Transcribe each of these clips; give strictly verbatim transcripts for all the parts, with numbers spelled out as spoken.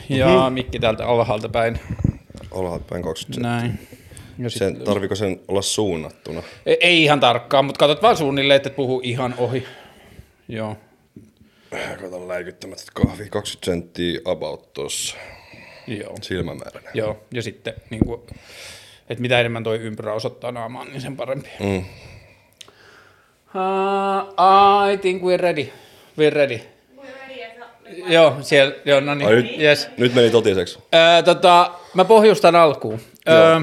ja mm-hmm. mikki täältä alhaalta päin. Alhaalta päin kaksikymmentä Näin. Sen, tarviko sen olla suunnattuna? Ei, ei ihan tarkkaan, mutta katsot vaan suunnilleen, että et puhu ihan ohi. Joo. Katon läikyttämättä kahvi, kaksikymmentä senttiä about tossa. Joo. Silmämääränä. Joo, ja sitten niin kuin, että mitä enemmän toi ympyrä osoittaa naamaan, niin sen parempi. Mm. Uh, I think we're ready. We're ready. Joo, siellä, joo, no niin. Nyt, yes. nyt meni totiseksi. Öö, tota, mä pohjustan alkuun. Öö,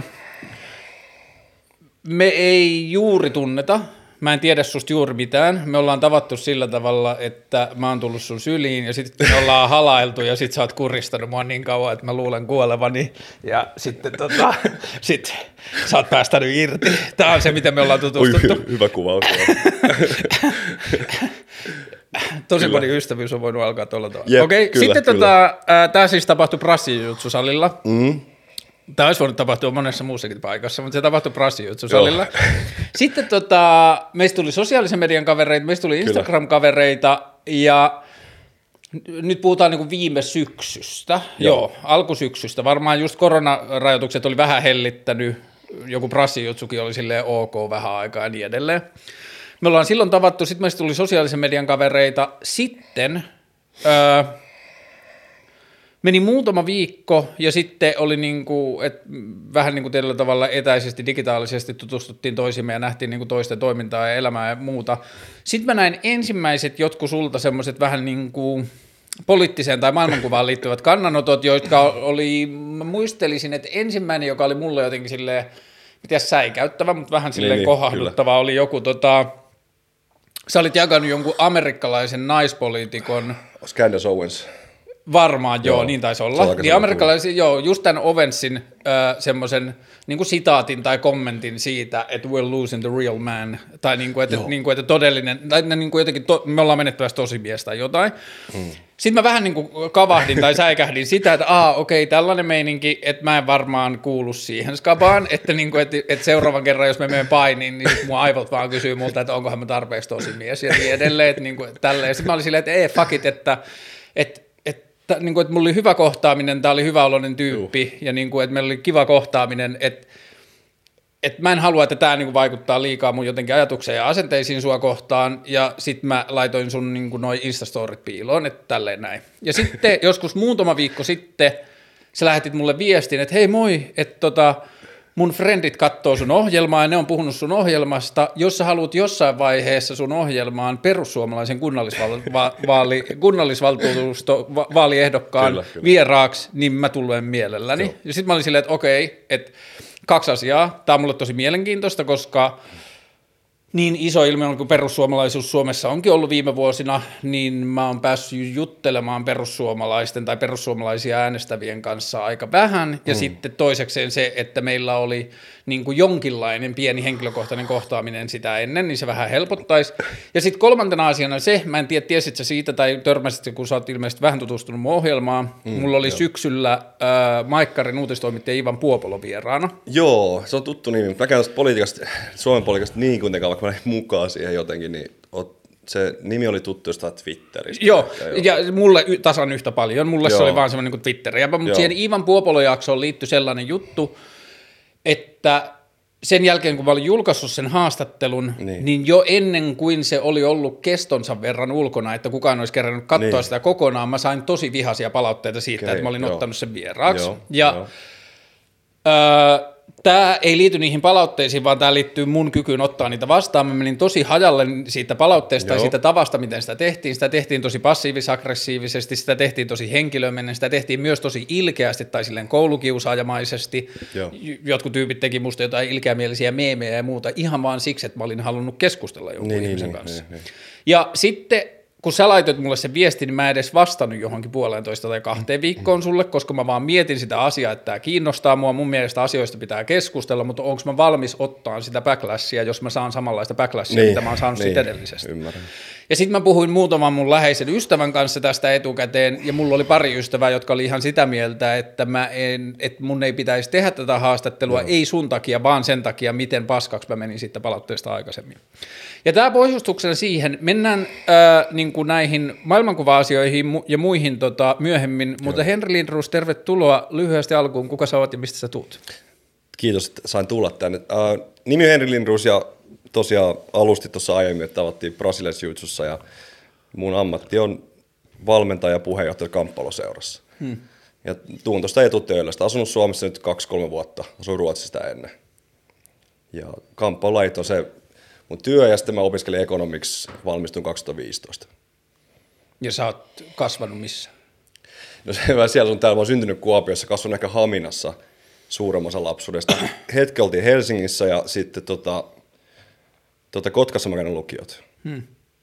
me ei juuri tunneta. Mä en tiedä susta juuri mitään. Me ollaan tavattu sillä tavalla, että mä oon tullut sun syliin ja sitten me ollaan halailtu ja sit sä oot kuristanut mua niin kauan, että mä luulen kuolevani. Ja sitten tota, sit sä oot päästänyt irti. Tää on se, miten me ollaan tutustuttu. Oi, hyvä kuvaus. Tosi moni ystävyys on voinut alkaa tuolla tavalla. Jep, Okei, kyllä, sitten kyllä. tota, tämä siis tapahtui brassijutsusalilla. Mm. Tämä olisi voinut tapahtua monessa muussakin paikassa, mutta se tapahtui brassijutsusalilla. Sitten tota, meistä tuli sosiaalisen median kavereita, meistä tuli Instagram-kavereita ja nyt puhutaan niin kuin viime syksystä, joo. joo, alkusyksystä. Varmaan just koronarajoitukset oli vähän hellittänyt, joku brassijutsukin oli silleen ok vähän aikaa ja niin edelleen. Me ollaan silloin tavattu, sitten meistä tuli sosiaalisen median kavereita, sitten öö, meni muutama viikko ja sitten oli niinku, et vähän niin kuin tällä tavalla etäisesti, digitaalisesti tutustuttiin toisimme ja nähtiin niinku toisten toimintaa ja elämää ja muuta. Sitten mä näin ensimmäiset jotkut sulta semmoiset vähän niin kuin poliittiseen tai maailmankuvaan liittyvät kannanotot, jotka oli, mä muistelisin, että ensimmäinen, joka oli mulle jotenkin silleen, mitä säikäyttävä, mutta vähän silleen niin, kohahduttava, kyllä. Oli joku tota, sä olit jakanut jonkun amerikkalaisen naispoliitikon. Candace Owens. Varmaan, joo, joo, niin taisi olla. Niin amerikkalaisen, joo, just tämän Owensin äh, semmoisen niin kuin sitaatin tai kommentin siitä, että we're losing the real man, tai niin kuin, että, niin kuin, että todellinen, tai niin kuin jotenkin, to, me ollaan menettävässä tosimies tai jotain. Hmm. Sitten mä vähän niin kuin kavahdin tai säikähdin sitä, että aa, okei, tällainen meininki, että mä en varmaan kuulu siihen skabaan, että, niin kuin, että, että seuraavan kerran, jos me menen painiin, niin mun aivot vaan kysyy multa, että onkohan mä tarpeeksi tosimies ja niin edelleen, että niin kuin, tälleen. Sitten mä olin silleen, että ei, fuck it, että, että Tää, niin kuin, että mulla oli hyvä kohtaaminen, tämä oli hyväoloinen tyyppi, Juh. ja niin kuin, että meillä oli kiva kohtaaminen, että, että mä en halua, että tämä niin kuin vaikuttaa liikaa mun jotenkin ajatukseen ja asenteisiin sua kohtaan, ja sitten mä laitoin sun niin kuin noi Instastorit piiloon, että tälleen näin. Ja sitten joskus muutama viikko sitten sä lähetit mulle viestin, että hei moi, että tota, mun frendit katsoo sun ohjelmaa ja ne on puhunut sun ohjelmasta. Jos sä haluat jossain vaiheessa sun ohjelmaan perussuomalaisen kunnallisvaali, kunnallisvaltuustovaaliehdokkaan kyllä, kyllä. vieraaksi, niin mä tulen mielelläni. Joo. Ja sitten mä olin silleen, että okei, että kaksi asiaa. Tämä on mulle tosi mielenkiintoista, koska niin iso ilmiö kuin perussuomalaisuus Suomessa onkin ollut viime vuosina, niin mä oon päässyt juttelemaan perussuomalaisten tai perussuomalaisia äänestävien kanssa aika vähän. Ja mm. sitten toisekseen se, että meillä oli niin kuin jonkinlainen pieni henkilökohtainen kohtaaminen sitä ennen, niin se vähän helpottaisi. Ja sitten kolmantena asiana se, mä en tiedä, tiesit sä siitä tai törmäsit, kun sä oot ilmeisesti vähän tutustunut mun ohjelmaan. Mm, Mulla oli jo. syksyllä äh, Maikkarin uutistoimittaja Ivan Puopolo vieraana. Joo, se on tuttu nimi. Mä käyn tästä politiikasta, Suomen politiikasta niin kuitenkaan, vaikka mä lähdin mukaan siihen jotenkin, niin se nimi oli tuttu jostain Twitteristä. Joo, ja mulle tasan yhtä paljon. Mulle Joo. se oli vaan semmoinen kuin Twitter. Ja mutta siihen Ivan Puopolo-jaksoon liittyi sellainen juttu, että sen jälkeen, kun mä olin julkaissut sen haastattelun, niin. niin jo ennen kuin se oli ollut kestonsa verran ulkona, että kukaan olisi kerännyt katsoa niin. sitä kokonaan, mä sain tosi vihaisia palautteita siitä, okay, että mä olin joo. ottanut sen vieraaksi. Joo, ja joo. Öö, tämä ei liity niihin palautteisiin, vaan tämä liittyy mun kykyyn ottaa niitä vastaan. Mä menin tosi hajalle siitä palautteesta Joo. ja siitä tavasta, miten sitä tehtiin. Sitä tehtiin tosi passiivis-aggressiivisesti, sitä tehtiin tosi henkilömenen, sitä tehtiin myös tosi ilkeästi tai silleen koulukiusaajamaisesti. Joo. Jotkut tyypit teki musta jotain ilkeämielisiä meemejä ja muuta ihan vaan siksi, että mä olin halunnut keskustella jonkun niin, ihmisen niin, kanssa. Niin, niin. Ja sitten kun sä laitoit mulle sen viestin, niin mä en edes vastannut johonkin puolentoista tai kahteen viikkoon sulle, koska mä vaan mietin sitä asiaa, että tämä kiinnostaa mua, mun mielestä asioista pitää keskustella, mutta onko mä valmis ottaa sitä backlashia, jos mä saan samanlaista backlashia, niin, mitä mä oon saanut niin, siitä edellisestä. Ymmärrän. Ja sitten mä puhuin muutaman mun läheisen ystävän kanssa tästä etukäteen, ja mulla oli pari ystävää, jotka oli ihan sitä mieltä, että, mä en, että mun ei pitäisi tehdä tätä haastattelua, no. ei sun takia, vaan sen takia, miten paskaksi mä menin sitten palautteesta aikaisemmin. Ja tämä pohjustuksena siihen, mennään äh, niin kuin näihin maailmankuva-asioihin ja muihin tota, myöhemmin, Joo. mutta Henri Lindroos, tervetuloa lyhyesti alkuun, kuka sä oot ja mistä sä tuut? Kiitos, että sain tulla tänne. Uh, nimi on Henri Lindroos ja tosiaan alusti tuossa aiemmin, että tavattiin Brazilian Jiu-Jitsussa ja mun ammatti on valmentaja ja puheenjohtaja kamppailuseurassa. Hmm. Ja tuun tuosta Etutöölöstä. Asunut Suomessa nyt kaksi kolme vuotta, asuin Ruotsista ennen. Ja kamppailulajit on se mun työ ja sitten mä opiskelin economics, valmistuin kaksituhattaviisitoista. Ja sä oot kasvanut missä? No se siellä sun täällä, mä oon syntynyt Kuopiossa, kasvanut ehkä Haminassa suuremman osan lapsuudesta. Hetki oltiin Helsingissä ja sitten tota, tota Kotkassa mä käyn lukiot. Hmm.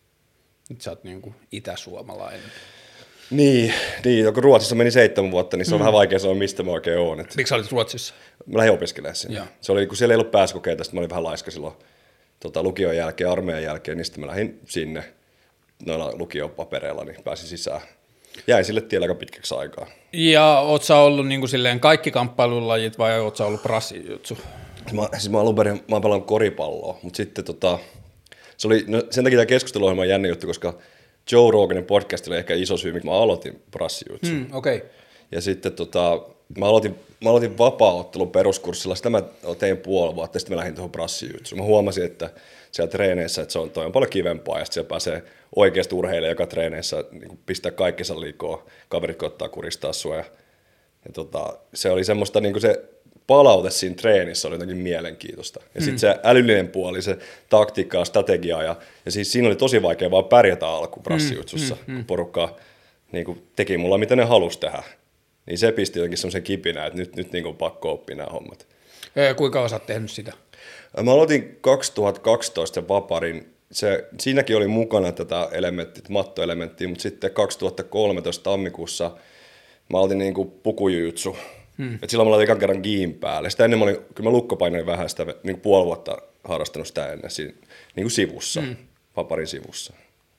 Nyt sä oot niinku itäsuomalainen. Niin, niin, kun Ruotsissa meni seitsemän vuotta, niin se on hmm. vähän vaikea sanoa, mistä mä oikein oon. Miksi sä olit Ruotsissa? Mä lähdin opiskelemaan sinne. Ja. Se oli, kun siellä ei ollut pääsykokeita, sitten mä olin vähän laiska silloin tota, lukion jälkeen, armeijan jälkeen, niin sitten mä lähdin sinne noilla lukion papereilla, niin pääsin sisään. Jäin sille tielle aika pitkäksi aikaa. Ja oot sä ollut niin kuin silleen kaikki kamppailulajit vai oot sä ollut brassijutsu? Mä, siis mä alun perin, mä oon pelannut koripalloa, mutta sitten tota, se oli, no sen takia tämä keskusteluohjelma on jännä juttu, koska Joe Roganin podcast oli ehkä iso syy, miksi mä aloitin brassijutsun. Mm, okay. Ja sitten tota, mä aloitin, mä aloitin vapaa-ottelun peruskurssilla, sitä mä tein puoli vuotta, ja sitten mä lähdin tuohon brassijutsuun. Mä huomasin, että siellä treeneissä, että se on, toi on paljon kivempaa, ja sitten siellä pääsee oikeasti urheilijan, joka treeneissä niin pistää kaikkensa liikoa, kaverit koittaa kuristaa sua. Ja, ja tota, se oli semmoista, niin kuin se palaute siinä treenissä oli jotenkin mielenkiintoista. Ja sitten mm. se älyllinen puoli, se taktiikka, strategia, ja, ja siis siinä oli tosi vaikea vaan pärjätä alku brassijutsussa, mm, mm, kun porukka niin kuin teki mulla, mitä ne halusi tehdä. Niin se pisti jotenkin semmoisen kipinä, että nyt, nyt niin kuin pakko oppia nämä hommat. Ja kuinka kauan sä oot tehnyt sitä? Mä aloitin kaksituhattakaksitoista vaparin. Se, siinäkin oli mukana tätä elementtiä, mattoelementtiä, mutta sitten kaksituhattakolmetoista tammikuussa mä aloitin niin kuin pukujujutsu. Hmm. Et silloin mä laitin ekan kerran giin päälle. Sitä ennen mä olin, kyllä mä lukkopainoin vähän sitä, niin kuin puoli vuotta harrastanut sitä ennen siinä, niin kuin sivussa, hmm. vaparin sivussa.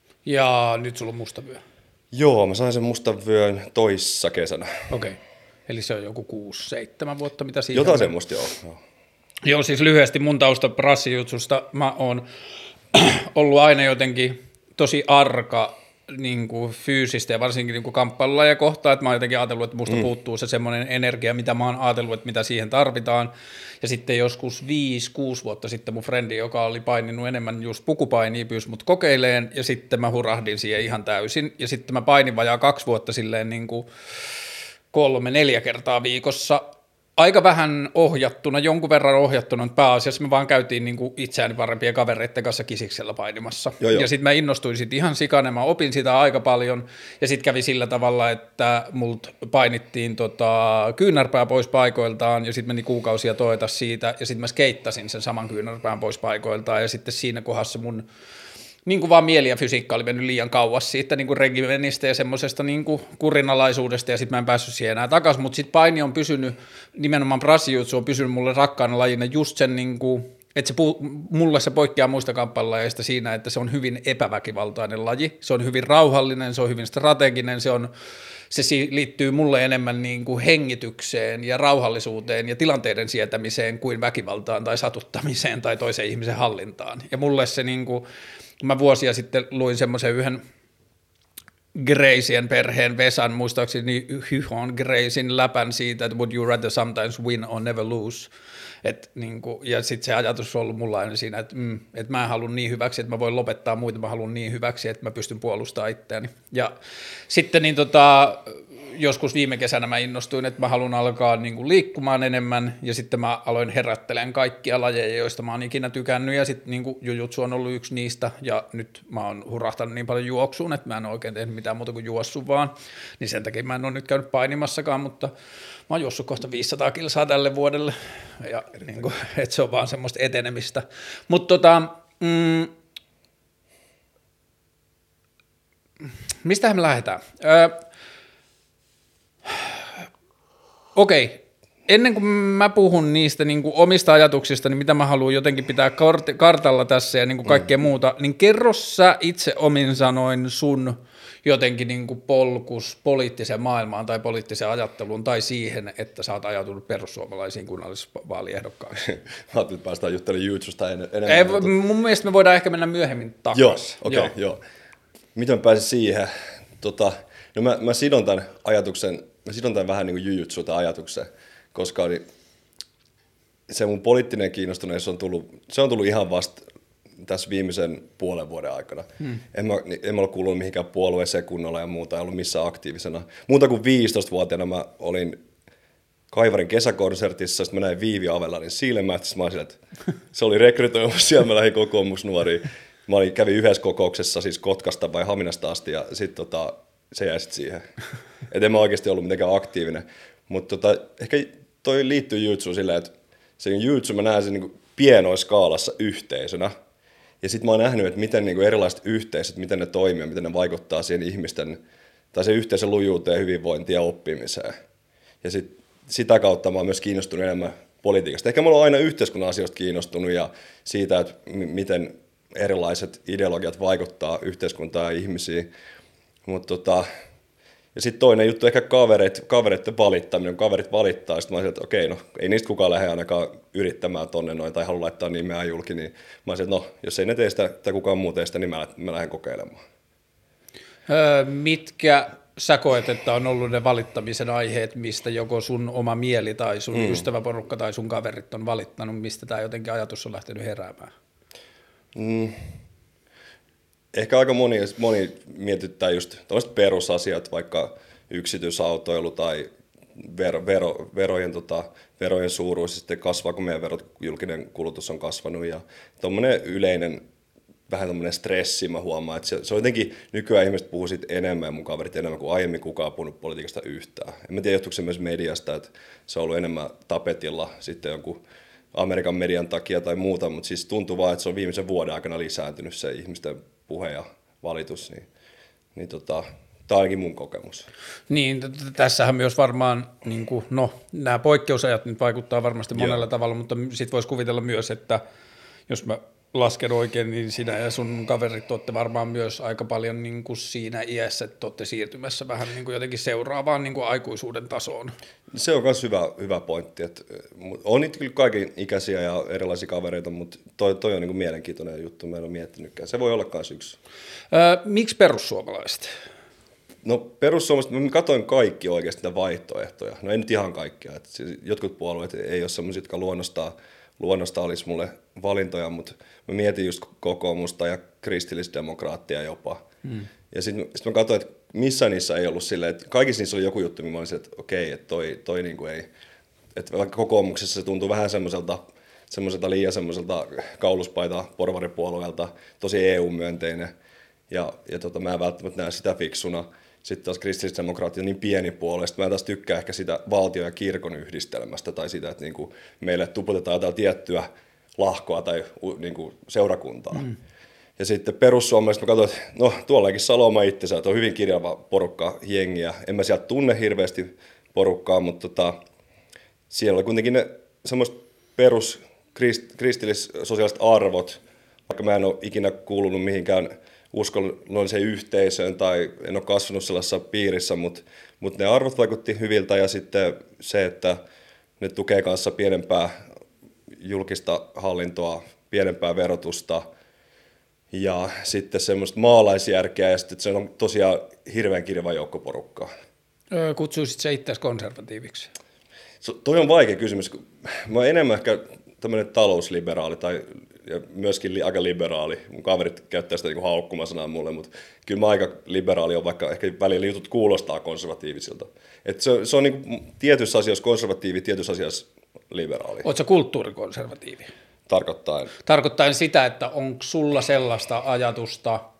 Ja nyt sulla on mustavyö? Joo, mä sain sen mustavyön toissa kesänä. Okei, okay. Eli se on joku kuusi, seitsemän vuotta, mitä siihen Jotain on? semmoista, joo. joo. Joo, siis lyhyesti mun tausta brassijutsusta. Mä oon ollut aina jotenkin tosi arka niin kuin fyysistä ja varsinkin niin kuin kamppailulajeja kohtaan, että mä oon jotenkin ajatellut, että musta mm. puuttuu se semmoinen energia, mitä mä oon ajatellut, että mitä siihen tarvitaan. Ja sitten joskus viisi, kuusi vuotta sitten mun frendi, joka oli paininut enemmän just pukupainia, pyysi mut kokeileen ja sitten mä hurahdin siihen ihan täysin. Ja sitten mä painin vajaa kaksi vuotta silleen niin kuin kolme, neljä kertaa viikossa. Aika vähän ohjattuna, jonkun verran ohjattuna, mutta pääasiassa me vaan käytiin niin kuin itseäni parempien kavereiden kanssa kisiksellä painimassa. Joo, joo. Ja sitten mä innostuin sit ihan sikana, mä opin sitä aika paljon, ja sitten kävi sillä tavalla, että multa painittiin tota, kyynärpää pois paikoiltaan, ja sitten meni kuukausia toeta siitä, ja sitten mä skeittasin sen saman kyynärpään pois paikoiltaan, ja sitten siinä kohdassa mun niin kuin vaan mieli ja fysiikka oli mennyt liian kauas siitä niin kuin regimenistä ja semmoisesta niin kuin kurinalaisuudesta, ja sitten mä en päässyt siihen enää takaisin, mutta sitten paini on pysynyt, nimenomaan brassijutsu on pysynyt mulle rakkaana lajina just sen, niin kuin, että se puu, mulle se poikkeaa muista kamppailulajeista siinä, että se on hyvin epäväkivaltainen laji, se on hyvin rauhallinen, se on hyvin strateginen, se on se liittyy mulle enemmän niin kuin hengitykseen ja rauhallisuuteen ja tilanteiden sietämiseen kuin väkivaltaan tai satuttamiseen tai toisen ihmisen hallintaan. Ja mulle se, niin kuin, mä vuosia sitten luin semmoisen yhden Gracien perheen Vesan, muistaakseni Hyhon Gracin läpän siitä, että would you rather sometimes win or never lose. Et, niin kuin, ja sitten se ajatus on ollut mulla aina siinä, että, mm, että mä en halua niin hyväksi, että mä voin lopettaa muita, mä haluan niin hyväksi, että mä pystyn puolustamaan itseäni. Ja sitten niin tota, joskus viime kesänä mä innostuin, että mä haluan alkaa niin kuin liikkumaan enemmän, ja sitten mä aloin herättelen kaikkia lajeja, joista mä oon ikinä tykännyt, ja sitten niin kuin jujutsu on ollut yksi niistä, ja nyt mä oon hurahtanut niin paljon juoksuun, että mä en oikein tehnyt mitään muuta kuin juossut vaan, niin sen takia mä en ole nyt käynyt painimassakaan, mutta mä oon juossut kohta viisisataa kilsaa tälle vuodelle, ja niin kuin, että se on vaan semmoista etenemistä. Mutta tota, mm, mistähän me lähdetään? Öö, Okei, ennen kuin mä puhun niistä niin kuin omista ajatuksista, niin mitä mä haluan jotenkin pitää kart- kartalla tässä ja niin kuin kaikkea mm. muuta, niin kerro sä itse omin sanoin sun jotenkin niin kuin polkus poliittiseen maailmaan tai poliittiseen ajatteluun tai siihen, että sä oot ajatunut perussuomalaisiin kunnallisvaaliehdokkaiksi. Mä ajattelin, että päästään juttelemaan YouTubesta en, enemmän. Ei, mutta... Mun mielestä me voidaan ehkä mennä myöhemmin takaisin. Joo, okei, okay, joo. joo. Miten mä pääsin siihen? Tota, no mä, mä sidon tämän ajatuksen, mä sidon tämän vähän niin kuin jujutsu tämän ajatuksen, koska niin se mun poliittinen kiinnostuneisuus on tullut, se on tullut ihan vasta tässä viimeisen puolen vuoden aikana. Hmm. En, mä, en mä ole kuulunut mihinkään puolueeseen kunnolla ja muuta, en ollut missään aktiivisena. Muuta kuin viisitoistavuotiaana mä olin Kaivarin kesäkonsertissa, sitten mä näin Viivi Avelanin silmät, sitten mä olin että se oli rekrytoimassa, siellä mä lähdin kokoomusnuoriin. Mä olin, kävin yhdessä kokouksessa, siis Kotkasta vai Haminasta asti, ja sitten tota, se jäi sitten siihen. Et en mä oikeasti ollut mitenkään aktiivinen. Mutta tota, ehkä toi liittyy jutsuun silleen, että se jutsu mä näen sen niinku pienoiskaalassa yhteisönä. Ja sitten mä oon nähnyt, että miten niinku erilaiset yhteisöt, miten ne toimii, miten ne vaikuttaa siihen ihmisten, tai sen yhteisön lujuuteen, hyvinvointiin ja oppimiseen. Ja sit, sitä kautta mä oon myös kiinnostunut enemmän politiikasta. Ehkä mä oon aina yhteiskunnan asioista kiinnostunut ja siitä, että m- miten erilaiset ideologiat vaikuttaa yhteiskuntaan ja ihmisiin. Mut tota, ja sitten toinen juttu ehkä kavereit, kavereiden valittaminen. Kaverit valittaa, sitten mä olisin, että okei, no ei niistä kukaan lähde ainakaan yrittämään tonne noin tai halua laittaa nimeä julki, niin mä olisin, että no jos ei ne tee sitä tai kukaan muu tee sitä, niin mä, mä lähden kokeilemaan. Öö, mitkä sä koet, että on ollut ne valittamisen aiheet, mistä joko sun oma mieli tai sun mm. ystäväporukka tai sun kaverit on valittanut, mistä tämä jotenkin ajatus on lähtenyt heräämään? Mm. Ehkä aika moni, moni mietittää just tällaiset perusasiat, vaikka yksityisautoilu tai vero, vero, verojen, tota, verojen suuruus, sitten kasvaa, kun meidän verot, julkinen kulutus on kasvanut. Ja tuommoinen yleinen, vähän tuommoinen stressi, mä huomaan, että se, se on jotenkin, nykyään ihmiset puhuu siitä enemmän ja mun kaverit enemmän kuin aiemmin kukaan puhunut politiikasta yhtään. En mä tiedä, johtuuko se myös mediasta, että se on ollut enemmän tapetilla sitten jonkun Amerikan median takia tai muuta, mutta siis tuntuu vaan, että se on viimeisen vuoden aikana lisääntynyt se ihmisten puhe ja valitus, niin, niin tota, tämä on ainakin mun kokemus. Niin, t- tässähän myös varmaan, niin kuin, no nämä poikkeusajat nyt vaikuttaa varmasti monella Joo. tavalla, mutta sitten voisi kuvitella myös, että jos mä lasken oikein, niin sinä ja sun kaverit olette varmaan myös aika paljon niin kuin siinä iässä, että olette siirtymässä vähän niin kuin jotenkin seuraavaan niin kuin aikuisuuden tasoon. Se on myös hyvä, hyvä pointti. Että on niitä kyllä kaiken ikäisiä ja erilaisia kavereita, mutta toi, toi on niin kuin mielenkiintoinen juttu, mä en ole miettinytkään. Se voi olla myös yksi. Öö, miksi perussuomalaiset? No perussuomalaiset, mä katsoin kaikki oikeasti niitä vaihtoehtoja. No ei nyt ihan kaikkia. Että jotkut puolueet ei ole sellaisia, jotka luonnostaan luonnosta olisi mulle valintoja, mutta mä mietin just kokoomusta ja kristillisdemokraattia jopa. Mm. Ja sitten sit mä katsoin, että missä niissä ei ollut silleen, että kaikissa niissä oli joku juttu, missä mä olisin, että okei, että toi, toi niinku ei, että vaikka kokoomuksessa se tuntuu vähän semmoiselta, semmoiselta liian semmoiselta kauluspaita porvaripuolueelta, tosi E U-myönteinen, ja, ja tota, mä en välttämättä näe sitä fiksuna. Sitten taas kristillisdemokraatit on niin pieni puolue, mä en taas tykkää ehkä sitä valtion ja kirkon yhdistelmästä tai sitä, että niinku meille tuputetaan jotain tiettyä lahkoa tai niinku seurakuntaa. Mm. Ja sitten perussuomalaiset, mä katsoin, että no tuollakin Saloma itsensä, että on hyvin kirjava porukka, jengiä. En mä sieltä tunne hirveästi porukkaa, mutta tota, siellä oli kuitenkin ne semmoiset perus kristillis-sosiaaliset arvot, vaikka mä en ole ikinä kuulunut mihinkään uskonnolliseen yhteisöön tai en ole kasvanut sellaisessa piirissä, mutta, mutta ne arvot vaikutti hyviltä ja sitten se, että ne tukee kanssa pienempää julkista hallintoa, pienempää verotusta ja sitten semmoista maalaisjärkeä ja sitten se on tosiaan hirveän kirjava joukko porukkaa. Kutsuisit sä itseäsi konservatiiviksi? So, toi on vaikea kysymys. Mä oon enemmän ehkä tämmöinen talousliberaali tai ja myöskin li, aika liberaali. Mun kaverit käyttää sitä niin haukkumasanaa mulle, mutta kyllä mä aika liberaali on, vaikka ehkä välillä jutut kuulostaa konservatiivisilta. Et se, se on niin tietyissä asioissa konservatiivi, tietyissä asioissa liberaali. Oletko sä kulttuurikonservatiivi? Tarkoittaen? Tarkoittaen sitä, että onko sulla sellaista ajatusta,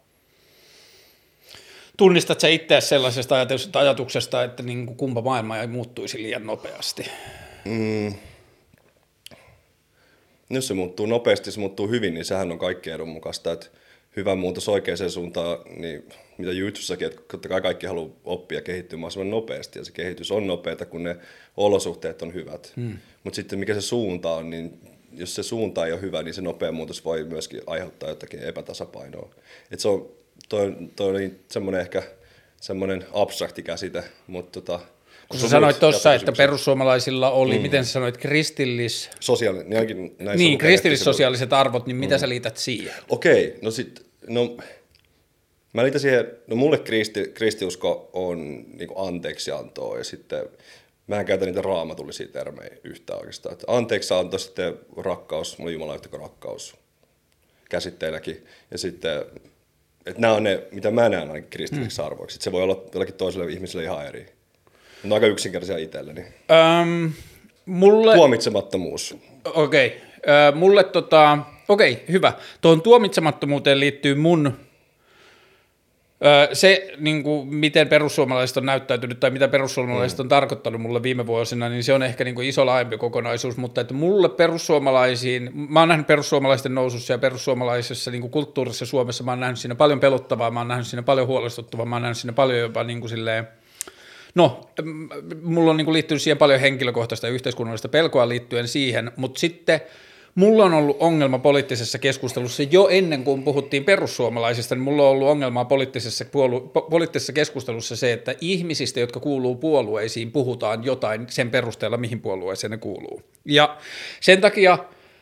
tunnistat sä itseäsi sellaisesta ajatuksesta, että niin kuin kumpa maailma ei muuttuisi liian nopeasti? Mm. Jos se muuttuu nopeasti, se muuttuu hyvin, niin sehän on kaikkien edun mukaista. Että hyvä muutos oikeaan suuntaan, niin mitä YouTubessakin, että totta kai kaikki haluaa oppia kehittyä mahdollisimman nopeasti, ja se kehitys on nopeata, kun ne olosuhteet on hyvät. Hmm. Mutta sitten mikä se suunta on, niin jos se suunta ei ole hyvä, niin se nopea muutos voi myöskin aiheuttaa jotakin epätasapainoa. Et se on, toi, toi oli semmoinen ehkä semmoinen abstrakti käsite, mutta tota, kun sä sanoit tuossa, että perussuomalaisilla oli, mm. miten sä sanoit, kristillis... Sosiaali, niin, kristillissosiaaliset arvot, niin mitä mm. sä liität siihen? Okei, okay, no sit, no mä liitän siihen, no mulle kristi, kristiusko on niinku anteeksiantoa ja sitten mä en käytä niitä raamatullisia termejä yhtään oikeastaan. Että anteeksianto, sitten rakkaus, mulla on Jumala yhtä rakkaus käsitteenäkin ja sitten, että nämä on ne, mitä mä näen ainakin kristillisiksi mm. arvoiksi. Että se voi olla jollakin toiselle ihmiselle ihan eri. On aika yksinkertaisia itselleni. Öm, mulle... Tuomitsemattomuus. Okei. Okay. Ö, mulle tota... Okei, okay, hyvä. Tuohon tuomitsemattomuuteen liittyy mun... Ö, se, niin kuin, miten perussuomalaiset on näyttäytynyt tai mitä perussuomalaiset on mm. tarkoittanut mulle viime vuosina, niin se on ehkä niin kuin iso laajempi kokonaisuus, mutta että mulle perussuomalaisiin... Mä oon nähnyt perussuomalaisten nousussa ja perussuomalaisessa niin kuin kulttuurissa Suomessa, mä oon nähnyt siinä paljon pelottavaa, mä oon nähnyt siinä paljon huolestuttavaa, mä oon nähnyt siinä paljon jopa niin kuin silleen... No, mulla on niin liittynyt siihen paljon henkilökohtaista ja yhteiskunnallista pelkoa liittyen siihen, mutta sitten mulla on ollut ongelma poliittisessa keskustelussa jo ennen kuin puhuttiin perussuomalaisista, niin mulla on ollut ongelmaa poliittisessa, puolu- po- poliittisessa keskustelussa se, että ihmisistä, jotka kuuluu puolueisiin, puhutaan jotain sen perusteella, mihin puolueeseen ne kuuluu. Ja sen takia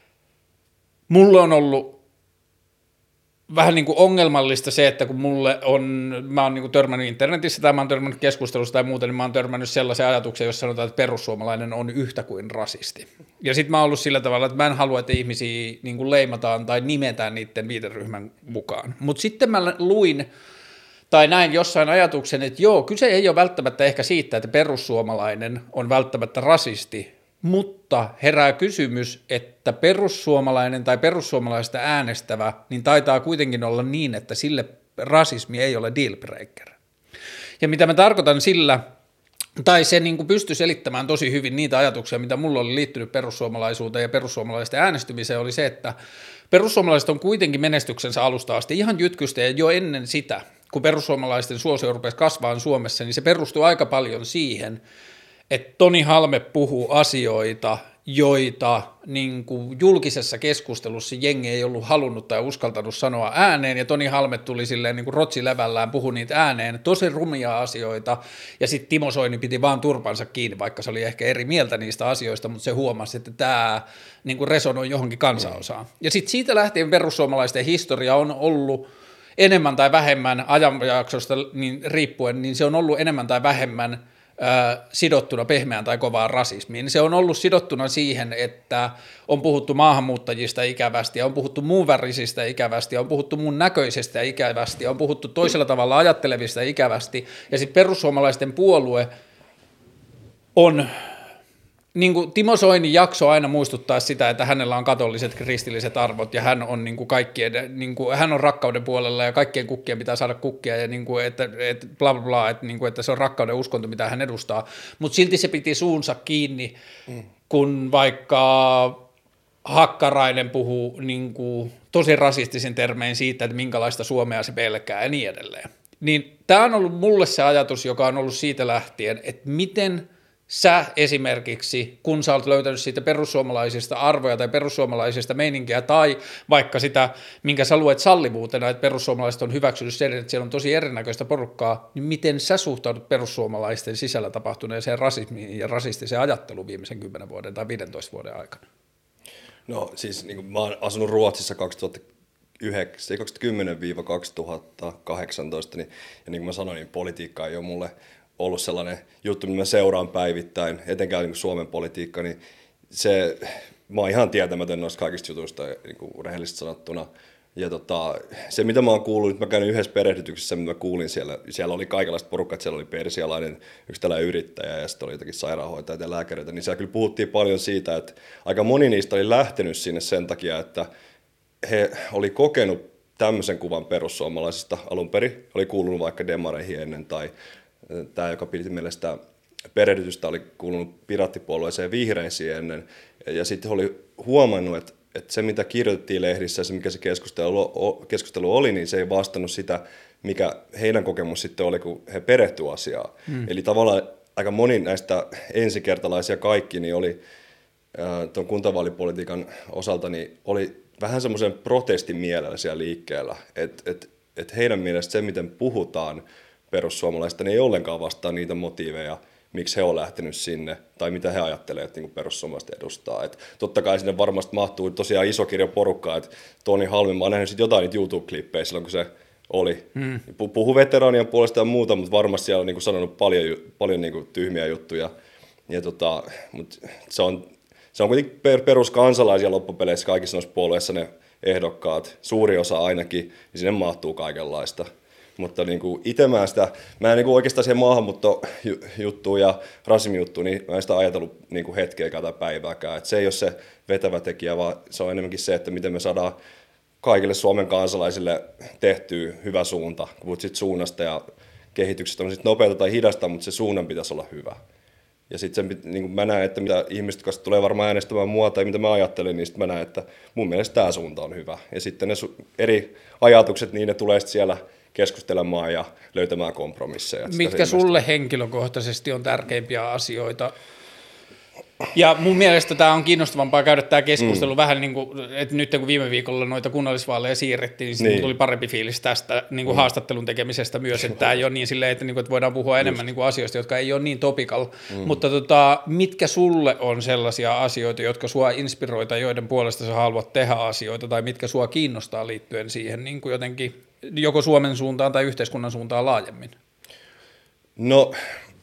mulla on ollut vähän niin kuin ongelmallista se, että kun mulle on, mä oon niin kuin törmännyt internetissä tai mä oon törmännyt keskustelussa tai muuten, niin mä oon törmännyt sellaisen ajatuksen, jossa sanotaan, että perussuomalainen on yhtä kuin rasisti. Ja sit mä oon ollut sillä tavalla, että mä en halua, että ihmisiä niin kuin leimataan tai nimetään niiden viiteryhmän mukaan. Mutta sitten mä luin tai näin jossain ajatuksen, että joo, kyse ei ole välttämättä ehkä siitä, että perussuomalainen on välttämättä rasisti, mutta herää kysymys, että perussuomalainen tai perussuomalaista äänestävä, niin taitaa kuitenkin olla niin, että sille rasismi ei ole dealbreaker. Ja mitä mä tarkoitan sillä, tai se niin kuin pystyi selittämään tosi hyvin niitä ajatuksia, mitä mulla oli liittynyt perussuomalaisuuteen ja perussuomalaisten äänestymiseen, oli se, että perussuomalaiset on kuitenkin menestyksensä alusta asti ihan jytkystä ja jo ennen sitä, kun perussuomalaisten suosio rupesi kasvaan Suomessa, niin se perustui aika paljon siihen, että Toni Halme puhuu asioita, joita niin kuin julkisessa keskustelussa jengi ei ollut halunnut tai uskaltanut sanoa ääneen, ja Toni Halme tuli silleen niin kuin rotsilevällään, puhui niitä ääneen, tosi rumia asioita, ja sitten Timo Soini piti vaan turpansa kiinni, vaikka se oli ehkä eri mieltä niistä asioista, mutta se huomasi, että tämä niin kuin resonoi johonkin kansanosaan. Ja sitten siitä lähtien perussuomalaisten historia on ollut enemmän tai vähemmän ajanjaksosta niin riippuen, niin se on ollut enemmän tai vähemmän sidottuna pehmeään tai kovaan rasismiin. Se on ollut sidottuna siihen, että on puhuttu maahanmuuttajista ikävästi, ja on puhuttu muun värisistä ikävästi, ja on puhuttu muun näköisestä ikävästi, ja on puhuttu toisella tavalla ajattelevista ikävästi, ja sitten perussuomalaisten puolue on, niin kuin Timo Soini jakso aina muistuttaa sitä, että hänellä on katolliset kristilliset arvot, ja hän on, niin kuin kaikkien, niin kuin, hän on rakkauden puolella, ja kaikkien kukkien pitää saada kukkia, ja niin kuin, että, että bla bla bla, että, niin kuin, että se on rakkauden uskonto, mitä hän edustaa, mutta silti se piti suunsa kiinni, mm. kun vaikka Hakkarainen puhuu niin kuin, tosi rasistisin termein siitä, että minkälaista Suomea se pelkää, ja niin edelleen. Niin tämä on ollut mulle se ajatus, joka on ollut siitä lähtien, että miten sä esimerkiksi, kun sä oot löytänyt siitä perussuomalaisista arvoja tai perussuomalaisista meininkiä tai vaikka sitä, minkä sä luet sallivuutena, että perussuomalaiset on hyväksynyt sen, että siellä on tosi erinäköistä porukkaa, niin miten sä suhtaudut perussuomalaisten sisällä tapahtuneeseen rasismiin ja rasistiseen ajatteluun viimeisen kymmenen vuoden tai viidentoista vuoden aikana? No siis niin kuin mä oon asunut Ruotsissa kaksituhattayhdeksän, kaksituhattakymmenen kaksituhattakahdeksantoista, niin, ja niin kuin mä sanoin, niin politiikka ei ole mulle ollut sellainen juttu, mitä mä seuraan päivittäin, etenkään niin kuin Suomen politiikka, niin se, mä oon ihan tietämätön noista kaikista jutuista niin kuin rehellisesti sanottuna. Ja tota, se, mitä mä oon kuullut, nyt mä käyn yhdessä perehdytyksessä, mitä mä kuulin siellä, siellä oli kaikenlaista porukkaa, että siellä oli persialainen, yksi tällainen yrittäjä ja sitten oli jotakin sairaanhoitajia ja lääkäreitä, niin siellä kyllä puhuttiin paljon siitä, että aika moni niistä oli lähtenyt sinne sen takia, että he oli kokenut tämmöisen kuvan perussuomalaisista alun perin, oli kuulunut vaikka demareihin ennen tai tämä, joka piti mielestä perehdytystä, oli kuulunut piraattipuolueeseen vihreisiin ennen, ja sitten oli huomannut, että että se mitä kirjoitettiin lehdissä ja se mikä se keskustelu, keskustelu oli, niin se ei vastannut sitä, mikä heidän kokemus sitten oli, kun he perehtyivät asiaan. Mm. Eli tavallaan aika moni näistä ensikertalaisia kaikki, niin oli tuon kuntavaalipolitiikan osalta, niin oli vähän semmoisen protestin mielellä siellä liikkeellä, että et, et heidän mielestä se, miten puhutaan perussuomalaista, niin ei ollenkaan vastaa niitä motiiveja, miksi he on lähtenyt sinne, tai mitä he ajattelevat, että niin perussuomalaiset edustaa. Et totta kai sinne varmasti mahtuu tosiaan iso kirja porukkaa, että Toni Halme, mä oon nähnyt sitten jotain niitä YouTube-klippejä silloin, kun se oli. Hmm. Puhu veteraanien puolesta ja muuta, mutta varmasti siellä on niin kuin sanonut paljon, paljon niin kuin tyhmiä juttuja. Ja tota, mutta se on, se on kuitenkin per, peruskansalaisia loppupeleissä kaikissa noissa puolueissa ne ehdokkaat, suuri osa ainakin, niin sinne mahtuu kaikenlaista. Mutta niin kuin itse mä sitä, mä en niin kuin oikeastaan siihen maahanmuuttojuttuun ja rasismijuttuun, niin mä en sitä ajatellut niin kuin hetkeäkään tai päivääkään. Et se ei ole se vetävä tekijä, vaan se on enemmänkin se, että miten me saadaan kaikille Suomen kansalaisille tehtyä hyvä suunta. Kun puhut sit suunnasta ja kehityksestä, on sitten nopeata tai hidasta, mutta se suunnan pitäisi olla hyvä. Ja sitten niin mä näen, että mitä ihmiset, jotka tulee varmaan äänestämään mua tai mitä mä ajattelen, niin sitten mä näen, että mun mielestä tämä suunta on hyvä. Ja sitten ne su- eri ajatukset, niin ne tulee sitten siellä keskustelemaan ja löytämään kompromisseja. Mitkä sulle henkilökohtaisesti on tärkeimpiä asioita? Ja mun mielestä tämä on kiinnostavampaa käydä tämä keskustelu mm. vähän niin kuin, että nyt kun viime viikolla noita kunnallisvaaleja siirrettiin, niin, niin. tuli parempi fiilis tästä niin kuin mm. haastattelun tekemisestä myös, että tämä ei ole niin silleen, että, niin kuin, että voidaan puhua enemmän niin kuin asioista, jotka ei ole niin topical, mm. mutta tota, mitkä sulle on sellaisia asioita, jotka sua inspiroi tai joiden puolesta sä haluat tehdä asioita, tai mitkä sua kiinnostaa liittyen siihen niin kuin jotenkin joko Suomen suuntaan tai yhteiskunnan suuntaan laajemmin? No,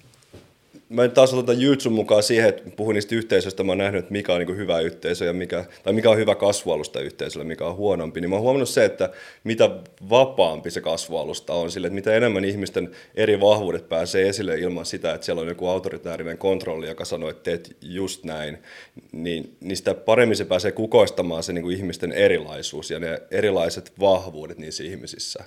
mä taas otan Jutsun mukaan siihen, että puhun niistä yhteisöistä, mä oon nähnyt, että mikä on niin hyvä yhteisö ja mikä, tai mikä on hyvä kasvualusta yhteisöllä, mikä on huonompi, niin mä oon huomannut se, että mitä vapaampi se kasvualusta on sille, että mitä enemmän ihmisten eri vahvuudet pääsee esille ilman sitä, että siellä on joku autoritäärinen kontrolli, joka sanoo, että teet just näin, niin, niin sitä paremmin se pääsee kukoistamaan se niin kuin ihmisten erilaisuus ja ne erilaiset vahvuudet niissä ihmisissä.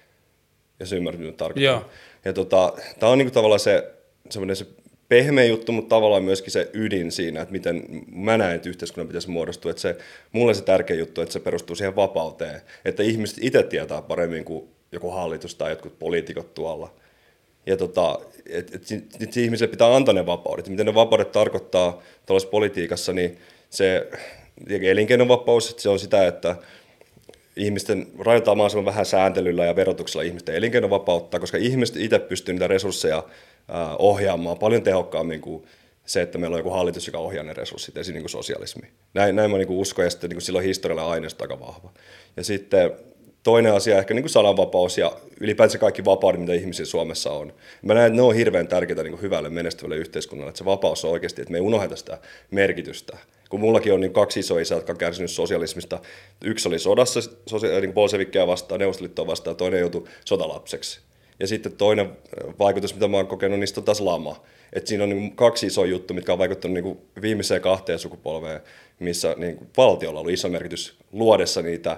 Ja se ymmärrät, mitä tarkoittaa. Ja tota, tää on niin kuin tavallaan se, semmoinen se pehmeä juttu, mutta tavallaan myöskin se ydin siinä, että miten mä näen, että yhteiskunnan pitäisi muodostua. Että se, mulle se tärkeä juttu, että se perustuu siihen vapauteen, että ihmiset itse tietää paremmin kuin joku hallitus tai jotkut poliitikot tuolla. Ja tota, että et, et, et ihmisille pitää antaa ne vapaudet. Miten ne vapaudet tarkoittaa tuollaisessa politiikassa, niin se elinkeinovapaus, että se on sitä, että ihmisten rajoitetaan mahdollisimman vähän sääntelyllä ja verotuksella ihmisten elinkeinovapautta, koska ihmiset itse pystyy niitä resursseja ohjaamaan paljon tehokkaammin kuin se, että meillä on joku hallitus, joka ohjaa ne resurssit, esimerkiksi niin kuin sosialismi. Näin, näin mä niin kuin uskon, ja sitten niin kuin silloin historiallinen aineisto aika vahva. Ja sitten toinen asia ehkä niin kuin sananvapaus ja ylipäänsä kaikki vapaudet, mitä ihmisiä Suomessa on. Mä näen, että ne on hirveän tärkeitä niin kuin hyvälle menestyvälle yhteiskunnalle, että se vapaus on oikeasti, että me ei unohda sitä merkitystä. Kun mullakin on niin kaksi isoa isää, jotka on kärsinyt sosialismista. Yksi oli sodassa niin bolsevikkeja vastaan, Neuvostoliittoa vastaan, toinen joutui sotalapseksi. Ja sitten toinen vaikutus, mitä mä oon kokenut, niistä on taas lama. Et siinä on niin kaksi isoa juttua, mitkä on vaikuttanut niin viimeiseen kahteen sukupolveen, missä niin valtiolla on ollut iso merkitys luodessa niitä,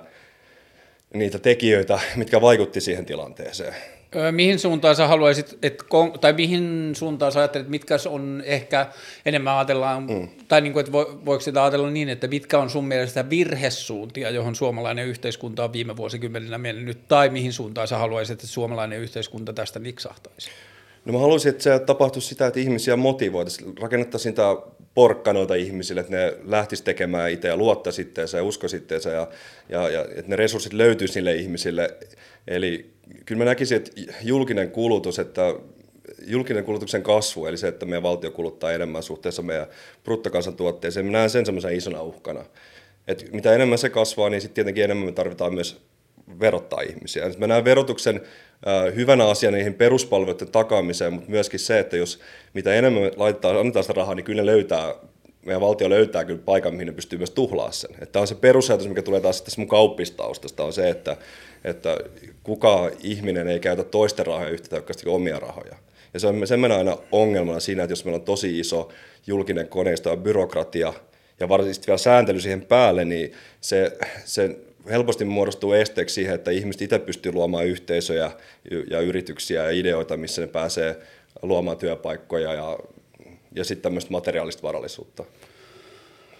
niitä tekijöitä, mitkä vaikutti siihen tilanteeseen. Öö, mihin suuntaan sä haluaisit, et, tai mihin suuntaan sä ajattelet, mitkä on ehkä enemmän ajatellaan, mm. tai niin kuin, että vo, voiko sitä ajatella niin, että mitkä on sun mielestä virhesuuntia, johon suomalainen yhteiskunta on viime vuosikymmeninä mennyt, tai mihin suuntaan sä haluaisit, että suomalainen yhteiskunta tästä niksahtaisi? No mä haluaisin, että se tapahtuisi sitä, että ihmisiä motivoitaisiin, rakennettaisiin sitä porkkanoita ihmisille, että ne lähtisivät tekemään itse ja luottaisivat itseensä ja uskoisivat itseensä ja, ja, ja että ne resurssit löytyisivät niille ihmisille. Eli kyllä mä näkisin, että julkinen kulutus, että julkinen kulutuksen kasvu, eli se, että meidän valtio kuluttaa enemmän suhteessa meidän bruttokansantuotteeseen, mä näen sen semmoisen isona uhkana. Että mitä enemmän se kasvaa, niin sitten tietenkin enemmän me tarvitaan myös verottaa ihmisiä. Mä näen verotuksen äh, hyvänä asiana niihin peruspalveluiden takaamiseen, mutta myöskin se, että jos mitä enemmän me laitetaan, annetaan sitä rahaa, niin kyllä ne löytää, meidän valtio löytää kyllä paikan, mihin ne pystyy myös tuhlaamaan sen. Että on se perusajatus, mikä tulee taas tässä mun kauppistaustasta, on se, että, että kuka ihminen ei käytä toisten rahoja yhtä tehokkaasti kuin omia rahoja. Ja se on semmoinen aina ongelmana siinä, että jos meillä on tosi iso julkinen koneisto ja byrokratia, ja varsinkin vielä sääntely siihen päälle, niin se, se helposti muodostuu esteeksi siihen, että ihmiset itse pystyy luomaan yhteisöjä ja yrityksiä ja ideoita, missä ne pääsee luomaan työpaikkoja ja, ja sitten tämmöistä materiaalista varallisuutta.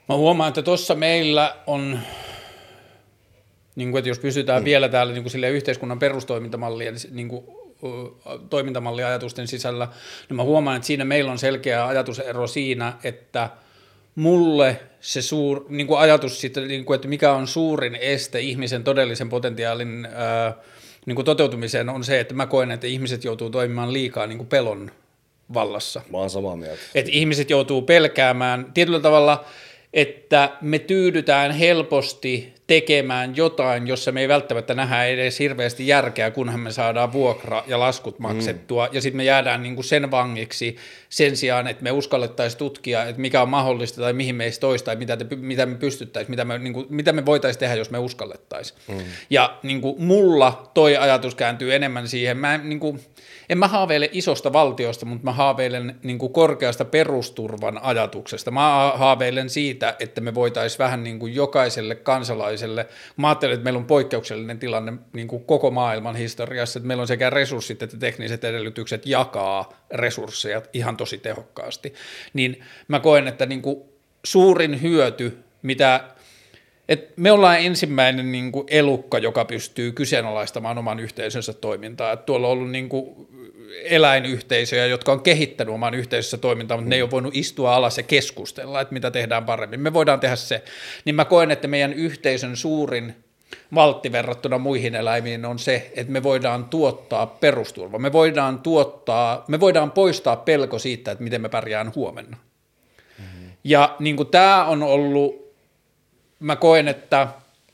Mä huomaan, että tuossa meillä on, niin kuin, että jos pysytään mm. vielä täällä niin kuin yhteiskunnan perustoimintamallien niin kuin, toimintamalliajatusten sisällä, niin mä huomaan, että siinä meillä on selkeä ajatusero siinä, että mulle se suur, niin kuin ajatus siitä, niin kuin, että mikä on suurin este ihmisen todellisen potentiaalin ää, niin kuin toteutumiseen on se, että mä koen, että ihmiset joutuu toimimaan liikaa niin kuin pelon vallassa. Mä oon samaa mieltä. Että ihmiset joutuu pelkäämään tietyllä tavalla, että me tyydytään helposti tekemään jotain, jossa me ei välttämättä nähdä edes hirveästi järkeä, kunhan me saadaan vuokra ja laskut maksettua, mm. ja sitten me jäädään niinku sen vangiksi sen sijaan, että me uskallettaisiin tutkia, että mikä on mahdollista tai mihin me ei toista, tai mitä, te, mitä me pystyttäisiin, mitä me, niinku, mitä me voitaisiin tehdä, jos me uskallettaisiin. Mm. Ja niinku, mulla toi ajatus kääntyy enemmän siihen, mä niinku, en mä haaveile isosta valtiosta, mutta mä haaveilen niin kuin korkeasta perusturvan ajatuksesta. Mä haaveilen siitä, että me voitaisiin vähän niin kuin jokaiselle kansalaiselle, mä ajattelen, että meillä on poikkeuksellinen tilanne niin kuin koko maailman historiassa, että meillä on sekä resurssit että tekniset edellytykset jakaa resursseja ihan tosi tehokkaasti. Niin mä koen, että niin kuin suurin hyöty, mitä et me ollaan ensimmäinen niin kuin elukka, joka pystyy kyseenalaistamaan oman yhteisönsä toimintaa. Et tuolla on ollut niin kuin eläinyhteisöjä, jotka on kehittänyt oman yhteisönsä toimintaa, mutta mm. ne ei ole voinut istua alas ja keskustella, että mitä tehdään paremmin. Me voidaan tehdä se. Niin mä koen, että meidän yhteisön suurin valtti verrattuna muihin eläimiin on se, että me voidaan tuottaa perusturva. Me voidaan tuottaa, me voidaan poistaa pelko siitä, että miten me pärjään huomenna. Mm-hmm. Ja niin kuin tämä on ollut, mä koen, että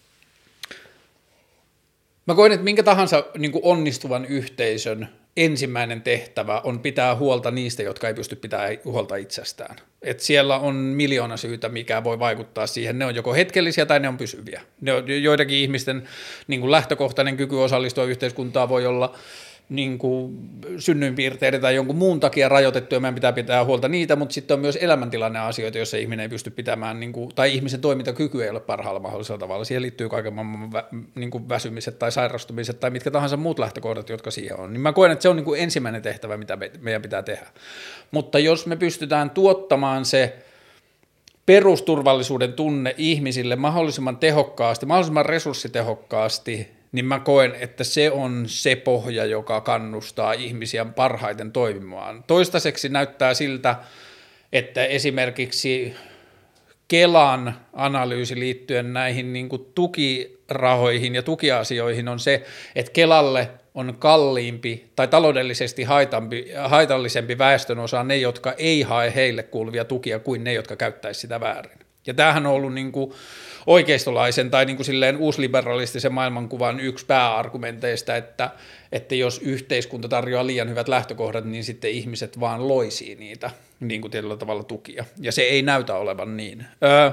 mä koen, että minkä tahansa niin kuin onnistuvan yhteisön ensimmäinen tehtävä on pitää huolta niistä, jotka ei pysty pitämään huolta itsestään. Et siellä on miljoona syytä, mikä voi vaikuttaa siihen. Ne on joko hetkellisiä tai ne on pysyviä. Ne on, joidenkin ihmisten niin kuin lähtökohtainen kyky osallistua yhteiskuntaan voi olla niin kuin synnyinpiirteiden tai jonkun muun takia rajoitettu, ja meidän pitää pitää huolta niitä, mutta sitten on myös elämäntilanneasioita, joissa ihminen ei pysty pitämään, niin kuin, tai ihmisen toimintakyky ei ole parhaalla mahdollisella tavalla. Siihen liittyy kaiken maailman vä, niin kuin väsymiset tai sairastumiset tai mitkä tahansa muut lähtökohdat, jotka siihen on. Niin mä koen, että se on niin kuin ensimmäinen tehtävä, mitä me, meidän pitää tehdä. Mutta jos me pystytään tuottamaan se perusturvallisuuden tunne ihmisille mahdollisimman tehokkaasti, mahdollisimman resurssitehokkaasti, niin mä koen, että se on se pohja, joka kannustaa ihmisiä parhaiten toimimaan. Toistaiseksi näyttää siltä, että esimerkiksi Kelan analyysi liittyen näihin niin kuin tukirahoihin ja tukiasioihin on se, että Kelalle on kalliimpi tai taloudellisesti haitampi, haitallisempi väestönosa ne, jotka ei hae heille kuuluvia tukia kuin ne, jotka käyttäisi sitä väärin. Ja tämähän on ollut niin kuin oikeistolaisen tai niin kuin silleen uusliberalistisen maailmankuvan yksi pääargumenteista, että, että jos yhteiskunta tarjoaa liian hyvät lähtökohdat, niin sitten ihmiset vaan loisii niitä niin kuin tietyllä tavalla tukia. Ja se ei näytä olevan niin. Öö,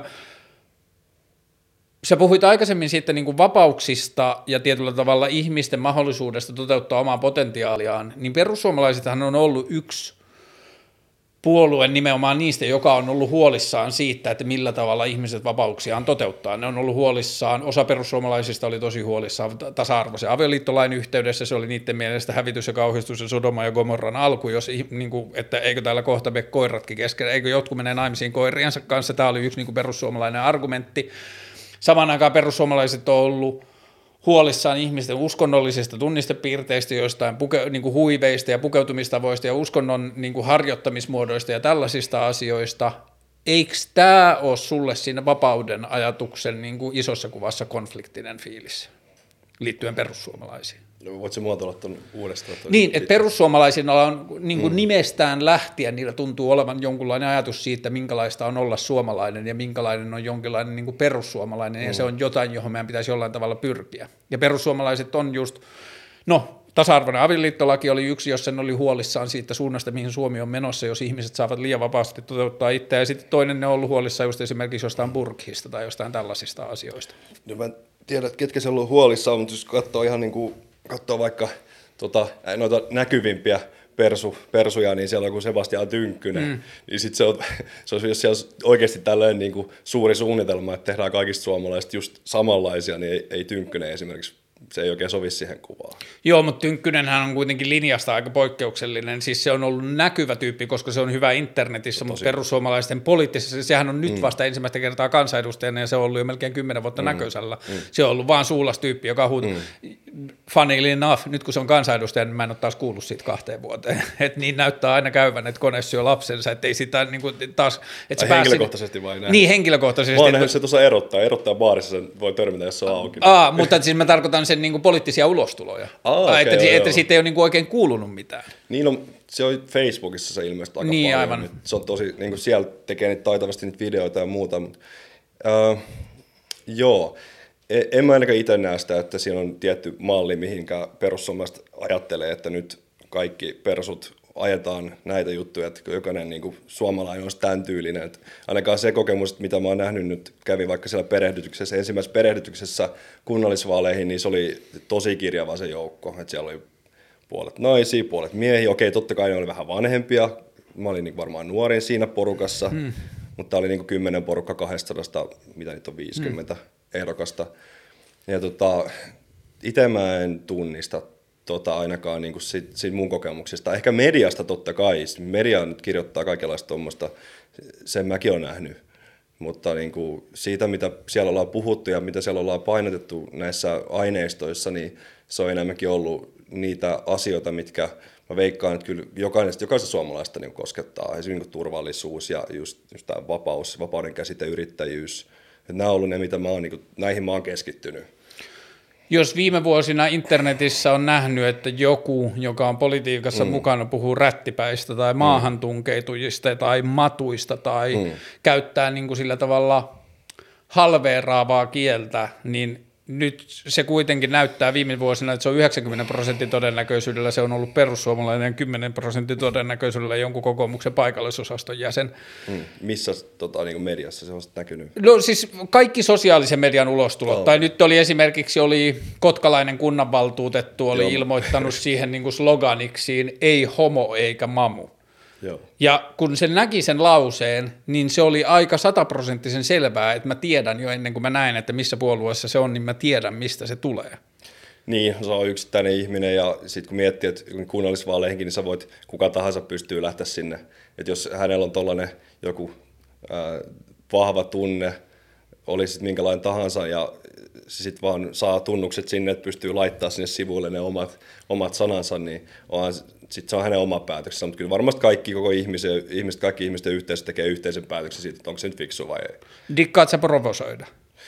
sä puhuit aikaisemmin siitä niin kuin vapauksista ja tietyllä tavalla ihmisten mahdollisuudesta toteuttaa omaa potentiaaliaan, niin perussuomalaisethan on ollut yksi puolue nimenomaan niistä, joka on ollut huolissaan siitä, että millä tavalla ihmiset vapauksiaan toteuttaa. Ne on ollut huolissaan, osa perussuomalaisista oli tosi huolissaan tasa-arvoisen avioliittolain yhteydessä, se oli niiden mielestä hävitys ja kauhistus ja Sodoma ja Gomorran alku, jos, niin kuin, että eikö täällä kohta mene koiratkin kesken, eikö jotkut mene naimisiin koiriensa kanssa, tämä oli yksi niin kuin perussuomalainen argumentti. Samaan aikaan perussuomalaiset on ollut huolissaan ihmisten uskonnollisista tunnistepiirteistä, joistain puke, niin kuin huiveista ja pukeutumistavoista ja uskonnon niin kuin harjoittamismuodoista ja tällaisista asioista. Eikö tämä ole sulle siinä vapauden ajatuksen niin kuin isossa kuvassa konfliktinen fiilis liittyen perussuomalaisiin? No, voitko muotoilla tuon uudestaan? Niin, että perussuomalaisilla on niin kuin mm. nimestään lähtien, niillä tuntuu olevan jonkunlainen ajatus siitä, minkälaista on olla suomalainen ja minkälainen on jonkinlainen niin kuin perussuomalainen, mm. ja se on jotain, johon meidän pitäisi jollain tavalla pyrkiä. Ja perussuomalaiset on just, no tasa-arvoinen avioliittolaki oli yksi, jos sen oli huolissaan siitä suunnasta, mihin Suomi on menossa, jos ihmiset saavat liian vapaasti toteuttaa itseään, ja sitten toinen ne on ollut huolissaan just esimerkiksi jostain burkista tai jostain tällaisista asioista. No mä tiedän, että ketkä se on ollut huolissaan, mutta jos katsoo ihan niin kuin katsoo vaikka tota, noita näkyvimpiä persu, persuja, niin siellä on kuin Sebastian Tynkkynen, mm. niin sitten se on, se on, jos siellä on oikeasti tällainen niin kuin suuri suunnitelma, että tehdään kaikista suomalaisista just samanlaisia, niin ei, ei Tynkkynen esimerkiksi se ei oikein sovi siihen kuvaan. Joo, mutta Tynkkynenhän on kuitenkin linjasta aika poikkeuksellinen. Siis se on ollut näkyvä tyyppi, koska se on hyvä internetissä, no, mutta perussuomalaisten poliittisessa, sehän on nyt mm. vasta ensimmäistä kertaa kansanedustajana ja se on ollut jo melkein kymmenen vuotta mm. näköisellä. Mm. Se on ollut vaan suulas tyyppi, joka huutuu. Mm. Funnily enough, nyt kun se on kansanedustaja, niin mä en ole taas kuullut siitä kahteen vuoteen. Et niin näyttää aina käyvän, että kone syö lapsensa, ettei sitä niin kuin taas... Et se henkilökohtaisesti vai näin? Niin, henkilökohtaisesti. Mä oon nähnyt se tuossa erottaa. Erottaa baarissa sen voi törmätä, jos se on auki. Aa, mutta siis mä tarkoitan sen niin kuin poliittisia ulostuloja. Aa, okay, että, joo, että siitä ei ole niin kuin oikein kuulunut mitään. Niin on, se on Facebookissa se ilmeisesti aika niin, paljon. Aivan. Se on tosi, niin kuin siellä tekee niitä taitavasti niitä videoita ja muuta. Mutta, uh, joo, en mä ainakaan itse näe sitä, että siinä on tietty malli, mihinkä perussuomalaiset ajattelee, että nyt kaikki persut ajetaan näitä juttuja, että jokainen niin kuin suomalainen olisi tämän tyylinen. Että ainakaan se kokemus, mitä mä oon nähnyt nyt, kävi vaikka siellä perehdytyksessä, ensimmäisessä perehdytyksessä kunnallisvaaleihin, niin se oli tosi kirjava se joukko. Että siellä oli puolet naisia, puolet miehiä. Okei, totta kai ne oli vähän vanhempia. Mä olin niin varmaan nuorin siinä porukassa, hmm. mutta tämä oli niin kuin kymmenen porukka kaksisataa, mitä niitä on, viisikymmentä hmm. ehdokasta. Ja tota, itse mä en tunnista Tota, ainakaan niin kuin sit, sit mun kokemuksesta. Ehkä mediasta totta kai. Media nyt kirjoittaa kaikenlaista tuommoista, sen mäkin olen nähnyt. Mutta niin kuin siitä, mitä siellä ollaan puhuttu ja mitä siellä ollaan painotettu näissä aineistoissa, niin se on enemmänkin ollut niitä asioita, mitkä mä veikkaan, että kyllä jokainen, jokaista suomalaista niin koskettaa. Esimerkiksi niin turvallisuus ja just, just tämä vapaus, vapauden käsite, yrittäjyys. Että nämä on ollut ne, mitä mä oon, niin kuin, näihin mä oon keskittynyt. Jos viime vuosina internetissä on nähnyt, että joku, joka on politiikassa mm. mukana, puhuu rättipäistä tai maahantunkeutujista tai matuista tai mm. käyttää niin kuin sillä tavalla halveeraavaa kieltä, niin nyt se kuitenkin näyttää viime vuosina, että se on yhdeksänkymmentä prosentin todennäköisyydellä, se on ollut perussuomalainen ja kymmenen prosentin todennäköisyydellä jonkun kokoomuksen paikallisosaston jäsen. Mm. Missä tota, niin kuin mediassa se on näkynyt? No siis kaikki sosiaalisen median ulostulot, oh. tai nyt oli esimerkiksi oli kotkalainen kunnanvaltuutettu, oli Joo. ilmoittanut siihen niin kuin sloganiksiin, ei homo eikä mamu. Joo. Ja kun se näki sen lauseen, niin se oli aika sataprosenttisen selvää, että mä tiedän jo ennen kuin mä näen, että missä puolueessa se on, niin mä tiedän, mistä se tulee. Niin, se on yksittäinen ihminen ja sitten kun miettii, että kunnallisvaaleihinkin, niin sä voit, kuka tahansa pystyy lähteä sinne. Että jos hänellä on tollainen joku ää, vahva tunne, oli sitten minkälainen tahansa ja sitten vaan saa tunnukset sinne, että pystyy laittaa sinne sivuille ne omat, omat sanansa, niin sitten se on hänen oma päätöksensä. Mutta kyllä varmasti kaikki, koko ihmisen, ihmiset, kaikki ihmisten yhteisö tekee yhteisen päätöksen siitä, että onko se nyt fiksu vai ei. Dikkaat sä provosoida?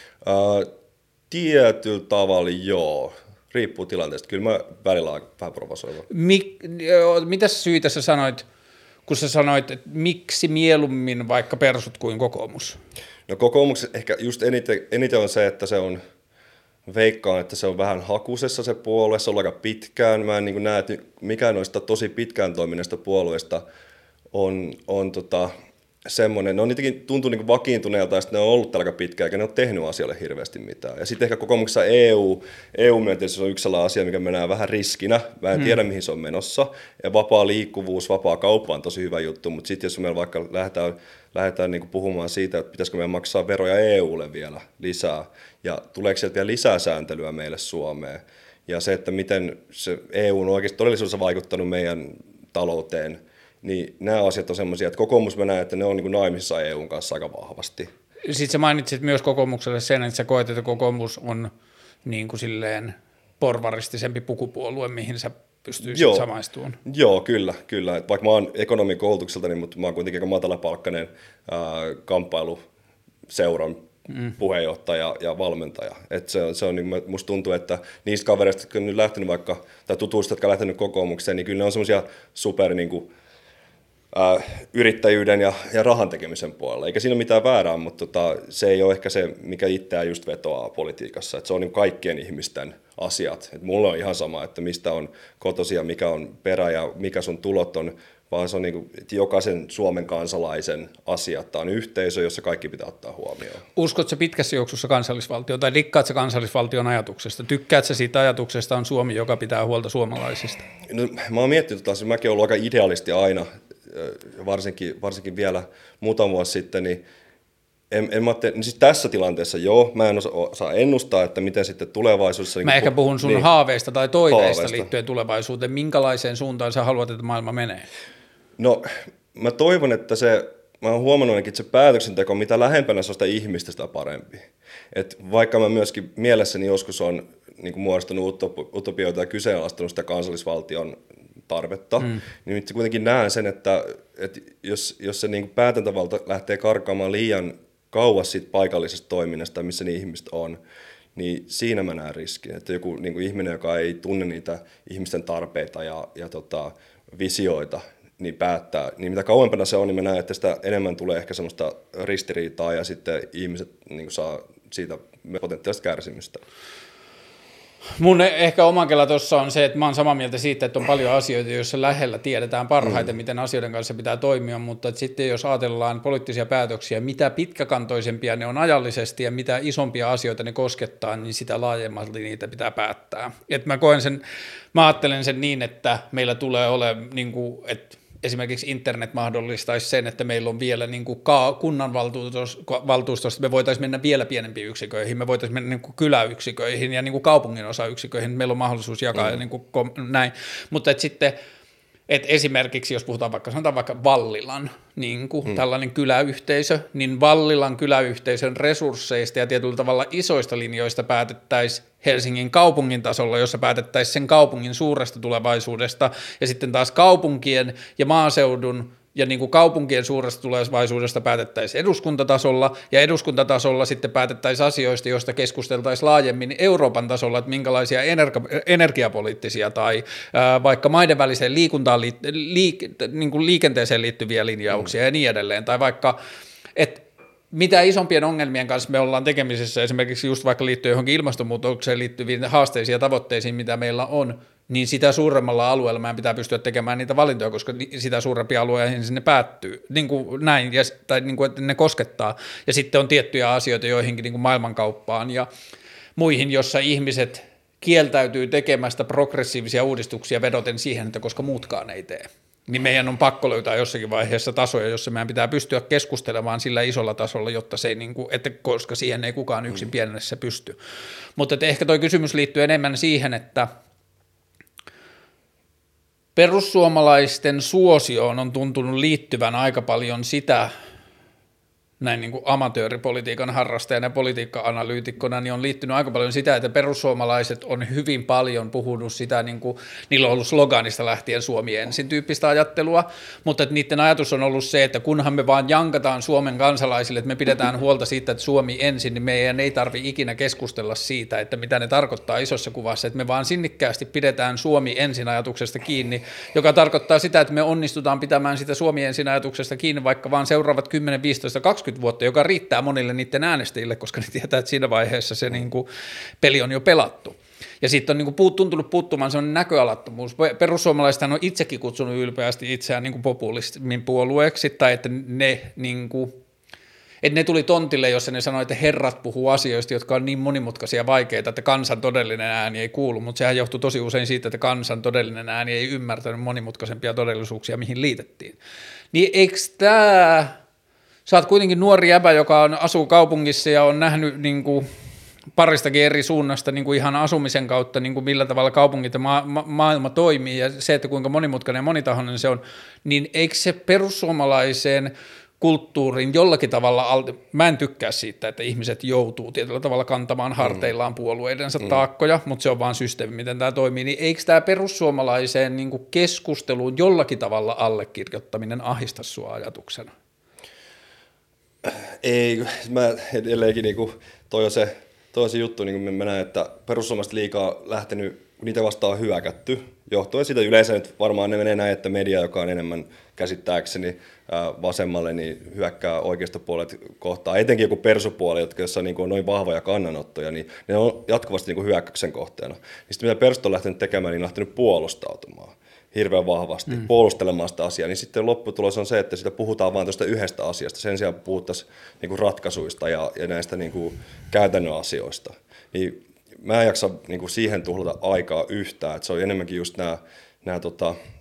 Uh, tietyllä tavalla joo. Riippuu tilanteesta. Kyllä mä välillä olen vähän provosoiva. Mik, mitäs syitä sä sanoit, kun sä sanoit, että miksi mieluummin vaikka persut kuin kokoomus? No kokoomuksessa ehkä just eniten, eniten on se, että se on, veikkaan, että se on vähän hakusessa se puolue, se on aika pitkään. Mä en niin kuin näe, että mikään noista tosi pitkään toimineista puolueista on, on tota, semmoinen, ne on niitäkin tuntuu niin kuin vakiintuneelta, ja sitten ne on ollut aika pitkään, eikä ne ole tehnyt asialle hirveästi mitään. Ja sitten ehkä kokoomuksessa E U, E U-myönteisyys on yksi sellainen asia, mikä menee vähän riskinä. Mä en hmm. tiedä, mihin se on menossa. Ja vapaa liikkuvuus, vapaa kauppa on tosi hyvä juttu, mutta sitten jos meillä vaikka lähdetään, lähdetään niin kuin puhumaan siitä, että pitäisikö meidän maksaa veroja E U:lle vielä lisää, ja tuleeko sieltä vielä lisää sääntelyä meille Suomeen, ja se, että miten se E U on oikeasti todellisuudessa vaikuttanut meidän talouteen, niin nämä asiat on semmoisia, että kokoomus mä näen, että ne on niin kuin naimisissa E U:n kanssa aika vahvasti. Sitten sä mainitsit myös kokoomukselle sen, että sä koet, että kokoomus on niin kuin silleen porvaristisempi pukupuolue, mihin sä pystyisit samaistumaan. Joo, kyllä, kyllä. Et vaikka mä oon ekonomikoulutukselta, niin mutta mä oon kuitenkin aika matalapalkkainen ää, kamppailuseuran mm. puheenjohtaja ja valmentaja. Et se, se on, niin musta tuntuu, että niistä kavereista, jotka on nyt lähtenyt vaikka, tai tutuista, jotka on lähtenyt kokoomukseen, niin kyllä ne on semmoisia super niin kuin, ää, yrittäjyyden ja, ja rahan tekemisen puolella. Eikä siinä ole mitään väärää, mutta tota, se ei ole ehkä se, mikä itseään just vetoaa politiikassa. Et se on niin kaikkien ihmisten asiat. Et mulla on ihan sama, että mistä on kotosia, mikä on perä ja mikä sun tulot on, vaan se on niin kuin, että jokaisen Suomen kansalaisen asiat. Tämä on yhteisö, jossa kaikki pitää ottaa huomioon. Uskotko sä pitkässä juoksussa kansallisvaltioon tai dikkaat sä kansallisvaltion ajatuksesta? Tykkäät sä siitä ajatuksesta on Suomi, joka pitää huolta suomalaisista? No, mä oon miettinyt, että mäkin olen ollut aika idealisti aina, varsinkin, varsinkin vielä muutama vuosi sitten, niin En, en mä te, niin siis tässä tilanteessa joo, mä en osaa, osaa ennustaa, että miten sitten tulevaisuudessa... Mä niin ehkä puhun sun niin, haaveista tai toiveista haaveista. Liittyen tulevaisuuteen. Minkälaiseen suuntaan sä haluat, että maailma menee? No, mä toivon, että se... Mä oon huomannut ainakin, että se päätöksenteko, mitä lähempänä se on sitä ihmistä, sitä parempi. Et vaikka mä myöskin mielessäni joskus on niin kuin muodostunut utopioita ja kyseenalaistanut sitä kansallisvaltion tarvetta, mm. niin nyt kuitenkin näen sen, että, että jos, jos se niin kuin päätäntävalta lähtee karkaamaan liian kauas siitä paikallisesta toiminnasta, missä ne ihmiset on, niin siinä mä näen riskin. Että joku niin kuin ihminen, joka ei tunne niitä ihmisten tarpeita ja, ja tota, visioita, niin päättää, niin mitä kauempana se on, niin mä näen, että sitä enemmän tulee ehkä semmoista ristiriitaa ja sitten ihmiset niin kuin saa siitä potentiaalista kärsimystä. Mun ehkä oma kela tuossa on se, että mä oon samaa mieltä siitä, että on paljon asioita, joissa lähellä tiedetään parhaiten, mm. miten asioiden kanssa pitää toimia, mutta että sitten jos ajatellaan poliittisia päätöksiä, mitä pitkäkantoisempia ne on ajallisesti ja mitä isompia asioita ne koskettaa, niin sitä laajemmalti niitä pitää päättää. Et mä koen sen, mä ajattelen sen niin, että meillä tulee olemaan, niin kuin, että esimerkiksi internet mahdollistaisi sen, että meillä on vielä niin kuin kunnanvaltuustosta, me voitaisiin mennä vielä pienempiin yksiköihin, me voitaisiin mennä niin kuin kyläyksiköihin ja niin kuin kaupunginosayksiköihin, meillä on mahdollisuus jakaa mm. ja niin kuin näin, mutta että sitten että esimerkiksi, jos puhutaan vaikka, sanotaan vaikka Vallilan niin kuin hmm. tällainen kyläyhteisö, niin Vallilan kyläyhteisön resursseista ja tietyllä tavalla isoista linjoista päätettäisiin Helsingin kaupungin tasolla, jossa päätettäisiin sen kaupungin suuresta tulevaisuudesta, ja sitten taas kaupunkien ja maaseudun ja niin kuin kaupunkien suuresta tulevaisuudesta päätettäisiin eduskuntatasolla, ja eduskuntatasolla sitten päätettäisiin asioista, joista keskusteltaisiin laajemmin Euroopan tasolla, että minkälaisia energia- energiapoliittisia tai ää, vaikka maiden väliseen liikuntaan, liik- niin kuin liikenteeseen liittyviä linjauksia mm. ja niin edelleen, tai vaikka, että mitä isompien ongelmien kanssa me ollaan tekemisissä, esimerkiksi just vaikka liittyen johonkin ilmastonmuutokseen liittyviin haasteisiin ja tavoitteisiin, mitä meillä on, niin sitä suuremmalla alueella meidän pitää pystyä tekemään niitä valintoja, koska sitä suurempia alueita sinne päättyy, niin kuin näin, ja, tai niin kuin, että ne koskettaa. Ja sitten on tiettyjä asioita joihinkin niin kuin maailmankauppaan ja muihin, jossa ihmiset kieltäytyy tekemästä progressiivisia uudistuksia vedoten siihen, että koska muutkaan ei tee. Niin meidän on pakko löytää jossakin vaiheessa tasoja, jossa meidän pitää pystyä keskustelemaan sillä isolla tasolla, jotta se ei, niin kuin, että koska siihen ei kukaan yksin pienessä pysty. Mutta ehkä toi kysymys liittyy enemmän siihen, että perussuomalaisten suosioon on tuntunut liittyvän aika paljon sitä, näin niin kuin amatööripolitiikan harrastajana ja politiikka-analyytikkona, niin on liittynyt aika paljon sitä, että perussuomalaiset on hyvin paljon puhunut sitä, niin kuin, niillä on ollut sloganista lähtien Suomi ensin tyyppistä ajattelua, mutta että niiden ajatus on ollut se, että kunhan me vaan jankataan Suomen kansalaisille, että me pidetään huolta siitä, että Suomi ensin, niin meidän ei tarvitse ikinä keskustella siitä, että mitä ne tarkoittaa isossa kuvassa, että me vaan sinnikkäästi pidetään Suomi ensin ajatuksesta kiinni, joka tarkoittaa sitä, että me onnistutaan pitämään sitä Suomi ensin ajatuksesta kiinni vaikka vaan seuraavat kymmenen, viisitoista, kaksikymmentä vuotta, joka riittää monille niiden äänestäjille, koska ne tietää, että siinä vaiheessa se niin kuin, peli on jo pelattu. Ja sitten on niin kuin, tuntunut puuttumaan sellainen näköalattomuus. Perussuomalaisethan on itsekin kutsunut ylpeästi itseään niin kuin populismin puolueeksi, tai että ne, niin kuin, että ne tuli tontille, jossa ne sanoi, että herrat puhuu asioista, jotka on niin monimutkaisia ja vaikeita, että kansan todellinen ääni ei kuulu, mutta sehän johtui tosi usein siitä, että kansan todellinen ääni ei ymmärtänyt monimutkaisempia todellisuuksia, mihin liitettiin. Niin eikö tämä... Sä oot kuitenkin nuori jäbä, joka on, asuu kaupungissa ja on nähnyt niin kuin, paristakin eri suunnasta niin kuin ihan asumisen kautta, niin kuin millä tavalla kaupungit ja ma- ma- maailma toimii ja se, että kuinka monimutkainen ja monitahoinen se on, niin eikö se perussuomalaiseen kulttuurin jollakin tavalla, mä en tykkää siitä, että ihmiset joutuu tietyllä tavalla kantamaan harteillaan puolueidensa mm. taakkoja, mutta se on vaan systeemi, miten tämä toimii, niin eikö tämä perussuomalaiseen niin kuin keskusteluun jollakin tavalla allekirjoittaminen ahista sua ajatuksena? Ei, mä edelleenkin niin toi on se, toi on se juttu, niin kuin mä näen, että perussuomalaiset liikaa lähtenyt, niitä vastaan hyökätty, johtuen siitä yleensä nyt varmaan ne menee näin, että media, joka on enemmän käsittääkseni vasemmalle, niin hyökkää oikeistopuolet kohtaan, etenkin joku persupuoli, jotka jossa niin on noin vahvoja kannanottoja, niin ne on jatkuvasti niin hyökkäyksen kohteena. Niin sitten mitä persut on lähtenyt tekemään, niin on lähtenyt puolustautumaan hirveän vahvasti, mm. puolustelemaan sitä asiaa, niin sitten lopputulos on se, että sitä puhutaan vain tuosta yhdestä asiasta, sen sijaan puhuttaisiin niinku ratkaisuista ja, ja näistä niinku käytännön asioista. Niin mä en jaksa niinku siihen tuhlata aikaa yhtään, että se on enemmänkin just nämä, nämä tota,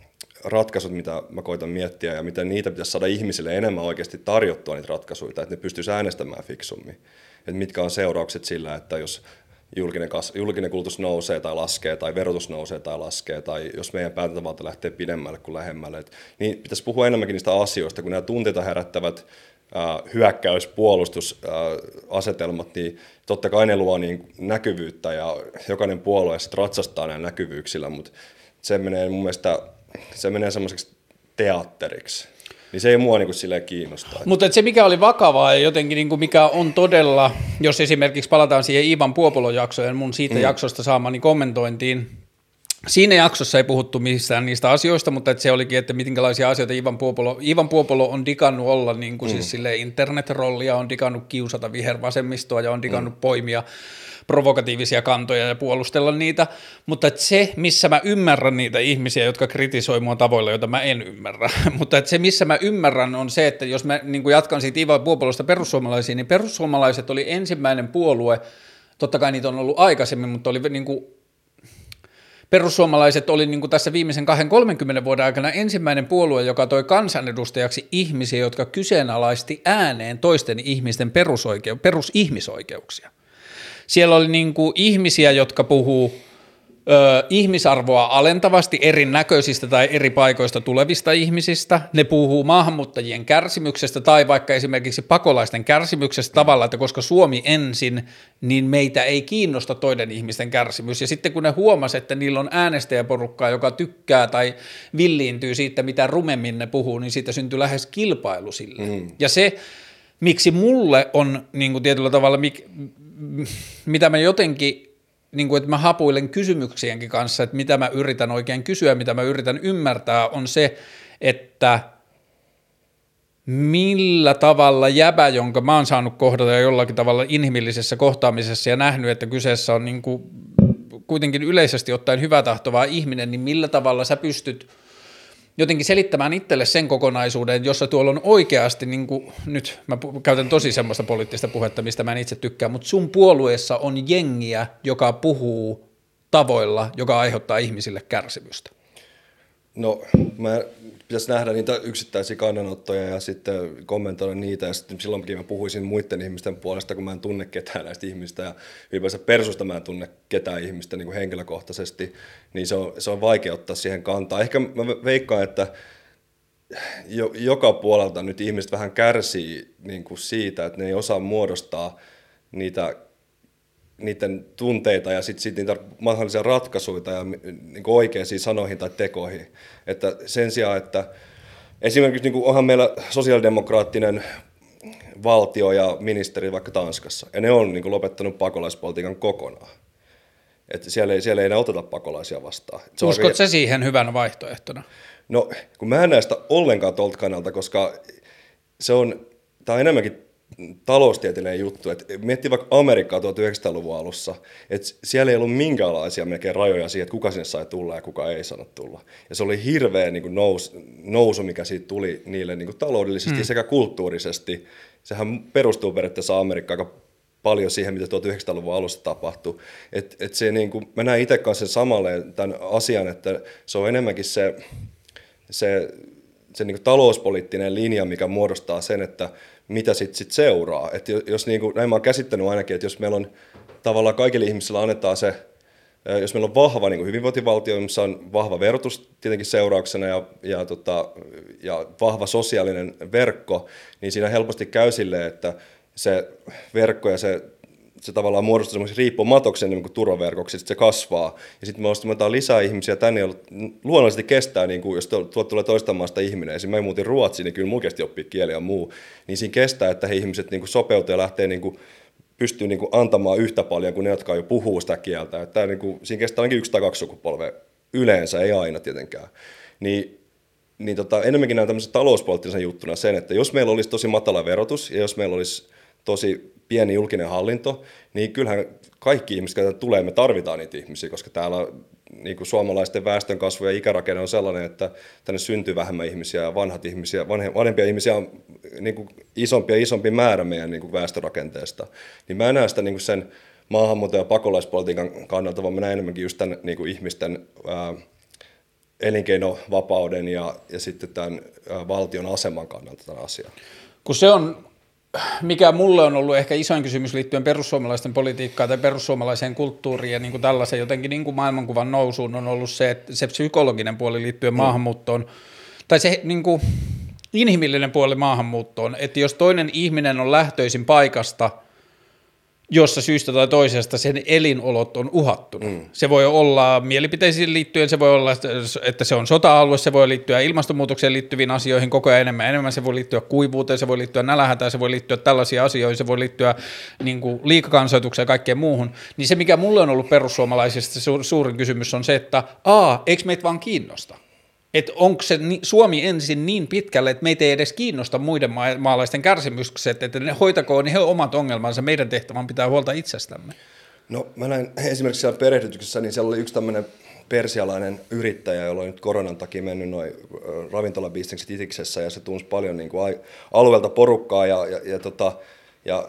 ratkaisut, mitä mä koitan miettiä ja miten niitä pitäisi saada ihmisille enemmän oikeasti tarjottua niitä ratkaisuja, että ne pystyisi äänestämään fiksummin. Että mitkä on seuraukset sillä, että jos julkinen, kas, julkinen kulutus nousee tai laskee tai verotus nousee tai laskee tai jos meidän päätäntävalta lähtee pidemmälle kuin lähemmälle. Et, niin pitäisi puhua enemmänkin niistä asioista, kun nämä tunteita herättävät äh, hyökkäys-, puolustusasetelmat, äh, niin totta kai ne luo niin näkyvyyttä ja jokainen puolue sitten ratsastaa näillä näkyvyyksillä, mutta se menee mun mielestä se menee semmoiseksi teatteriksi. Niin se ei mua niin kuin silleen kiinnostaa. Mutta se mikä oli vakavaa ja jotenkin niin kuin mikä on todella, jos esimerkiksi palataan siihen Iivan Puopolon jaksoon, mun siitä mm. jaksosta saamani kommentointiin, siinä jaksossa ei puhuttu missään niistä asioista, mutta että se olikin, että minkälaisia asioita Iivan Puopolo, Iivan Puopolo on digannut olla niin kuin mm. siis silleen internet-rollia, on digannut kiusata vihervasemmistoa ja on digannut mm. poimia provokatiivisia kantoja ja puolustella niitä, mutta että se, missä mä ymmärrän niitä ihmisiä, jotka kritisoi mua tavoilla, joita mä en ymmärrä, mutta että se, missä mä ymmärrän, on se, että jos mä niin kuin jatkan siitä Iivan Puopolosta perussuomalaisiin, niin perussuomalaiset oli ensimmäinen puolue, totta kai niitä on ollut aikaisemmin, mutta oli niin kuin perussuomalaiset oli niin kuin tässä viimeisen kahden kolmenkymmenen vuoden aikana ensimmäinen puolue, joka toi kansanedustajaksi ihmisiä, jotka kyseenalaisti ääneen toisten ihmisten perusoikeu- perusihmisoikeuksia. Siellä oli niin kuin ihmisiä, jotka puhuu ö, ihmisarvoa alentavasti erinäköisistä tai eri paikoista tulevista ihmisistä. Ne puhuu maahanmuuttajien kärsimyksestä tai vaikka esimerkiksi pakolaisten kärsimyksestä tavalla, että koska Suomi ensin, niin meitä ei kiinnosta toiden ihmisten kärsimys. Ja sitten kun ne huomasi, että niillä on äänestäjäporukkaa, joka tykkää tai villiintyy siitä, mitä rumemmin ne puhuu, niin siitä syntyi lähes kilpailu sille. Mm. Ja se, miksi mulle on niin kuin tietyllä tavalla, mitä mä jotenkin, niin kuin, että mä hapuilen kysymyksienkin kanssa, että mitä mä yritän oikein kysyä, mitä mä yritän ymmärtää, on se, että millä tavalla jäbä, jonka mä oon saanut kohdata jollakin tavalla inhimillisessä kohtaamisessa ja nähnyt, että kyseessä on niin kuin kuitenkin yleisesti ottaen hyvätahtova ihminen, niin millä tavalla sä pystyt jotenkin selittämään itselle sen kokonaisuuden, jossa tuolla on oikeasti, niin kuin, nyt mä käytän tosi semmoista poliittista puhetta, mistä mä en itse tykkää, mutta sun puolueessa on jengiä, joka puhuu tavoilla, joka aiheuttaa ihmisille kärsimystä. No, mä pitäisi nähdä niitä yksittäisiä kannanottoja ja sitten kommentoida niitä, ja sitten silloinkin mä puhuisin muiden ihmisten puolesta, kun mä en tunne ketään näistä ihmistä, ja ylipäänsä persusta mä en tunne ketään ihmistä niin kuin henkilökohtaisesti, niin se on, se on vaikea ottaa siihen kantaa. Ehkä mä veikkaan, että jo, joka puolelta nyt ihmiset vähän kärsii niin kuin siitä, että ne ei osaa muodostaa niitä niiden tunteita ja sitten sit niitä mahdollisia ratkaisuja ja niin oikeisiin sanoihin tai tekoihin. Että sen sijaan, että esimerkiksi niin onhan meillä sosiaalidemokraattinen valtio ja ministeri vaikka Tanskassa, ja ne on niin lopettanut pakolaispolitiikan kokonaan. Että siellä ei, siellä ei enää oteta pakolaisia vastaan. Se Uskot aika... se siihen hyvänä vaihtoehtona? No, kun mä en näe sitä ollenkaan tuolta kannalta, koska se on, tämä on enemmänkin taloustieteellinen juttu, että miettii vaikka Amerikkaa tuhatyhdeksänsataaluvun alussa, että siellä ei ollut minkäänlaisia melkein rajoja siihen, että kuka sinne sai tulla ja kuka ei saanut tulla. Ja se oli hirveä niin kuin nous, nousu, mikä siitä tuli niille niin kuin taloudellisesti hmm. sekä kulttuurisesti. Sehän perustuu periaatteessa Amerikkaan aika paljon siihen, mitä tuhatyhdeksänsataaluvun alussa tapahtui. Et, et se, niin kuin, mä näen itse kanssa sen samalle tämän asian, että se on enemmänkin se, se, se niin kuin talouspoliittinen linja, mikä muodostaa sen, että mitä sitten sit seuraa. Et jos, niin kuin, näin mä oon käsittänyt ainakin, että jos meillä on tavallaan kaikille ihmisille annetaan se, jos meillä on vahva niin kuin hyvinvointivaltio, missä on vahva verotus tietenkin seurauksena ja, ja, tota, ja vahva sosiaalinen verkko, niin siinä helposti käy silleen, että se verkko ja se, se tavallaan muodostuu semmoisen riippumatoksen niin kuin turvaverkoksi, sitten se kasvaa. Ja sitten me otetaan lisää ihmisiä tänne, joilla luonnollisesti kestää, niin kuin, jos tuolta tulee toista maasta ihminen. Esimerkiksi mä muutin Ruotsiin, niin kyllä mun kesti oppii kieli ja muu. Niin siinä kestää, että he ihmiset niin kuin sopeutuu ja lähtee, niin kuin, pystyy niin kuin antamaan yhtä paljon kuin ne, jotka jo puhuu sitä kieltä. Että, niin kuin, siinä kestää ainakin yksi tai kaksi sukupolvea yleensä, ei aina tietenkään. Niin, niin tota, enemmänkin näen tämmöisen talouspoliittisen juttuna sen, että jos meillä olisi tosi matala verotus ja jos meillä olisi tosi pieni julkinen hallinto, niin kyllähän kaikki ihmiset, jotka tulee, me tarvitaan niitä ihmisiä, koska täällä niin kuin suomalaisten väestönkasvu ja ikärakenne on sellainen, että tänne syntyy vähemmän ihmisiä ja vanhat ihmisiä, vanhempia ihmisiä on niin kuin isompi ja isompi määrä meidän niin kuin väestörakenteesta. Niin mä näen sitä niin kuin sen maahanmuuton ja pakolaispolitiikan kannalta, vaan mä näen enemmänkin just tämän niin kuin ihmisten ää, elinkeinovapauden ja, ja sitten tämän valtion aseman kannalta tämän asian. Kun se on, mikä mulle on ollut ehkä isoin kysymys liittyen perussuomalaisten politiikkaan tai perussuomalaiseen kulttuuriin ja niin kuin tällaisen jotenkin niin kuin maailmankuvan nousuun on ollut se, että se psykologinen puoli liittyen mm. maahanmuuttoon, tai se niin kuin inhimillinen puoli maahanmuuttoon, että jos toinen ihminen on lähtöisin paikasta, jossa syystä tai toisesta sen elinolot on uhattunut. Mm. Se voi olla mielipiteisiin liittyen, se voi olla, että se on sota-alue, se voi liittyä ilmastonmuutokseen liittyviin asioihin koko ajan enemmän enemmän, se voi liittyä kuivuuteen, se voi liittyä nälänhätään, se voi liittyä tällaisiin asioihin, se voi liittyä niin kuin liikakansoitukseen ja kaikkeen muuhun. Niin se, mikä mulle on ollut perussuomalaisista su- suurin kysymys on se, että aa, eikö meitä vaan kiinnosta? Että onko se Suomi ensin niin pitkälle, että meitä ei edes kiinnosta muiden maalaisten kärsimykset, että ne hoitakoon he omat ongelmansa, meidän tehtävän pitää huolta itsestämme. No mä näin esimerkiksi siellä perehdytyksessä, niin siellä oli yksi tämmöinen persialainen yrittäjä, jolla on nyt koronan takia mennyt noin ravintolabisnekset itiksessä, ja se tunsi paljon niin kuin alueelta porukkaa, ja, ja, ja, tota, ja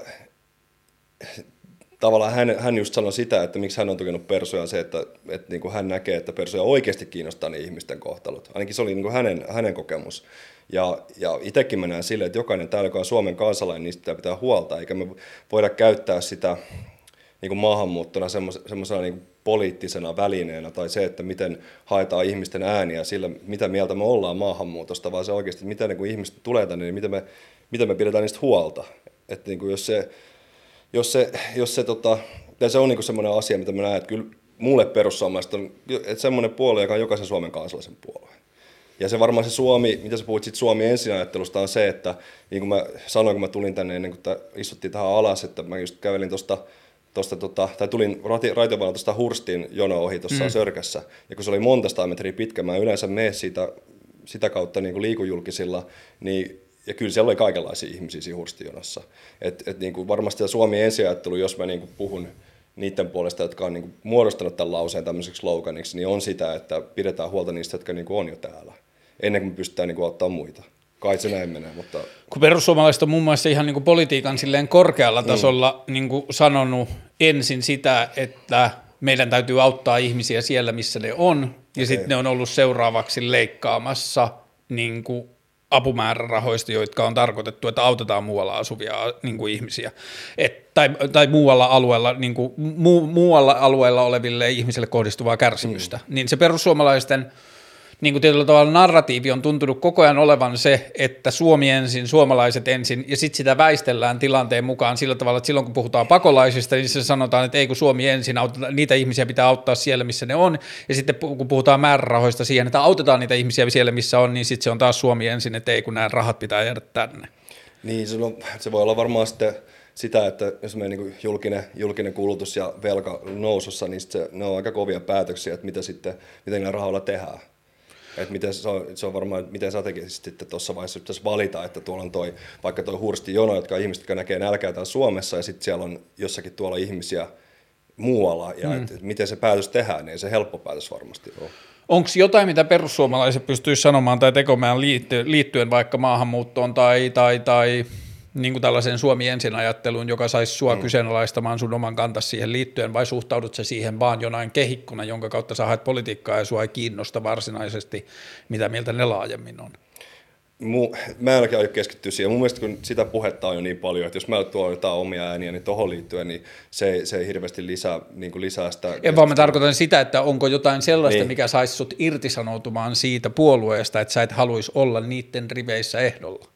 tavallaan hän, hän just sanoi sitä, että miksi hän on tukenut Persuja, se, että, että niin kuin hän näkee, että Persuja oikeasti kiinnostaa ne ihmisten kohtalot. Ainakin se oli niin kuin hänen, hänen kokemus. Ja, ja itsekin mä näen silleen, että jokainen täällä, joka on Suomen kansalainen, niistä pitää huolta, eikä me voida käyttää sitä niin kuin maahanmuuttona semmoisena niin kuin poliittisena välineenä, tai se, että miten haetaan ihmisten ääniä sillä, mitä mieltä me ollaan maahanmuutosta, vaan se oikeasti, että miten niin kuin ihmiset tulee tänne, niin miten me, miten me pidetään niistä huolta. Että niin kuin jos se... Jos se, jos se, tota, se on niinku semmoinen asia, mitä mä näen, että kyllä mulle perussuomalaiset on että semmoinen puolue, joka on jokaisen Suomen kansalaisen puolue. Ja se varmaan se Suomi, mitä sä puhuit siitä Suomi ensinajattelusta, on se, että niin kuin mä sanoin, kun mä tulin tänne ennen kuin istuttiin tähän alas, että mä just kävelin tuosta, tosta, tota, tai tulin raitiovailla tuosta Hurstin jono ohi tuossa mm. Sörkässä, ja kun se oli monta sata metriä pitkä, mä yleensä mene siitä, sitä kautta niin kuin liikujulkisilla, niin ja kyllä siellä oli kaikenlaisia ihmisiä siinä Hurstijonossa. Et, et niin kuin varmasti tämä Suomi ensiajattelu, jos mä niin kuin puhun niiden puolesta, jotka on niin kuin muodostanut tämän lauseen tämmöiseksi sloganiksi, niin on sitä, että pidetään huolta niistä, jotka niin kuin on jo täällä, ennen kuin me pystytään niin kuin ottaa muita. Kai se näin menee, mutta... Kun perussuomalaiset on muun muassa ihan niin kuin politiikan silleen korkealla tasolla mm. niin kuin sanonut ensin sitä, että meidän täytyy auttaa ihmisiä siellä, missä ne on, ja okay. sitten ne on ollut seuraavaksi leikkaamassa niin kuin apumäärärahoista, jotka on tarkoitettu, että autetaan muualla asuvia niin kuin ihmisiä, Et, tai, tai muualla, alueella, niin kuin, mu, muualla alueella oleville ihmisille kohdistuvaa kärsimystä, mm. niin se perussuomalaisten niin kuin tietyllä tavalla narratiivi on tuntunut koko ajan olevan se, että Suomi ensin, suomalaiset ensin, ja sitten sitä väistellään tilanteen mukaan sillä tavalla, että silloin kun puhutaan pakolaisista, niin se sanotaan, että ei kun Suomi ensin, auteta, niitä ihmisiä pitää auttaa siellä, missä ne on, ja sitten kun puhutaan määrärahoista siihen, että autetaan niitä ihmisiä siellä, missä on, niin sitten se on taas Suomi ensin, että ei kun nämä rahat pitää jäädä tänne. Niin, se, on, se voi olla varmaan sitten sitä, että jos meidän niin julkinen, julkinen kulutus ja velka nousussa, niin se, ne on aika kovia päätöksiä, että mitä sitten, miten niillä rahoilla tehdään. Että miten se on, se on varmaan, miten strategisesti sitten tuossa vaiheessa pitäisi valita, että tuolla on toi, vaikka tuo Hurstin jono, jotka on ihmiset, jotka näkee nälkää täällä Suomessa, ja sitten siellä on jossakin tuolla ihmisiä muualla, ja mm. et, et miten se päätös tehdään, niin ei se helppo päätös varmasti ole. Onko jotain, mitä perussuomalaiset pystyisi sanomaan tai tekemään liittyen, liittyen vaikka maahanmuuttoon tai, tai, tai niin kuin tällaiseen Suomi ensin ajatteluun, joka saisi sua mm. kyseenalaistamaan sun oman kantas siihen liittyen, vai suhtaudut se siihen vaan jonain kehikkona, jonka kautta sä haet politiikkaa ja sua ei kiinnosta varsinaisesti, mitä mieltä ne laajemmin on? Mu, mä en oikein aio keskittyä siihen. Mun mielestä kun sitä puhetta on jo niin paljon, että jos mä tuon jotain omia ääniä, niin tohon liittyen, niin se, se ei hirveästi lisää, niin kuin lisää sitä. En vaan mä tarkoitan sitä, että onko jotain sellaista, niin. mikä saisi sut irtisanoutumaan siitä puolueesta, että sä et haluaisi olla niiden riveissä ehdolla.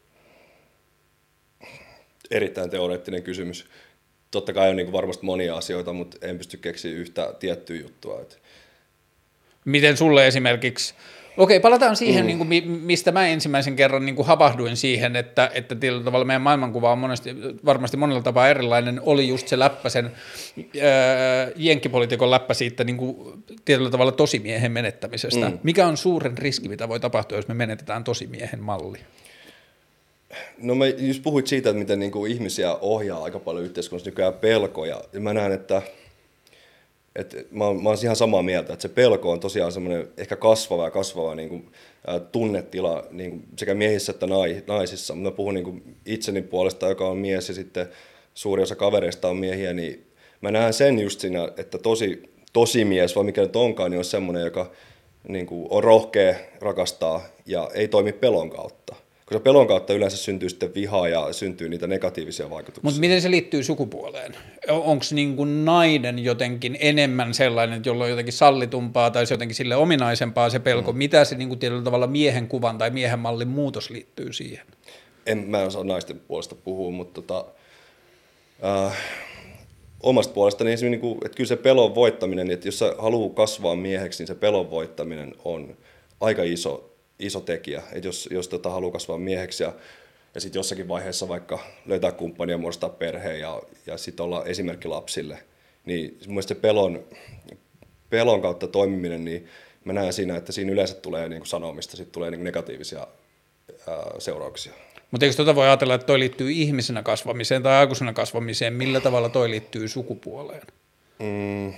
Erittäin teoreettinen kysymys. Totta kai on niin kuin varmasti monia asioita, mutta en pysty keksimään yhtä tiettyä juttua. Että... Miten sulle esimerkiksi, okei palataan siihen, mm. niin kuin, mistä mä ensimmäisen kerran niin kuin havahduin siihen, että, että tietyllä tavalla meidän maailmankuva on monesti, varmasti monella tapaa erilainen, oli just se läppäsen, äh, jenkkipolitiikon läppä siitä niin kuin, tietyllä tavalla tosimiehen menettämisestä. Mm. Mikä on suuren riski, mitä voi tapahtua, jos me menetetään tosimiehen malli? No mä just puhuit siitä, että miten niin kuin ihmisiä ohjaa aika paljon yhteiskunnassa nykyään pelkoja. Ja mä näen, että, että mä, oon, mä oon ihan samaa mieltä, että se pelko on tosiaan semmoinen ehkä kasvava ja kasvava niin kuin, ä, tunnetila niin kuin sekä miehissä että naisissa. Mä puhun niin kuin itseni puolesta, joka on mies ja sitten suuri osa kavereista on miehiä, niin mä näen sen just siinä, että tosi, tosi mies, vai mikä nyt onkaan, niin on semmoinen, joka niin kuin on rohkea, rakastaa ja ei toimi pelon kautta. Koska pelon kautta yleensä syntyy sitten vihaa ja syntyy niitä negatiivisia vaikutuksia. Mutta miten se liittyy sukupuoleen? Onko niinku nainen jotenkin enemmän sellainen, jolla on jotenkin sallitumpaa tai se jotenkin sille ominaisempaa se pelko? Mm. Mitä se niinku tietyllä tavalla miehen kuvan tai miehen mallin muutos liittyy siihen? En, mä en osaa naisten puolesta puhua, mutta tota, äh, omasta puolesta, niin, niin kuin, että kyllä se pelon voittaminen, että jos sä haluaa kasvaa mieheksi, niin se pelon voittaminen on aika iso iso tekijä, että jos, jos tota haluaa kasvaa mieheksi ja, ja sitten jossakin vaiheessa vaikka löytää kumppania, muodostaa perheen ja, ja sitten olla esimerkki lapsille, niin mun mielestä se pelon, pelon kautta toimiminen, niin mä näen siinä, että siinä yleensä tulee niin kuin sanomista, sitten tulee niin kuin negatiivisia ää, seurauksia. Mutta eikö tuota voi ajatella, että toi liittyy ihmisenä kasvamiseen tai aikuisena kasvamiseen, millä tavalla toi liittyy sukupuoleen? Mm.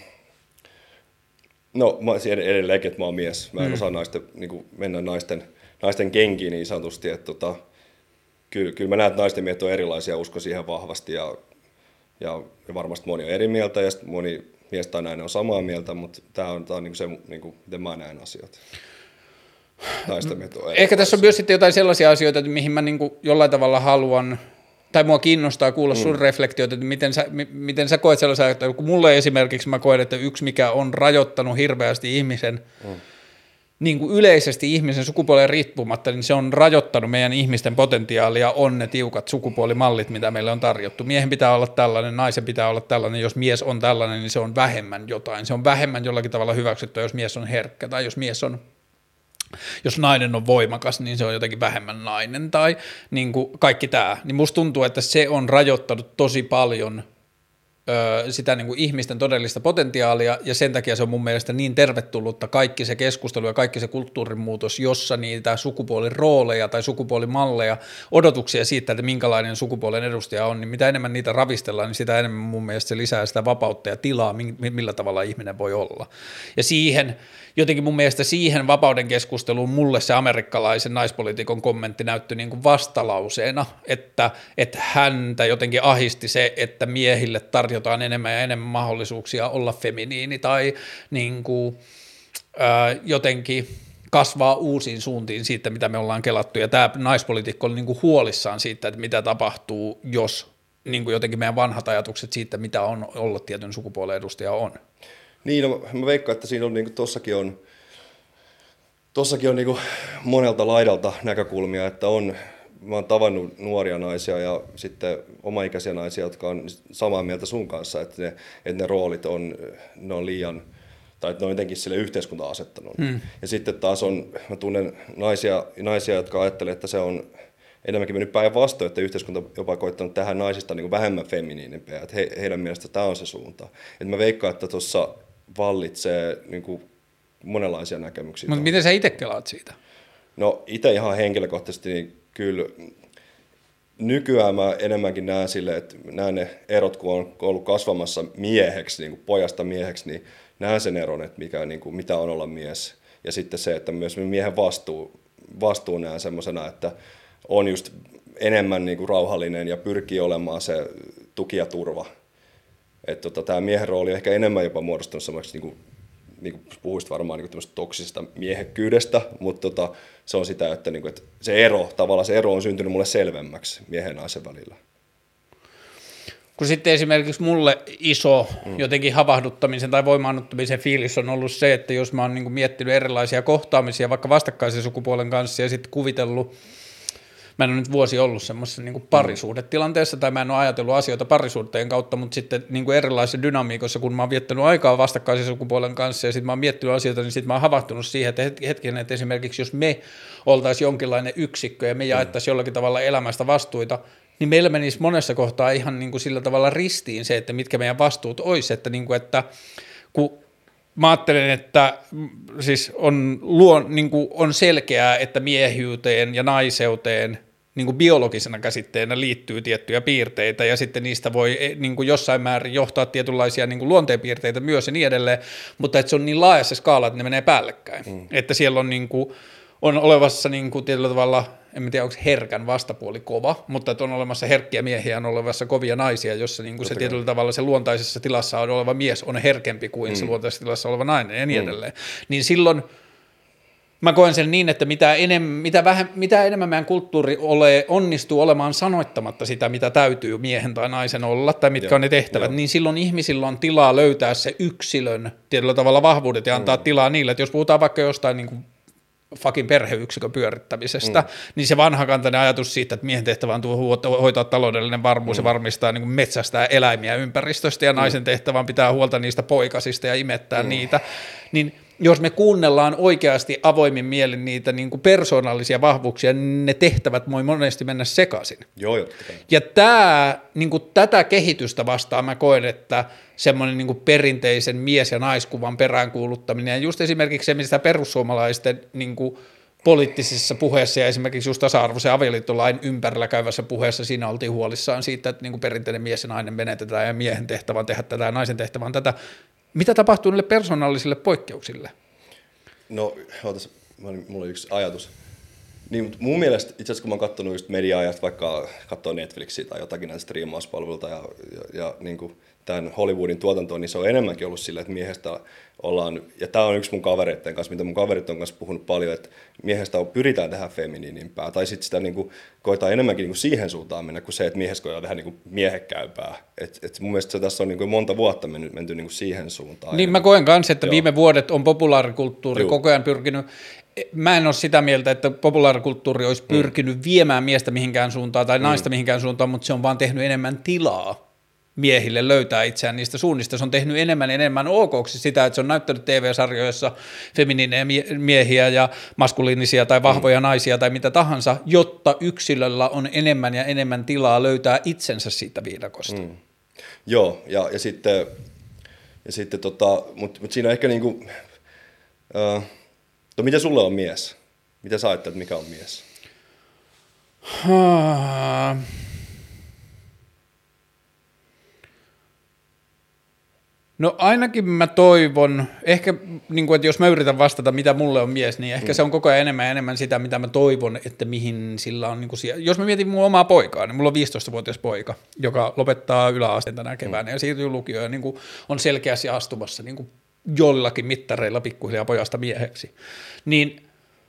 No, mä olisin edelleenkin, että mä oon mies. Mä en mm. osaa naisten, niin kuin mennä naisten, naisten kenkiin niin sanotusti. Että tota, kyllä, kyllä mä näen, että naisten miehet on erilaisia, uskon siihen vahvasti. Ja, ja, ja varmasti moni on eri mieltä ja moni mies tai nainen on samaa mieltä, mutta tämä on, tää on niin kuin se, niin kuin, miten mä näen asioita. Naisten miehet on erilaisia. Ehkä tässä on myös sitten jotain sellaisia asioita, mihin mä niin kuin jollain tavalla haluan, tai mua kiinnostaa kuulla mm. sun reflektioita, että miten sä, miten sä koet sellaisia, että kun mulle esimerkiksi mä koen, että yksi mikä on rajoittanut hirveästi ihmisen, mm. niin kuin yleisesti ihmisen sukupuoleen riippumatta, niin se on rajoittanut meidän ihmisten potentiaalia, on ne tiukat sukupuolimallit, mitä meille on tarjottu. Miehen pitää olla tällainen, naisen pitää olla tällainen, jos mies on tällainen, niin se on vähemmän jotain. Se on vähemmän jollakin tavalla hyväksyttyä, jos mies on herkkä tai jos mies on jos nainen on voimakas, niin se on jotenkin vähemmän nainen tai niin kuin kaikki tämä. Niin musta tuntuu, että se on rajoittanut tosi paljon ö, sitä niin kuin ihmisten todellista potentiaalia ja sen takia se on mun mielestä niin tervetullutta kaikki se keskustelu ja kaikki se kulttuurimuutos, jossa niitä sukupuolirooleja tai sukupuolimalleja, odotuksia siitä, että minkälainen sukupuolen edustaja on, niin mitä enemmän niitä ravistellaan, niin sitä enemmän mun mielestä se lisää sitä vapautta ja tilaa, millä tavalla ihminen voi olla. Ja siihen jotenkin mun mielestä siihen vapauden keskusteluun mulle se amerikkalaisen naispoliitikon kommentti näytti niin kuin vastalauseena, että, että häntä jotenkin ahisti se, että miehille tarjotaan enemmän ja enemmän mahdollisuuksia olla feminiini tai niin kuin, ää, jotenkin kasvaa uusiin suuntiin siitä, mitä me ollaan kelattu. Ja tämä naispoliitikko oli niin kuin huolissaan siitä, että mitä tapahtuu, jos niin kuin jotenkin meidän vanhat ajatukset siitä, mitä on olla tietyn sukupuolen edustaja on. Niin, no, mä veikkaan, että siinä on, niin kuin tossakin on, tossakin on niin kuin monelta laidalta näkökulmia, että on, mä oon tavannut nuoria naisia ja sitten omaikäisiä naisia, jotka on samaa mieltä sun kanssa, että ne, että ne roolit on, ne on liian, tai että ne on jotenkin sille yhteiskunta asettanut. Mm. Ja sitten taas on, mä tunnen naisia, naisia, jotka ajattelee, että se on enemmänkin mennyt päinvastoin, että yhteiskunta on jopa koittanut tähän naisista niin kuin vähemmän feminiinimpiä, että he, heidän mielestä tämä on se suunta. Et mä veikkaan, että tuossa vallitsee niin kuin monenlaisia näkemyksiä. Mutta miten sä itse kelaat siitä? No itse ihan henkilökohtaisesti niin kyllä nykyään mä enemmänkin näen sille, että näen ne erot, kun on ollut kasvamassa mieheksi, niin kuin pojasta mieheksi, niin näen sen eron, että mikä, niin kuin, mitä on olla mies. Ja sitten se, että myös miehen vastuu, vastuu näen semmoisena, että on just enemmän niin kuin rauhallinen ja pyrkii olemaan se tuki ja turva. Että tota, tämä miehen rooli on ehkä enemmän jopa muodostunut semmoiseksi, niin kuin, niin kuin puhuisit varmaan niin kuin toksisesta miehekkyydestä, mutta tota, se on sitä, että, niin kuin, että se ero, tavallaan se ero on syntynyt mulle selvemmäksi miehen ja naisen välillä. Kun sitten esimerkiksi mulle iso mm. jotenkin havahduttamisen tai voimaannuttamisen fiilis on ollut se, että jos mä oon niin kuin miettinyt erilaisia kohtaamisia vaikka vastakkaisen sukupuolen kanssa ja sitten kuvitellut, mä en ole nyt vuosi ollut semmoisessa niin kuin parisuhdetilanteessa, tai mä en ole ajatellut asioita parisuhteen kautta, mutta sitten niin kuin erilaisissa dynamiikoissa, kun mä oon viettänyt aikaa vastakkaisen sukupuolen kanssa, ja sitten mä oon miettinyt asioita, niin sitten mä oon havahtunut siihen, että hetkinen, että esimerkiksi jos me oltaisiin jonkinlainen yksikkö, ja me jaettaisiin jollakin tavalla elämästä vastuita, niin meillä menisi monessa kohtaa ihan niin kuin sillä tavalla ristiin se, että mitkä meidän vastuut olisi, että, niin kuin, että kun mä ajattelen, että siis on, luon, niin kuin on selkeää, että miehiyteen ja naiseuteen niin kuin biologisena käsitteenä liittyy tiettyjä piirteitä ja sitten niistä voi niin kuin jossain määrin johtaa tietynlaisia niin kuin luonteenpiirteitä myös ja niin edelleen, mutta että se on niin laajassa skaala, että ne menee päällekkäin. Mm. Että siellä on, niin kuin, on olevassa niin kuin tietyllä tavalla, en tiedä onko herkän vastapuoli kova, mutta että on olemassa herkkiä miehiä, on olevassa kovia naisia, jossa niin kuin se tietyllä tavalla se luontaisessa tilassa oleva mies on herkempi kuin mm. se luontaisessa tilassa oleva nainen ja niin mm. edelleen. Niin silloin Mä koen sen niin, että mitä, enem, mitä, vähem, mitä enemmän meidän kulttuuri ole, onnistuu olemaan sanoittamatta sitä, mitä täytyy miehen tai naisen olla, tai mitkä ja, on ne tehtävät, ja. niin silloin ihmisillä on tilaa löytää se yksilön tietyllä tavalla vahvuudet ja antaa mm. tilaa niille, että jos puhutaan vaikka jostain niin kuin fucking perheyksikön pyörittämisestä, mm. niin se vanhakantainen ajatus siitä, että miehen tehtävä on hoitaa taloudellinen varmuus mm. ja varmistaa niin kuin metsästää eläimiä ympäristöstä ja mm. naisen tehtävä on pitää huolta niistä poikasista ja imettää mm. niitä, niin jos me kuunnellaan oikeasti avoimin mielin niitä niin kuin persoonallisia vahvuuksia, niin ne tehtävät voi monesti mennä sekaisin. Joo, joo. Ja tämä, niin kuin tätä kehitystä vastaan mä koen, että semmoinen niin kuin perinteisen mies- ja naiskuvan peräänkuuluttaminen, ja just esimerkiksi se, mistä perussuomalaisten niin kuin poliittisissa puheissa ja esimerkiksi just tasa-arvoisen avioliittolain ympärillä käyvässä puheessa siinä oltiin huolissaan siitä, että niin kuin perinteinen mies ja nainen menetetään ja miehen tehtävä on tehdä tätä ja naisen tehtävä on tätä. Mitä tapahtuu niille persoonallisille poikkeuksille? No, ootas, mulla oli yksi ajatus. Niin, mutta mun mielestä itse asiassa kun mä oon katsonut just mediaa ja vaikka katsoo Netflixiä tai jotakin näitä striimauspalveluita ja, ja, ja niin kuin tämän Hollywoodin tuotantoon, niin se on enemmänkin ollut sillä, että miehestä ollaan, ja tämä on yksi mun kavereiden kanssa, mitä mun kaverit on kanssa puhunut paljon, että miehestä pyritään tehdä feminiinimpää, tai sitten sitä niin kuin, koetaan enemmänkin niin kuin siihen suuntaan mennä, kuin se, että miehestä koetaan tehdä niin kuin miehekkäypää. Et, et mun mielestä se tässä on niin kuin monta vuotta mennyt, menty niin kuin siihen suuntaan. Niin mä koen kanssa, että Joo. viime vuodet on populaarikulttuuri Juu. koko ajan pyrkinyt. Mä en ole sitä mieltä, että populaarikulttuuri olisi pyrkinyt mm. viemään miestä mihinkään suuntaan tai naista mm. mihinkään suuntaan, mutta se on vaan tehnyt enemmän tilaa miehille löytää itseään niistä suunnista. Se on tehnyt enemmän ja enemmän okoksi sitä, että se on näyttänyt T V-sarjoissa feminiinejä miehiä ja maskuliinisia tai vahvoja mm. naisia tai mitä tahansa, jotta yksilöllä on enemmän ja enemmän tilaa löytää itsensä siitä viidakosta. Mm. Joo, ja, ja sitten, ja sitten tota, mutta mut siinä on ehkä niinku, uh, no mitä sulle on mies? Mitä sä ajattelet, mikä on mies? Hmm. No ainakin mä toivon, ehkä niin kuin, että jos mä yritän vastata, mitä mulle on mies, niin ehkä mm. se on koko ajan enemmän ja enemmän sitä, mitä mä toivon, että mihin sillä on. Niin kuin, jos mä mietin mun omaa poikaa, niin mulla on viisitoistavuotias poika, joka lopettaa yläasteen tänä keväänä mm. ja siirtyy lukioon ja niin kuin, on selkeästi astumassa niin kuin jollakin mittareilla pikkuhiljaa pojasta mieheksi. Niin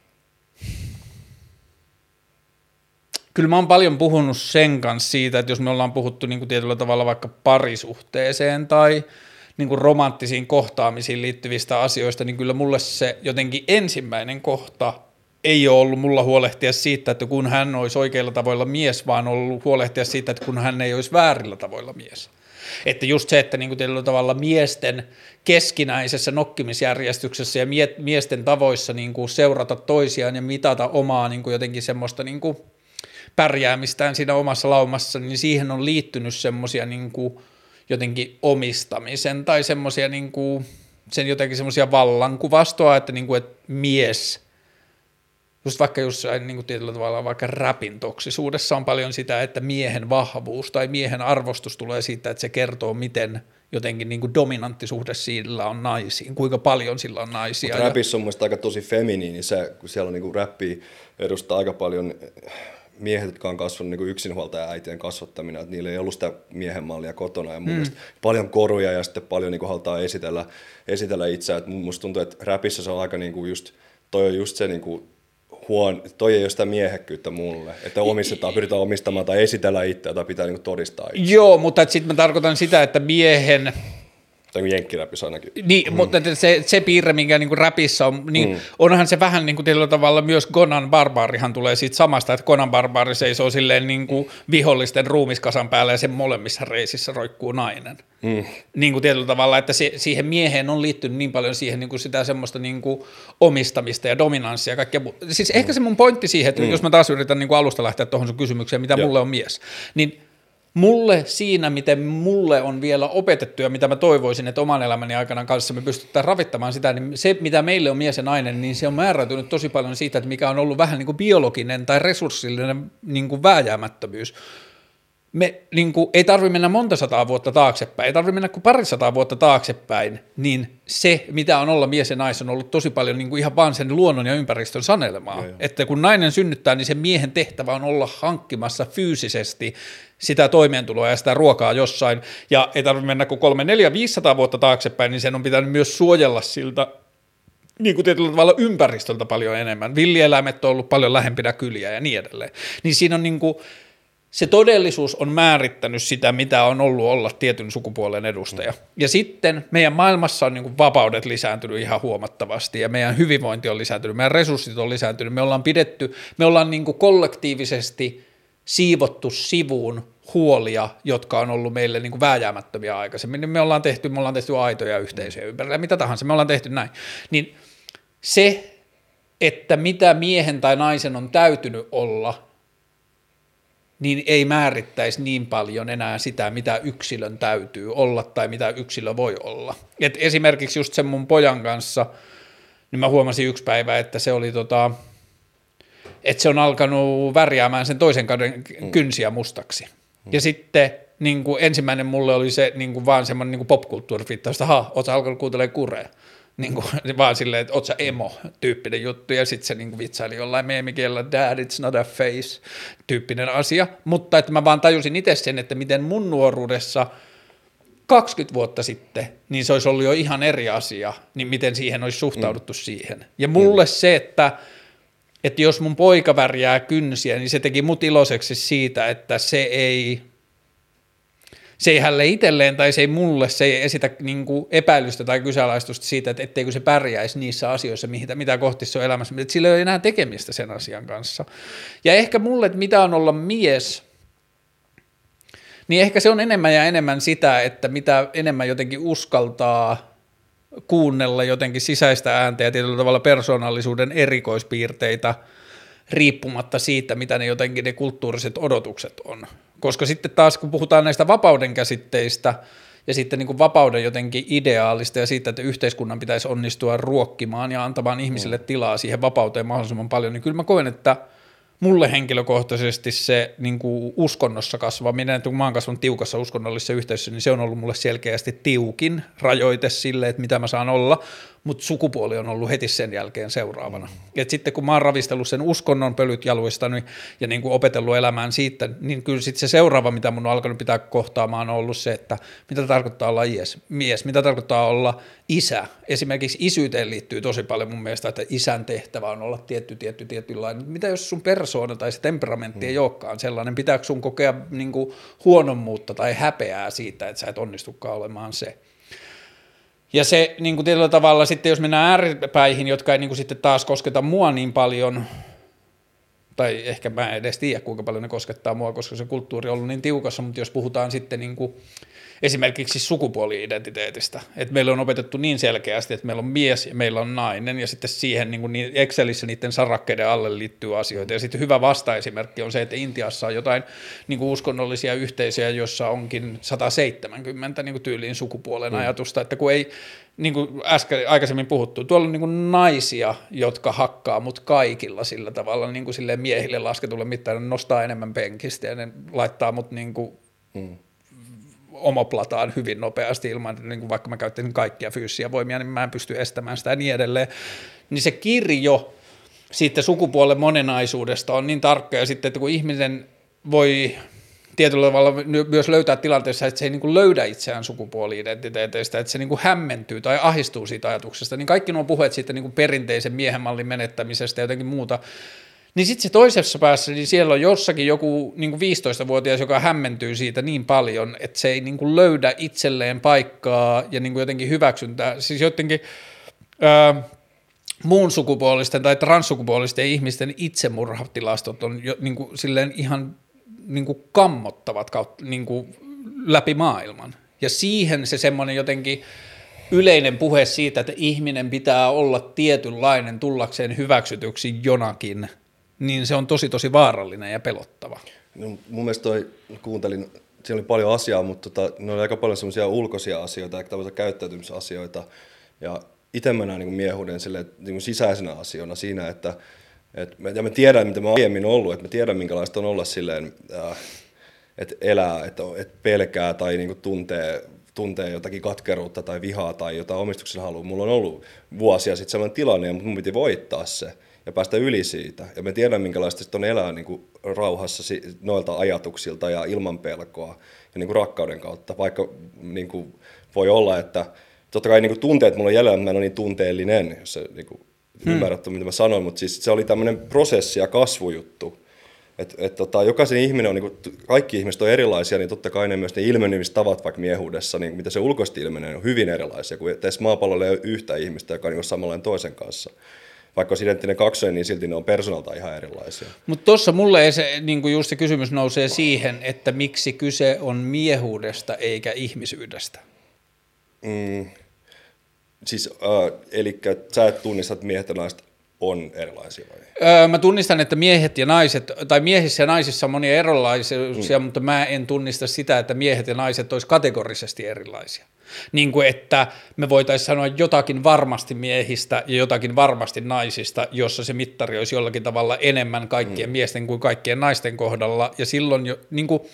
kyllä mä oon paljon puhunut sen kanssa siitä, että jos me ollaan puhuttu niin kuin tietyllä tavalla vaikka parisuhteeseen tai niin kuin romanttisiin kohtaamisiin liittyvistä asioista, niin kyllä mulle se jotenkin ensimmäinen kohta ei ole ollut mulla huolehtia siitä, että kun hän olisi oikeilla tavoilla mies, vaan ollut huolehtia siitä, että kun hän ei olisi väärillä tavoilla mies. Että just se, että niin kuin tietyllä tavalla miesten keskinäisessä nokkimisjärjestyksessä ja mie- miesten tavoissa niin kuin seurata toisiaan ja mitata omaa niin kuin jotenkin semmoista niin kuin pärjäämistään siinä omassa laumassa, niin siihen on liittynyt semmoisia niin kuin jotenkin omistamisen tai semmoisia niin kuin, sen jotenkin semmoisia vallankuvastoa, että, niin kuin, että mies, just vaikka jossain niin kuin tietyllä tavalla vaikka räpin toksisuudessa on paljon sitä, että miehen vahvuus tai miehen arvostus tulee siitä, että se kertoo, miten jotenkin niin kuin dominantti suhde sillä on naisiin, kuinka paljon sillä on naisia. Mutta räpissä on mun mielestä aika tosi feminiini se, kun siellä on niin kuin räppiä edustaa aika paljon miehet, jotka on kasvanut niin kuin yksinhuoltaja äitien kasvattamina, että niillä ei ollut sitä miehen mallia kotona ja mun mm. mielestä paljon koruja ja sitten paljon niin kuin halutaan esitellä, esitellä itseään. Että musta tuntuu, että räpissä se on aika niin kuin just, toi on just se niin kuin huon, toi ei ole sitä miehekkyyttä mulle, että omistetaan, pyritään omistamaan tai esitellä itseä tai pitää niin kuin todistaa itseään. Joo, mutta sitten mä tarkoitan sitä, että miehen tai jenkkiräpissä ainakin. Niin, mm. mutta se, se piirre, minkä niin kuin räpissä on, niin mm. onhan se vähän niin kuin tietyllä tavalla myös Conan Barbarihan tulee siitä samasta, että Conan Barbari seisoo silleen niin kuin vihollisten ruumiskasan päällä ja sen molemmissa reisissä roikkuu nainen. Mm. Niin kuin tietyllä tavalla, että se, siihen mieheen on liittynyt niin paljon siihen niin kuin sitä semmoista niin kuin omistamista ja dominanssia ja kaikkea. Siis mm. ehkä se mun pointti siihen, että mm. jos mä taas yritän niin kuin alusta lähteä tuohon sun kysymykseen, mitä Joo. mulle on mies, niin mulle siinä, miten mulle on vielä opetettu ja mitä mä toivoisin, että oman elämäni aikana kanssa me pystytään ravittamaan sitä, niin se, mitä meille on mies ja nainen, niin se on määräytynyt tosi paljon siitä, että mikä on ollut vähän niin kuin biologinen tai resurssillinen niin kuin vääjäämättömyys. Me niin kuin, ei tarvitse mennä monta sataa vuotta taaksepäin, ei tarvitse mennä kuin parisataa vuotta taaksepäin, niin se, mitä on olla mies ja nais, on ollut tosi paljon niin kuin ihan vaan sen luonnon ja ympäristön sanelemaa. Ja, ja. Että kun nainen synnyttää, niin sen miehen tehtävä on olla hankkimassa fyysisesti sitä toimeentuloa ja sitä ruokaa jossain, ja ei tarvitse mennä kuin kolme, neljä, viisisataa vuotta taaksepäin, niin sen on pitänyt myös suojella siltä niin kuin tietyllä tavalla ympäristöltä paljon enemmän. Villieläimet on ollut paljon lähempinä kyliä ja niin edelleen. Niin siinä on niin kuin, se todellisuus on määrittänyt sitä, mitä on ollut olla tietyn sukupuolen edustaja. Mm. Ja sitten meidän maailmassa on niin kuin vapaudet lisääntynyt ihan huomattavasti ja meidän hyvinvointi on lisääntynyt, meidän resurssit on lisääntynyt, me ollaan pidetty, me ollaan niin kuin kollektiivisesti siivottu sivuun huolia, jotka on ollut meille niin kuin vääjäämättömiä aikaisemmin. Me ollaan tehty, me ollaan tehty aitoja yhteisöjä ympärillä, mitä tahansa, me ollaan tehty näin. Niin se, että mitä miehen tai naisen on täytynyt olla, niin ei määrittäisi niin paljon enää sitä, mitä yksilön täytyy olla tai mitä yksilö voi olla. Et esimerkiksi just sen mun pojan kanssa, niin mä huomasin yksi päivä, että se oli tota, että se on alkanut värjäämään sen toisen kauden kynsiä mustaksi. Mm. Ja sitten niin kuin ensimmäinen mulle oli se niin kuin vaan semmoinen niin popkulttuurifitta, että ha, oot sä alkanut kuuntelemaan Kurea. Niin kuin, vaan silleen, että oot sä emo-tyyppinen juttu, ja sitten se niin kuin vitsaili jollain meemikielellä, dad, it's not a face, tyyppinen asia. Mutta että mä vaan tajusin itse sen, että miten mun nuoruudessa kaksikymmentä vuotta sitten, niin se olisi ollut jo ihan eri asia, niin miten siihen olisi suhtauduttu mm. siihen. Ja mulle mm. se, että että jos mun poika värjää kynsiä, niin se teki mut iloiseksi siitä, että se ei, se ei hälle itselleen tai se ei mulle, se ei esitä niin kuin epäilystä tai kyseenalaistusta siitä, että etteikö se pärjäisi niissä asioissa, mitä, mitä kohti se on elämässä, että sillä ei ole enää tekemistä sen asian kanssa. Ja ehkä mulle, että mitä on olla mies, niin ehkä se on enemmän ja enemmän sitä, että mitä enemmän jotenkin uskaltaa kuunnella jotenkin sisäistä ääntä ja tietyllä tavalla persoonallisuuden erikoispiirteitä riippumatta siitä, mitä ne jotenkin ne kulttuuriset odotukset on. Koska sitten taas, kun puhutaan näistä vapauden käsitteistä ja sitten niin kuin vapauden jotenkin ideaalista ja siitä, että yhteiskunnan pitäisi onnistua ruokkimaan ja antamaan ihmisille tilaa siihen vapauteen mahdollisimman paljon, niin kyllä mä koen, että mulle henkilökohtaisesti se niin kuin uskonnossa kasvaminen, että kun mä oon kasvanut tiukassa uskonnollisessa yhteisössä, niin se on ollut mulle selkeästi tiukin rajoite sille, että mitä mä saan olla, mutta sukupuoli on ollut heti sen jälkeen seuraavana. Et sitten kun mä oon ravistellut sen uskonnon pölyt jaluista niin, ja niin kuin opetellut elämään siitä, niin kyllä sitten se seuraava, mitä mun on alkanut pitää kohtaamaan, on ollut se, että mitä tarkoittaa olla mies, mies mitä tarkoittaa olla isä. Esimerkiksi isyyteen liittyy tosi paljon mun mielestä, että isän tehtävä on olla tietty, tietty, tietynlainen. Mitä jos sun persoona tai se temperamentti ei olekaan sellainen, pitääkö sun kokea niin kuin huonommuutta tai häpeää siitä, että sä et onnistukaan olemaan se. Ja se niin kuin tietyllä tavalla sitten, jos mennään ääripäihin, jotka ei niin kuin sitten taas kosketa mua niin paljon, tai ehkä mä en edes tiedä, kuinka paljon ne koskettaa mua, koska se kulttuuri on ollut niin tiukassa, mutta jos puhutaan sitten niin kuin esimerkiksi sukupuoli-identiteetistä, että meillä on opetettu niin selkeästi, että meillä on mies ja meillä on nainen, ja sitten siihen niin kuin Excelissä niiden sarakkeiden alle liittyy asioita, ja sitten hyvä vastaesimerkki on se, että Intiassa on jotain niin kuin uskonnollisia yhteisöjä, joissa onkin sata seitsemänkymmentä niin kuin tyyliin sukupuolen mm. ajatusta, että kun ei, niin kuin äsken aikaisemmin puhuttu, tuolla on niin kuin naisia, jotka hakkaa mut kaikilla sillä tavalla, niin kuin silleen miehille lasketulle mittaan, ne nostaa enemmän penkistä, ja ne laittaa mut niin kuin mm. omoplataan hyvin nopeasti ilman, niin kuin vaikka mä käyttäisin kaikkia fyysisiä voimia, niin mä en pysty estämään sitä ja niin edelleen. Niin se kirjo siitä sukupuolen monenaisuudesta on niin tarkka, ja sitten, että kun ihminen voi tietyllä tavalla myös löytää tilanteessa, että se ei niin kuin löydä itseään sukupuoli-identiteeteistä, että se niin kuin hämmentyy tai ahdistuu siitä ajatuksesta, niin kaikki nuo puheet siitä niin kuin perinteisen miehen mallin menettämisestä ja jotenkin muuta, niin sitten se toisessa päässä, niin siellä on jossakin joku niin kuin viisitoistavuotias, joka hämmentyy siitä niin paljon, että se ei niin kuin löydä itselleen paikkaa ja niin kuin jotenkin hyväksyntää. Siis jotenkin ää, muun sukupuolisten tai transsukupuolisten ihmisten itsemurhatilastot on jo, niin kuin silleen ihan niin kuin kammottavat kautta, niin kuin läpi maailman. Ja siihen se semmoinen jotenkin yleinen puhe siitä, että ihminen pitää olla tietynlainen tullakseen hyväksytyksi jonakin, niin se on tosi tosi vaarallinen ja pelottava. No, mun mielestä toi, kuuntelin, siellä oli paljon asiaa, mutta tota, ne oli aika paljon semmoisia ulkoisia asioita, eikä tämmöisiä käyttäytymisasioita. Ja itse mä näen niin miehuuden silleen, niin sisäisenä asiana siinä, että et me, ja me tiedän, mitä mä oon aiemmin ollut, että me tiedän, minkälaista on olla silleen, äh, että elää, että et pelkää tai niin tuntee, tuntee jotakin katkeruutta tai vihaa tai jotain omistuksella haluaa. Mulla on ollut vuosia sitten sellainen tilanne, mutta mun piti voittaa se ja päästä yli siitä. Ja me tiedän, minkälaista sitten on elää niin kuin rauhassa noilta ajatuksilta ja ilman pelkoa ja niin kuin rakkauden kautta. Vaikka niin kuin voi olla, että totta kai niin kuin tunteet mulla on jäljellä, mä en ole niin tunteellinen, jos se niin kuin, hmm. ymmärrätte, mitä mä sanoin, mutta siis se oli tämmöinen prosessi ja kasvujuttu. Et, et, tota, jokaisen ihminen on, niin kuin, kaikki ihmiset on erilaisia, niin totta kai ne myös ne ilmenemistavat vaikka miehuudessa, niin mitä se ulkoisesti ilmenee, on hyvin erilaisia, kun tässä maapallolla ei ole yhtä ihmistä, joka on niin samanlainen toisen kanssa. Vaikka olisi identtinen kaksonen, niin silti ne on persoonalta ihan erilaisia. Mutta tuossa mulle se, niin just se kysymys nousee siihen, että miksi kyse on miehuudesta eikä ihmisyydestä. Mm, siis, äh, eli sä et tunnista, että miehet ja naiset on erilaisia vai? Öö, mä tunnistan, että miehet ja naiset, tai miehissä ja naisissa on monia erilaisia, mm. mutta mä en tunnista sitä, että miehet ja naiset olisi kategorisesti erilaisia. Niin kuin että me voitaisiin sanoa jotakin varmasti miehistä ja jotakin varmasti naisista, jossa se mittari olisi jollakin tavalla enemmän kaikkien mm. miesten kuin kaikkien naisten kohdalla, ja silloin jo, niin kuin,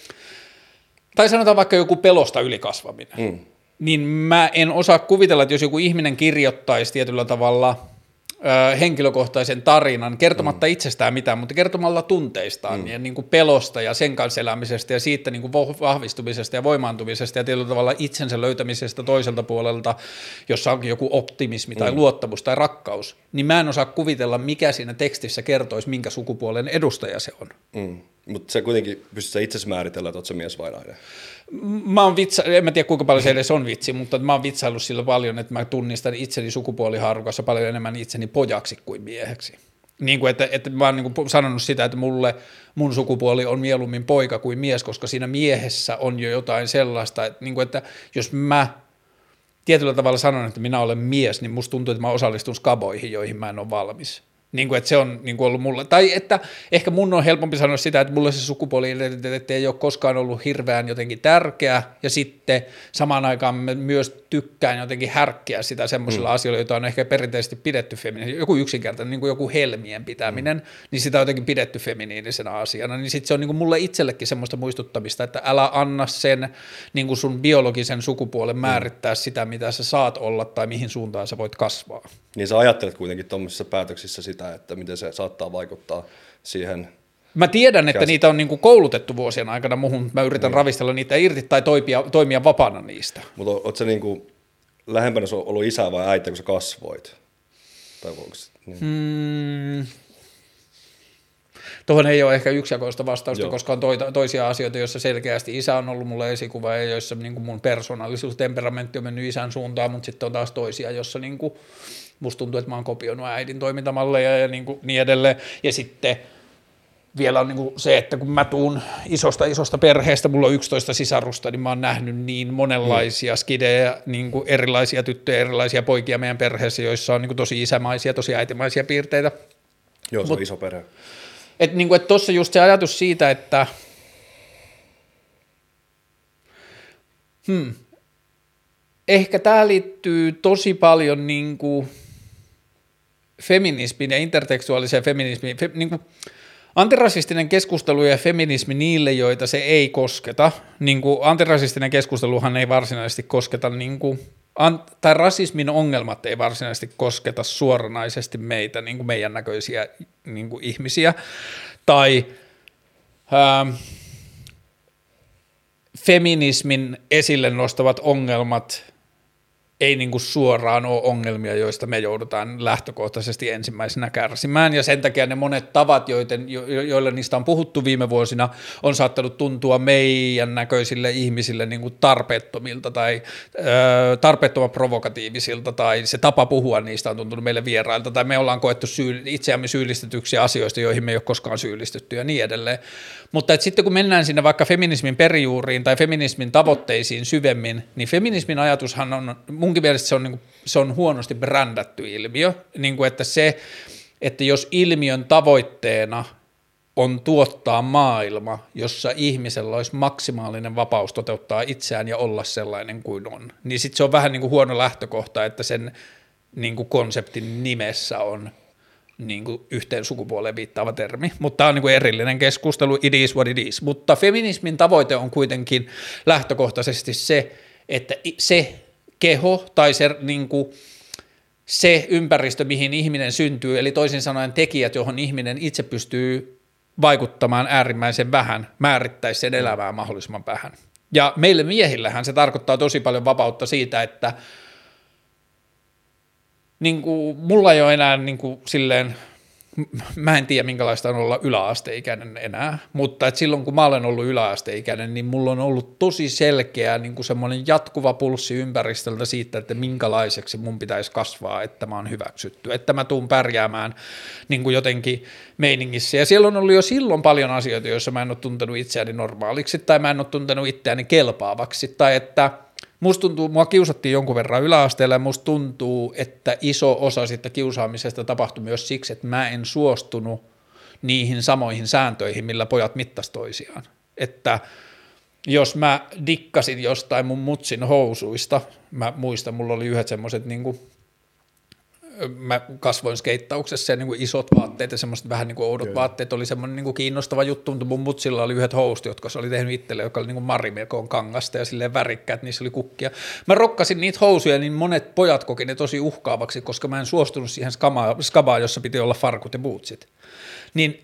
tai sanotaan vaikka joku pelosta ylikasvaminen, mm. niin mä en osaa kuvitella, että jos joku ihminen kirjoittaisi tietyllä tavalla henkilökohtaisen tarinan, kertomatta mm. itsestään mitään, mutta kertomalla tunteistaan mm. ja niin kuin pelosta ja sen kanssa elämisestä ja siitä niin kuin vahvistumisesta ja voimaantumisesta ja tietyllä tavalla itsensä löytämisestä toiselta puolelta, jossa onkin joku optimismi tai mm. luottamus tai rakkaus, niin mä en osaa kuvitella, mikä siinä tekstissä kertoisi, minkä sukupuolen edustaja se on. Mm. Mutta se kuitenkin pystyt itse määritellä, että oot se mies vai nainen. Mä oon vitsa, en mä tiedä kuinka paljon se edes on vitsi, mutta mä oon vitsaillut sillä paljon, että mä tunnistan itseni sukupuolihaarukassa paljon enemmän itseni pojaksi kuin mieheksi. Niin kuin, että, että mä oon niin kuin sanonut sitä, että mulle mun sukupuoli on mieluummin poika kuin mies, koska siinä miehessä on jo jotain sellaista, että, niin kuin, että jos mä tietyllä tavalla sanon, että minä olen mies, niin musta tuntuu, että mä osallistun skaboihin, joihin mä en ole valmis. Niin kuin, että se on niin kuin ollut mulle, tai että ehkä mun on helpompi sanoa sitä, että mulle se sukupuoli-identiteetti ei ole koskaan ollut hirveän jotenkin tärkeä, ja sitten samaan aikaan mä myös tykkään jotenkin härkkiä sitä semmoisilla mm. asioilla, joita on ehkä perinteisesti pidetty feminiinisenä, joku yksinkertainen, niin kuin joku helmien pitäminen, mm. niin sitä on jotenkin pidetty feminiinisenä asiana, niin sitten se on niin kuin mulle itsellekin semmoista muistuttamista, että älä anna sen niin kuin sun biologisen sukupuolen määrittää mm. sitä, mitä sä saat olla tai mihin suuntaan sä voit kasvaa. Niin sä ajattelet kuitenkin tuommoisissa päätöksissä sitä, että miten se saattaa vaikuttaa siihen. Mä tiedän, että niitä on niinku koulutettu vuosien aikana muhun, mä yritän mm. ravistella niitä irti tai toimia, toimia vapaana niistä. Mutta ootko sä niinku lähempänä ollut isä vai äiti, kun sä kasvoit? Tai onko se, niin? hmm. Tuohon ei ole ehkä yksijakoista vastausta, Joo. koska on toita, toisia asioita, joissa selkeästi isä on ollut mulle esikuva ja joissa niin mun persoonallisuus, temperamentti on mennyt isän suuntaan, mutta sitten on taas toisia, joissa niin kuin, musta tuntuu, että mä oon kopioinut äidin toimintamalleja ja niin, kuin, niin edelleen. Ja sitten vielä on niin kuin se, että kun mä tuun isosta isosta perheestä, mulla on yksitoista sisarusta, niin mä oon nähnyt niin monenlaisia skidejä, niin kuin erilaisia tyttöjä, erilaisia poikia meidän perheessä, joissa on niin kuin tosi isämaisia, tosi äitimaisia piirteitä. Joo, se on Mut, iso perhe. Että niin et tuossa just se ajatus siitä, että hmm, ehkä tämä liittyy tosi paljon niin kuin feminismiin ja intertekstuaaliseen feminismiin. Fe, niin kuin antirasistinen keskustelu ja feminismi niille, joita se ei kosketa. Niin kuin antirasistinen keskusteluhan ei varsinaisesti kosketa, niin kuin, an, tai rasismin ongelmat ei varsinaisesti kosketa suoranaisesti meitä, niin kuin meidän näköisiä niin kuin ihmisiä. Tai ää, feminismin esille nostavat ongelmat ei niin kuin suoraan ole ongelmia, joista me joudutaan lähtökohtaisesti ensimmäisenä kärsimään, ja sen takia ne monet tavat, joiden, jo, joilla niistä on puhuttu viime vuosina, on saattanut tuntua meidän näköisille ihmisille niin kuin tarpeettomilta tai ö, tarpeettoman provokatiivisilta, tai se tapa puhua niistä on tuntunut meille vierailta, tai me ollaan koettu syy, itseämme syyllistetyksi asioista, joihin me ei ole koskaan syyllistetty, ja niin edelleen. Mutta et sitten kun mennään sinne vaikka feminismin perijuuriin tai feminismin tavoitteisiin syvemmin, niin feminismin ajatushan on, munkin mielestä se on, niin kuin, se on huonosti brändätty ilmiö, niin kuin että se, että jos ilmiön tavoitteena on tuottaa maailma, jossa ihmisellä olisi maksimaalinen vapaus toteuttaa itseään ja olla sellainen kuin on, niin sitten se on vähän niin kuin huono lähtökohta, että sen niin kuin konseptin nimessä on niin kuin yhteen sukupuoleen viittaava termi, mutta tämä on niin kuin erillinen keskustelu, it is what it is, mutta feminismin tavoite on kuitenkin lähtökohtaisesti se, että se keho tai se, niin kuin, se ympäristö, mihin ihminen syntyy, eli toisin sanoen tekijät, johon ihminen itse pystyy vaikuttamaan äärimmäisen vähän, määrittäisi sen elämää mahdollisimman vähän. Ja meille miehillähän se tarkoittaa tosi paljon vapautta siitä, että niin kuin, mulla ei ole enää niin kuin, silleen, mä en tiedä minkälaista on olla yläasteikäinen enää, mutta et silloin kun mä olen ollut yläasteikäinen, niin mulla on ollut tosi selkeä niin kuin semmoinen jatkuva pulssi ympäristöltä siitä, että minkälaiseksi mun pitäisi kasvaa, että mä oon hyväksytty, että mä tuun pärjäämään niin kuin jotenkin meiningissä. Ja siellä on ollut jo silloin paljon asioita, joissa mä en ole tuntenut itseäni normaaliksi tai mä en ole tuntenut itseäni kelpaavaksi tai että musta tuntuu, mua kiusattiin jonkun verran yläasteella ja musta tuntuu, että iso osa siitä kiusaamisesta tapahtui myös siksi, että mä en suostunut niihin samoihin sääntöihin, millä pojat mittas toisiaan. Että jos mä dikkasin jostain mun mutsin housuista, mä muistan, mulla oli yhdet semmoiset niinku, mä kasvoin skeittauksessa ja niin kuin isot vaatteet ja semmoiset vähän niin kuin oudot Kyllä. vaatteet oli semmoinen niin kuin kiinnostava juttu, mutta mun mutsilla oli yhdet housut, jotka se oli tehnyt itselle, joka oli niin kuin Marimekoon kangasta ja silleen värikkäät, niissä oli kukkia. Mä rokkasin niitä housuja, niin monet pojat koki ne tosi uhkaavaksi, koska mä en suostunut siihen skabaan, skabaan jossa piti olla farkut ja bootsit. Niin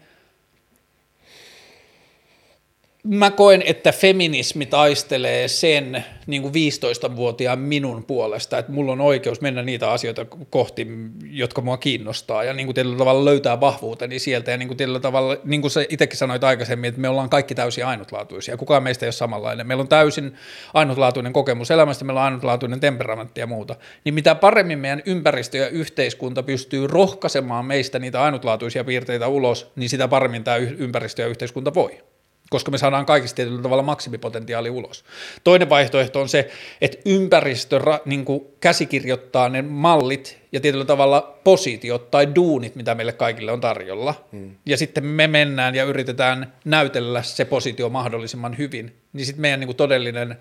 mä koen, että feminismi taistelee sen niin kuin viisitoistavuotiaan minun puolesta, että mulla on oikeus mennä niitä asioita kohti, jotka mua kiinnostaa ja niin kuin tietyllä tavalla löytää vahvuuteni sieltä ja niin kuin tietyllä tavalla, niin kuin sä itsekin sanoit aikaisemmin, että me ollaan kaikki täysin ainutlaatuisia, kukaan meistä ei ole samanlainen, meillä on täysin ainutlaatuinen kokemus elämästä, meillä on ainutlaatuinen temperamentti ja muuta, niin mitä paremmin meidän ympäristö ja yhteiskunta pystyy rohkaisemaan meistä niitä ainutlaatuisia piirteitä ulos, niin sitä paremmin tämä ympäristö ja yhteiskunta voi. Koska me saadaan kaikista tietyllä tavalla maksimipotentiaali ulos. Toinen vaihtoehto on se, että ympäristö niin kuin käsikirjoittaa ne mallit ja tietyllä tavalla positiot tai duunit, mitä meille kaikille on tarjolla. Hmm. Ja sitten me mennään ja yritetään näytellä se positio mahdollisimman hyvin. Niin sitten meidän niin kuin todellinen,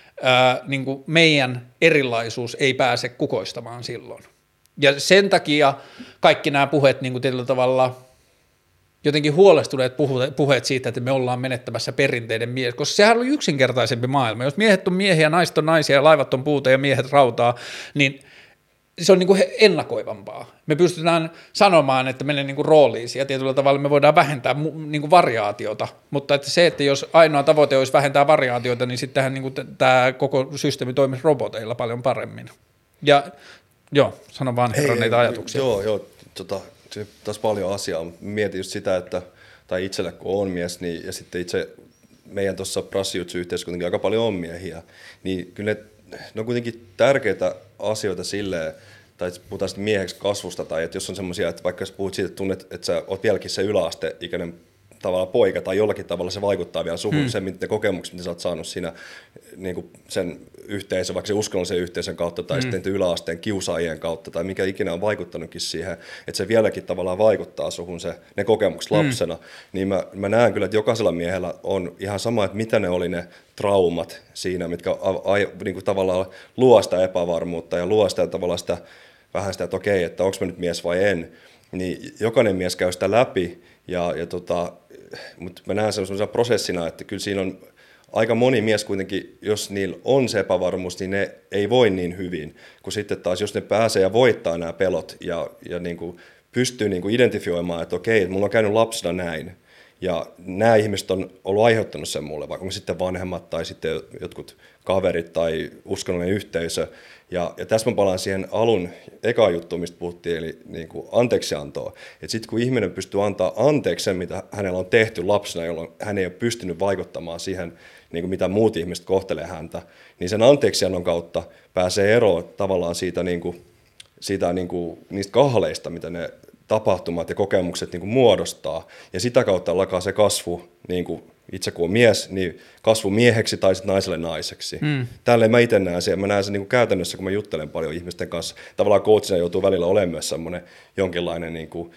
ää, niin kuin meidän erilaisuus ei pääse kukoistamaan silloin. Ja sen takia kaikki nämä puheet niin kuin tietyllä tavalla jotenkin huolestuneet puheet siitä, että me ollaan menettämässä perinteiden mies, koska sehän oli yksinkertaisempi maailma. Jos miehet on miehiä, naiset on naisia ja laivat on puuta ja miehet rautaa, niin se on niin kuin ennakoivampaa. Me pystytään sanomaan, että menee niin kuin rooliin ja tietyllä tavalla me voidaan vähentää niin kuin variaatiota, mutta että se, että jos ainoa tavoite olisi vähentää variaatiota, niin sittenhän niin kuin tämä koko systeemi toimisi roboteilla paljon paremmin. Ja joo, sano vaan herran niitä ajatuksia. Joo, joo, tota... Se taas paljon asiaa, mutta mietin just sitä, että, tai itselle kun on mies, niin, ja sitten itse meidän tuossa brassijutsu-yhteiskuntakin aika paljon on miehiä, niin kyllä ne, ne on kuitenkin tärkeitä asioita silleen, tai puhutaan sitten mieheksi kasvusta, tai että jos on semmoisia, että vaikka jos puhut siitä, että tunnet, että sä oot vieläkin se yläasteikäinen tavalla poika, tai jollakin tavalla se vaikuttaa vielä suhun, hmm. se ne kokemukset, mitä sä oot saanut siinä niin kuin sen yhteisön, vaikka se uskonnollisen yhteisön kautta, tai hmm. sitten yläasteen kiusaajien kautta, tai mikä ikinä on vaikuttanutkin siihen, että se vieläkin tavallaan vaikuttaa suhun se, ne kokemukset lapsena, hmm. niin mä, mä näen kyllä, että jokaisella miehellä on ihan sama, että mitä ne oli ne traumat siinä, mitkä a, a, niin kuin tavallaan luo sitä epävarmuutta, ja luo sitä tavallaan sitä, vähän sitä, että okei, että onko mä nyt mies vai en, niin jokainen mies käy sitä läpi, ja, ja tota, mutta mä näen sellaisena prosessina, että kyllä siinä on aika moni mies kuitenkin, jos niillä on se epävarmuus, niin ne ei voi niin hyvin, kun sitten taas jos ne pääsee ja voittaa nämä pelot ja, ja niin kuin pystyy niin kuin identifioimaan, että okei, että mulla on käynyt lapsena näin, ja nämä ihmiset on ollut aiheuttanut sen mulle, vaikka sitten vanhemmat tai sitten jotkut kaverit tai uskonnollinen yhteisö. Ja, ja tässä mä palaan siihen alun eka juttuun, mistä puhuttiin, eli niin kuin anteeksiantoa. Että sitten kun ihminen pystyy antaa anteeksi sen, mitä hänellä on tehty lapsena, jolloin hän ei ole pystynyt vaikuttamaan siihen, niin kuin mitä muut ihmiset kohtelee häntä, niin sen anteeksiannon kautta pääsee eroon tavallaan siitä, niin kuin, siitä niin kuin, niistä kahleista, mitä ne tapahtumat ja kokemukset niin kuin muodostaa, ja sitä kautta alkaa se kasvu, niin kuin itse kun on mies, niin kasvu mieheksi tai sitten naiselle naiseksi. Mm. Tälleen mä itse näen sen, mä näen sen niin kuin käytännössä, kun mä juttelen paljon ihmisten kanssa. Tavallaan coachina joutuu välillä olemaan myös semmoinen jonkinlainen niin kuin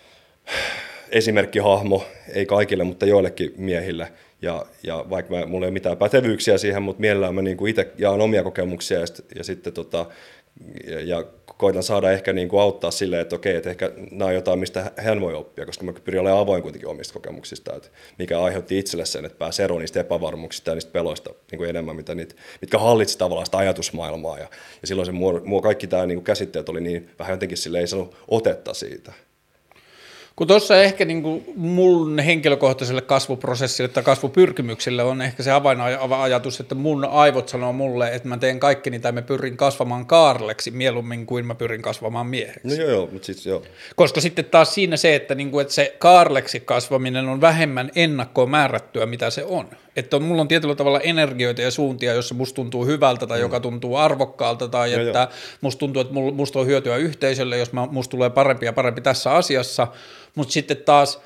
esimerkkihahmo, ei kaikille, mutta joillekin miehille. Ja, ja vaikka mä, mulla ei ole mitään pätevyyksiä siihen, mutta mielellään mä niin kuin itse jaan omia kokemuksia ja, sit, ja sitten tota, ja, ja koitan saada ehkä niin kuin auttaa silleen, että okei, että ehkä nämä on jotain, mistä hän voi oppia, koska mä pyrin olemaan avoin kuitenkin omista kokemuksista, että mikä aiheutti itselle sen, että pääsee eroon niistä epävarmuuksista ja niistä peloista niin kuin enemmän, mitä niitä, mitkä hallitsi tavallaan sitä ajatusmaailmaa. Ja, ja silloin se muo, muo kaikki tämä niin kuin käsitteet oli niin vähän jotenkin silleen, ei saanut otetta siitä. Kun tuossa ehkä niin kuin mun henkilökohtaiselle kasvuprosessille tai kasvupyrkimyksille on ehkä se avainajatus, että mun aivot sanoo mulle, että mä teen kaikkeni tai mä pyrin kasvamaan Kaarleksi mieluummin kuin mä pyrin kasvamaan mieheksi. No joo, joo, mutta siis joo. Koska sitten taas siinä se, että, niin kuin, että se Kaarleksi kasvaminen on vähemmän ennakkoon määrättyä, mitä se on. Että on, mulla on tietyllä tavalla energioita ja suuntia, jossa musta tuntuu hyvältä tai mm. joka tuntuu arvokkaalta tai no että joo. musta tuntuu, että musta on hyötyä yhteisölle, jos mä, musta tulee parempi ja parempi tässä asiassa. Mutta sitten taas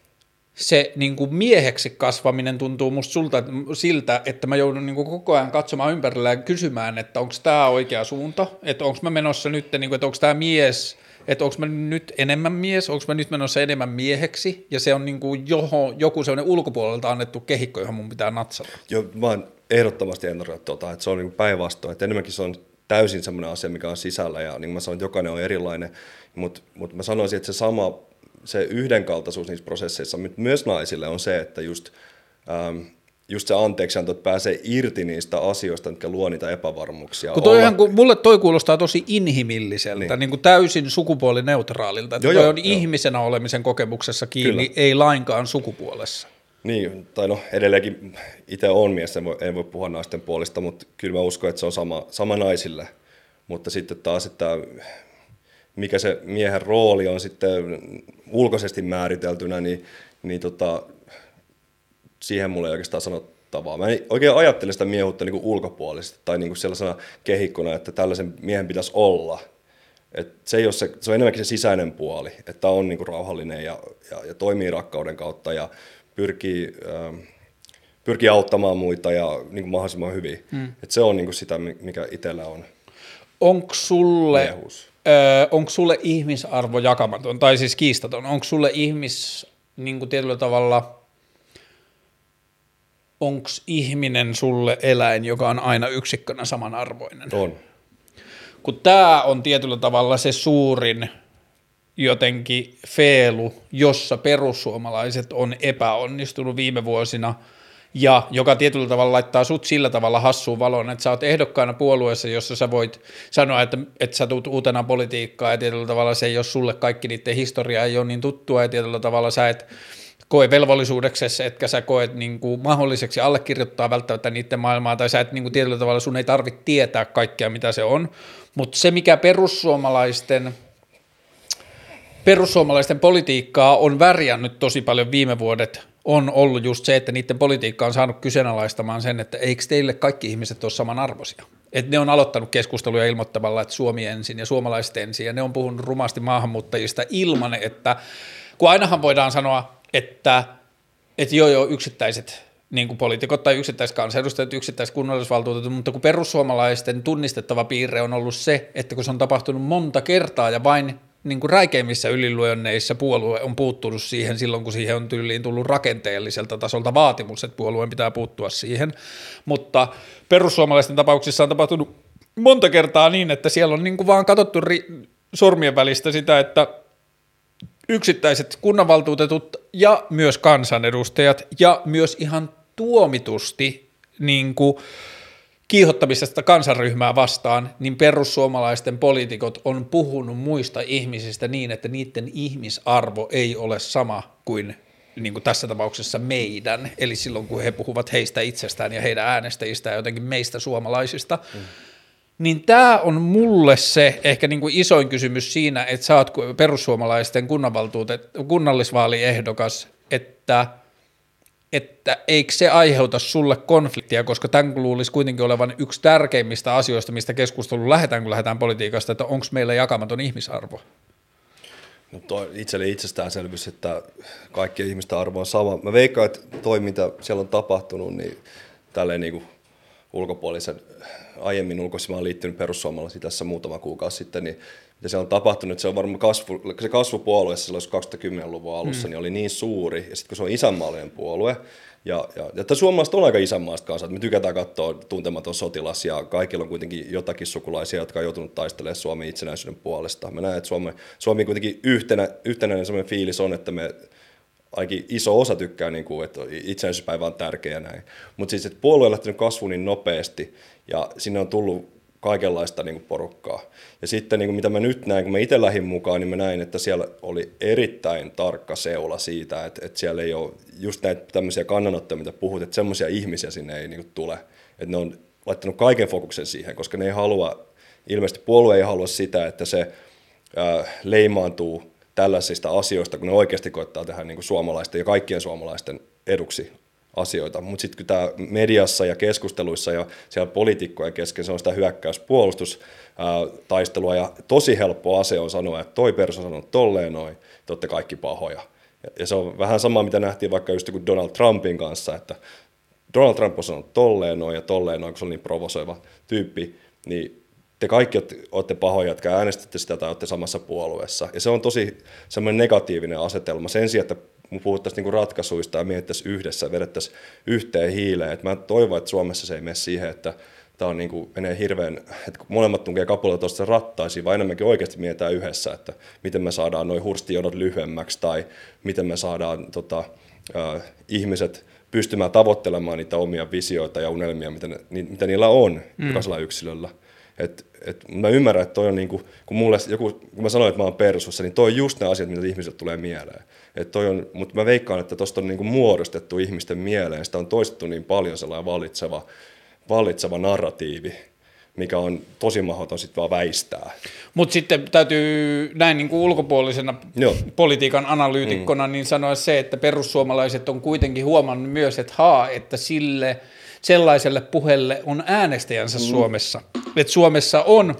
se niin kuin mieheksi kasvaminen tuntuu musta sulta, siltä, että mä joudun niin kuin koko ajan katsomaan ympärillä ja kysymään, että onko tämä oikea suunta, että onko mä menossa nyt, niin kuin, että onko tämä mies, että onko mä nyt enemmän mies, onko mä nyt menossa enemmän mieheksi, ja se on niin kuin joho, joku sellainen ulkopuolelta annettu kehikko, johon mun pitää natsata. Joo, mä oon ehdottomasti ennarroit tuota, että se on niin kuin päinvastoin, että enemmänkin se on täysin semmoinen asia, mikä on sisällä, ja niin kuin mä sanoin, että jokainen on erilainen, mutta mut mä sanoisin, että se sama, se yhdenkaltaisuus niissä prosesseissa myös naisille on se, että just, ähm, just se anteeksianto, että pääsee irti niistä asioista, mitkä luo niitä epävarmuuksia. Kun toi ihan, kun mulle toi kuulostaa tosi inhimilliseltä, niin, niin kuin täysin sukupuolineutraalilta, että joo, toi joo, on joo. ihmisenä olemisen kokemuksessa kiinni, Kyllä. ei lainkaan sukupuolessa. Niin, tai no edelleenkin itse on mies, en voi, en voi puhua naisten puolesta, mutta kyllä mä uskon, että se on sama, sama naisille, mutta sitten taas, että mikä se miehen rooli on sitten ulkoisesti määriteltynä, niin, niin tota, siihen mulla ei oikeastaan sanottavaa. Mä en oikein ajattele sitä miehuutta niin kuin ulkopuolisesti tai niin kuin sellaisena kehikkona, että tällaisen miehen pitäisi olla. Et se, ei ole se, se on enemmänkin se sisäinen puoli, että on niin kuin rauhallinen ja, ja, ja toimii rakkauden kautta ja pyrkii, äh, pyrkii auttamaan muita ja niin kuin mahdollisimman hyvin. Hmm. Et se on niin kuin sitä, mikä itsellä on. Onko sulle... Miehuus. Öö, onko sulle ihmisarvo jakamaton, tai siis kiistaton, onko sulle ihmis, niin kuin tietyllä tavalla, onko ihminen sulle eläin, joka on aina yksikkönä samanarvoinen? On. Kun tämä on tietyllä tavalla se suurin jotenkin feelu, jossa perussuomalaiset on epäonnistunut viime vuosina, ja joka tietyllä tavalla laittaa sut sillä tavalla hassuun valoon, että sä oot ehdokkaana puolueessa, jossa sä voit sanoa, että, että sä tuut uutena politiikkaan ja tietyllä tavalla se ei ole sulle kaikki niiden historia ei ole niin tuttua ja tietyllä tavalla sä et koe velvollisuudeksessa, etkä sä koet niin kuin mahdolliseksi allekirjoittaa välttämättä niiden maailmaa tai sä et niin kuin tietyllä tavalla sun ei tarvitse tietää kaikkea mitä se on, mutta se mikä perussuomalaisten perussuomalaisten politiikkaa on värjännyt tosi paljon viime vuodet, on ollut just se, että niiden politiikka on saanut kyseenalaistamaan sen, että eikö teille kaikki ihmiset ole samanarvoisia. Että ne on aloittanut keskusteluja ilmoittamalla, että Suomi ensin ja suomalaiset ensin, ja ne on puhunut rumasti maahanmuuttajista ilman, että kun ainahan voidaan sanoa, että, että joo joo yksittäiset niin kuin poliitikot tai yksittäiskansanedustajat, yksittäiskunnallisvaltuutetut, mutta kun perussuomalaisten tunnistettava piirre on ollut se, että kun se on tapahtunut monta kertaa ja vain niin kuin räikeimmissä ylilyönneissa puolue on puuttunut siihen silloin, kun siihen on tyyliin tullut rakenteelliselta tasolta vaatimus, että puolueen pitää puuttua siihen, mutta perussuomalaisten tapauksissa on tapahtunut monta kertaa niin, että siellä on niin kuin vaan katsottu ri- sormien välistä sitä, että yksittäiset kunnanvaltuutetut ja myös kansanedustajat ja myös ihan tuomitusti niin kuin kiihottamisesta kansanryhmää vastaan, niin perussuomalaisten poliitikot on puhunut muista ihmisistä niin, että niiden ihmisarvo ei ole sama kuin, niin kuin tässä tapauksessa meidän, eli silloin kun he puhuvat heistä itsestään ja heidän äänestäjistään jotenkin meistä suomalaisista, mm. niin tämä on mulle se ehkä niin kuin isoin kysymys siinä, että sä oot perussuomalaisten kunnallisvaaliehdokas, että että eikö se aiheuta sulle konfliktia, koska tämän luulisi kuitenkin olevan yksi tärkeimmistä asioista, mistä keskusteluun lähdetään, kun lähdetään politiikasta, että onko meillä jakamaton ihmisarvo? No toi itselle itsestäänselvyys, että kaikkien ihmisten arvo on sama. Mä veikkaan, että toi mitä siellä on tapahtunut, niin tälleen niin kuin ulkopuolisen, aiemmin ulkoisesti mä oon liittynyt perussuomalaisiin tässä muutama kuukausi sitten, niin mitä siellä on tapahtunut, se on varmaan kasvu, se kasvupuolue silloin kaksituhattakymmenluvun alussa, mm. niin oli niin suuri, ja sitten kun se on isänmaallinen puolue, ja, ja, ja suomalaiset on aika isänmaallista kanssa, että me tykätään katsoa Tuntematon sotilas, ja kaikilla on kuitenkin jotakin sukulaisia, jotka on joutunut taistelemaan Suomen itsenäisyyden puolesta. Mä näen, että Suomi, Suomi kuitenkin yhtenä, yhtenäinen sellainen fiilis on, että me ainakin iso osa tykkää, niin kuin, että itsenäisyyspäivä on tärkeä näin. Mutta siis, että puolue on lähtenyt kasvuun niin nopeasti, ja sinne on tullut kaikenlaista niin kuin porukkaa. Ja sitten niin kuin mitä mä nyt näin, kun mä itse lähdin mukaan, niin mä näin, että siellä oli erittäin tarkka seula siitä, että, että siellä ei ole just näitä tämmöisiä kannanottoja, mitä puhut, että semmoisia ihmisiä sinne ei niin kuin tule. Että ne on laittanut kaiken fokuksen siihen, koska ne ei halua, ilmeisesti puolue ei halua sitä, että se äh, leimaantuu tällaisista asioista, kun ne oikeasti koettaa tehdä niin kuin suomalaisten ja kaikkien suomalaisten eduksi asioita. Mutta sitten kun tämä mediassa ja keskusteluissa ja siellä poliitikkojen kesken se on sitä hyökkäyspuolustustaistelua ja tosi helppo ase on sanoa, että toi perus on sanonut tolleen noin, te olette kaikki pahoja. Ja, ja se on vähän sama, mitä nähtiin vaikka just kuin Donald Trumpin kanssa, että Donald Trump on sanonut tolleen noin ja tolleen noin, kun se on niin provosoiva tyyppi, niin te kaikki olette pahoja, jotka äänestätte sitä tai olette samassa puolueessa. Ja se on tosi semmoinen negatiivinen asetelma. Sen sijaan, että puhuttaisiin niinku ratkaisuista ja mietittäisiin yhdessä, vedettäisiin yhteen hiileen. Et mä toivon, että Suomessa se ei mene siihen, että tämä on niinku, menee hirveän, että molemmat tunkee kapulla tuosta rattaisiin, vaan enemmänkin oikeasti mietitään yhdessä, että miten me saadaan noin hurstijonot lyhyemmäksi tai miten me saadaan tota, äh, ihmiset pystymään tavoittelemaan niitä omia visioita ja unelmia, mitä, ne, ni, mitä niillä on mm. jokaisella yksilöllä. Et, et mä ymmärrän, että toi on niinku, kun, mulle joku, kun mä sanoin, että mä oon persussa, niin toi on just ne asiat, mitä ihmiset tulee mieleen. Et toi on, mutta mä veikkaan, että tosta on niinku muodostettu ihmisten mieleen, sitä on toistettu niin paljon sellainen vallitseva, vallitseva narratiivi, mikä on tosi mahdoton sitten vaan väistää. Mutta sitten täytyy näin niin kuin ulkopuolisena Joo. politiikan analyytikkona mm. niin sanoa se, että perussuomalaiset on kuitenkin huomannut myös, että haa, että sille sellaiselle puheelle on äänestäjänsä mm. Suomessa. Että Suomessa on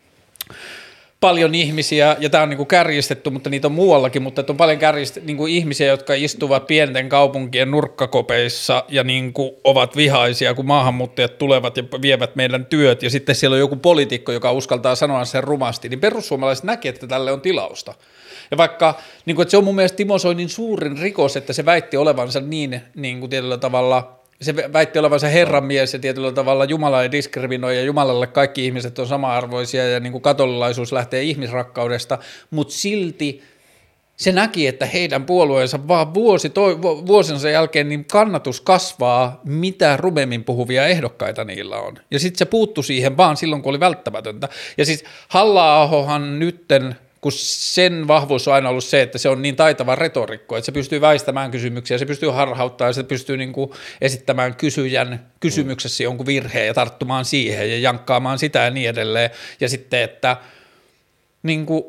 paljon ihmisiä, ja tämä on niin kuin kärjistetty, mutta niitä on muuallakin, mutta on paljon kärjist, niin kuin ihmisiä, jotka istuvat pienten kaupunkien nurkkakopeissa ja niin kuin ovat vihaisia, kun maahanmuuttajat tulevat ja vievät meidän työt, ja sitten siellä on joku poliitikko, joka uskaltaa sanoa sen rumasti, niin perussuomalaiset näkee, että tälle on tilausta. Ja vaikka, niin kuin, että se on mun mielestä Timo Soinin suurin rikos, että se väitti olevansa niin, niin kuin tietyllä tavalla, se väitti olevansa herranmies ja tietyllä tavalla Jumala ei diskriminoi ja Jumalalle kaikki ihmiset on sama-arvoisia ja niin kuin katolilaisuus lähtee ihmisrakkaudesta, mutta silti se näki, että heidän puolueensa vaan vuosi toi, vuosensa jälkeen niin kannatus kasvaa, mitä rumemmin puhuvia ehdokkaita niillä on. Ja sitten se puuttui siihen vaan silloin, kun oli välttämätöntä. Ja siis Halla-ahohan nytten, kun sen vahvuus on aina ollut se, että se on niin taitava retorikko, että se pystyy väistämään kysymyksiä, se pystyy harhauttamaan, se pystyy niin kuin esittämään kysyjän kysymyksessä jonkun virheen ja tarttumaan siihen ja jankkaamaan sitä ja niin edelleen. Ja sitten, että niin kuin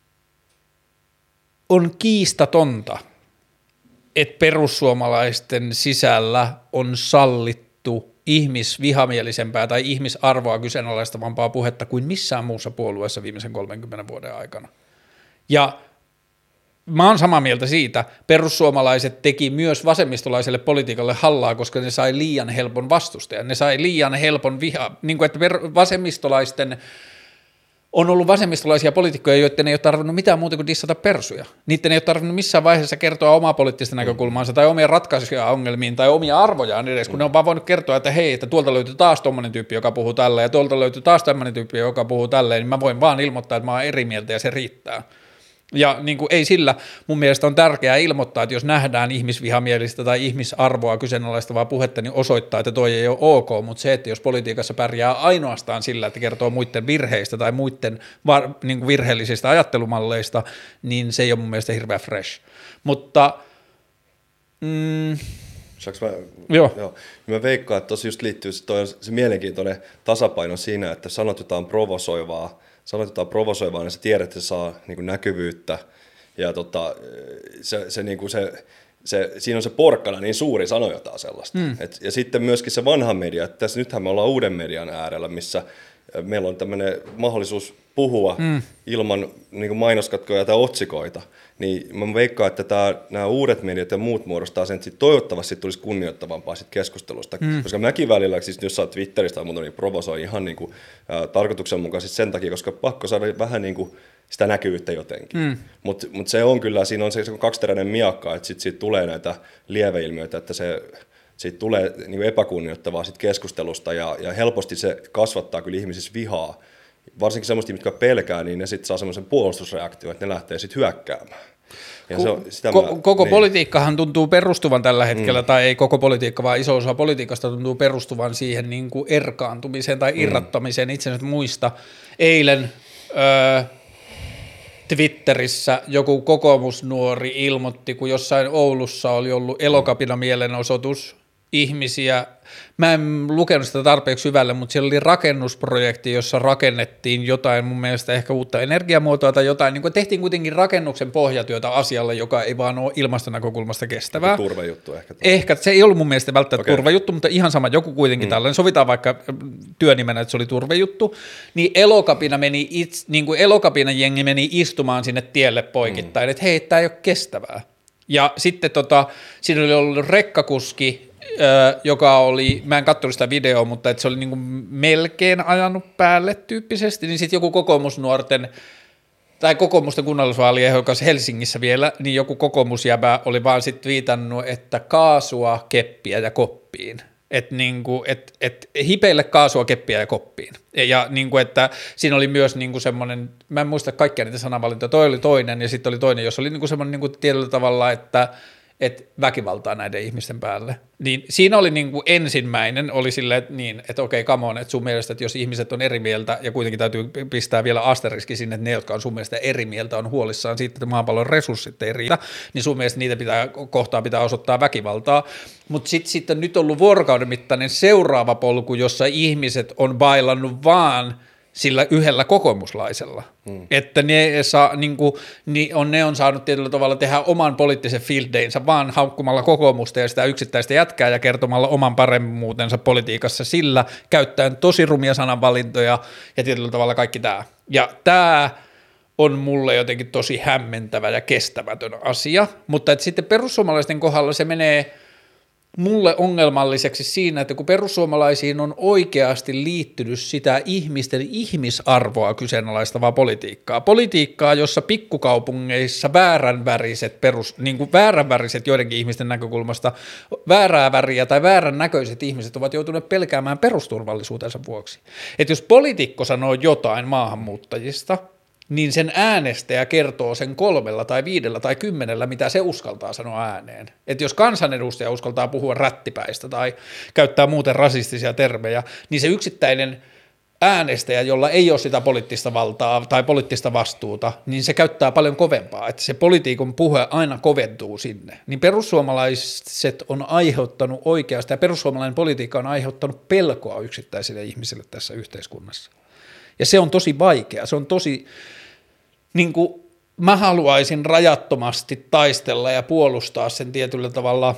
on kiistatonta, että perussuomalaisten sisällä on sallittu ihmisvihamielisempää tai ihmisarvoa kyseenalaistavampaa puhetta kuin missään muussa puolueessa viimeisen kolmenkymmenen vuoden aikana. Ja mä oon samaa mieltä siitä, perussuomalaiset teki myös vasemmistolaiselle politiikalle hallaa, koska ne sai liian helpon vastustajan, ne sai liian helpon viha, niin kuin että vasemmistolaisten on ollut vasemmistolaisia poliitikkoja, joiden ei ole tarvinnut mitään muuta kuin dissata persuja. Niiden ei ole tarvinnut missään vaiheessa kertoa omaa poliittista näkökulmaansa tai omia ratkaisuja ongelmiin tai omia arvojaan edes, kun ne on vaan voinut kertoa, että hei, että tuolta löytyy taas tommonen tyyppi, joka puhuu tälleen ja tuolta löytyy taas tämmöinen tyyppi, joka puhuu tälleen, niin mä voin vaan ilmoittaa, että mä oon eri mieltä ja se riittää. Ja niin kuin ei sillä, mun mielestä on tärkeää ilmoittaa, että jos nähdään ihmisvihamielistä tai ihmisarvoa kyseenalaistavaa puhetta, niin osoittaa, että toi ei ole ok, mutta se, että jos politiikassa pärjää ainoastaan sillä, että kertoo muiden virheistä tai muiden var, niin kuin virheellisistä ajattelumalleista, niin se ei ole mun mielestä hirveän fresh. Mutta mm, Saanko mä? Joo. Joo. Mä veikkaan, että tosi just liittyy se, toi, se mielenkiintoinen tasapaino siinä, että sanot jotain provosoivaa, sanot jotain provosoivaa, niin sä tiedät, että se saa niin kuin näkyvyyttä ja tota, se, se, niin kuin se, se, siinä on se porkkana niin suuri sanoa jotain sellaista. Mm. Et, ja sitten myöskin se vanha media, että tässä nythän me ollaan uuden median äärellä, missä meillä on tämmöinen mahdollisuus puhua mm. ilman niin kuin mainoskatkoja tai otsikoita, niin mä veikkaan, että tää, nämä uudet mediat ja muut muodostaa sen, että sit toivottavasti tulisi kunnioittavampaa sit keskustelusta, mm. koska mäkin välillä, siis jos sä oot Twitteristä tai muuta, niin provosoi ihan niin kuin, ä, tarkoituksenmukaisesti sen takia, koska pakko saada vähän niin kuin sitä näkyvyyttä jotenkin. Mm. Mutta mut se on kyllä, siinä on se kaksiteräinen miakka, että sit siitä tulee näitä lieveilmiöitä, että se siitä tulee niin kuin epäkunnioittavaa sit keskustelusta ja, ja helposti se kasvattaa kyllä ihmisissä vihaa varsinkin semmoista, mitkä pelkää, niin ne sitten saa semmoisen puolustusreaktion, että ne lähtee sitten hyökkäämään. Ko- on, sitä ko- mä, koko niin. politiikkahan tuntuu perustuvan tällä hetkellä, mm. tai ei koko politiikka, vaan iso osa politiikasta tuntuu perustuvan siihen niin kuin erkaantumiseen tai irrottamiseen mm. itsensä muista. Eilen öö, Twitterissä joku kokoomusnuori ilmoitti, kun jossain Oulussa oli ollut Elokapina mielenosoitus ihmisiä. Mä en lukenut sitä tarpeeksi syvälle, mutta siellä oli rakennusprojekti, jossa rakennettiin jotain mun mielestä ehkä uutta energiamuotoa tai jotain, niin kuin tehtiin kuitenkin rakennuksen pohjatyötä asialle, joka ei vaan ole ilmastonäkökulmasta kestävää. Turvajuttu ehkä. Ehkä, se ei ollut mun mielestä välttämättä okay. turvajuttu, mutta ihan sama, joku kuitenkin mm. tällainen, sovitaan vaikka työnimenä, että se oli turvajuttu, niin Elokapina meni, itse, niin kuin Elokapinan jengi meni istumaan sinne tielle poikittain, mm. että hei, tämä ei ole kestävää. Ja sitten tota, siinä oli ollut rekkakuski, joka oli, mä en katsonut sitä videoa, mutta että se oli niin kuin melkein ajanut päälle tyyppisesti, niin sitten joku kokoomusnuorten, tai kokoomusten kunnallisvaalien ehdokas Helsingissä vielä, niin joku kokoomusjäbä oli vaan sitten viitannut, että kaasua, keppiä ja koppiin. Että niinku, et, et hipeille kaasua, keppiä ja koppiin. Ja niinku, että siinä oli myös niinku semmoinen, mä en muista kaikkia niitä sanavalintoja, toi oli toinen ja sitten oli toinen, jos oli niinku semmoinen niinku tietyllä tavalla, että et väkivaltaa näiden ihmisten päälle. Niin siinä oli niinku ensimmäinen, oli silleen, että niin, että okei, come on, että sun mielestä, että jos ihmiset on eri mieltä, ja kuitenkin täytyy pistää vielä asteriski sinne, että ne, jotka on sun mielestä eri mieltä, on huolissaan siitä, että maapallon resurssit ei riitä, niin sun mielestä niitä pitää, kohtaa pitää osoittaa väkivaltaa. Mutta sitten sit on nyt ollut vuorokauden mittainen seuraava polku, jossa ihmiset on bailannut vaan sillä yhdellä kokoomuslaisella, hmm. että ne, saa, niin kuin, niin on, ne on saanut tietyllä tavalla tehdä oman poliittisen field daynsä vaan haukkumalla kokoomusta ja sitä yksittäistä jätkää ja kertomalla oman paremmuutensa politiikassa sillä, käyttäen tosi rumia sananvalintoja ja tietyllä tavalla kaikki tämä. Ja tämä on mulle jotenkin tosi hämmentävä ja kestämätön asia, mutta että sitten perussuomalaisten kohdalla se menee mulle ongelmalliseksi siinä, että kun perussuomalaisiin on oikeasti liittynyt sitä ihmisten ihmisarvoa kyseenalaistavaa politiikkaa, politiikkaa, jossa pikkukaupungeissa vääränväriset, perus, niin kuin vääränväriset joidenkin ihmisten näkökulmasta, väärää väriä tai väärän näköiset ihmiset ovat joutuneet pelkäämään perusturvallisuutensa vuoksi. Että jos poliitikko sanoo jotain maahanmuuttajista, niin sen äänestäjä kertoo sen kolmella tai viidellä tai kymmenellä, mitä se uskaltaa sanoa ääneen. Että jos kansanedustaja uskaltaa puhua rättipäistä tai käyttää muuten rasistisia termejä, niin se yksittäinen äänestäjä, jolla ei ole sitä poliittista valtaa tai poliittista vastuuta, niin se käyttää paljon kovempaa, että se poliitikon puhe aina koventuu sinne. Niin perussuomalaiset on aiheuttanut oikeasti, ja perussuomalainen politiikka on aiheuttanut pelkoa yksittäisille ihmisille tässä yhteiskunnassa. Ja se on tosi vaikea, se on tosi, niin kuin mä haluaisin rajattomasti taistella ja puolustaa sen tietyllä tavalla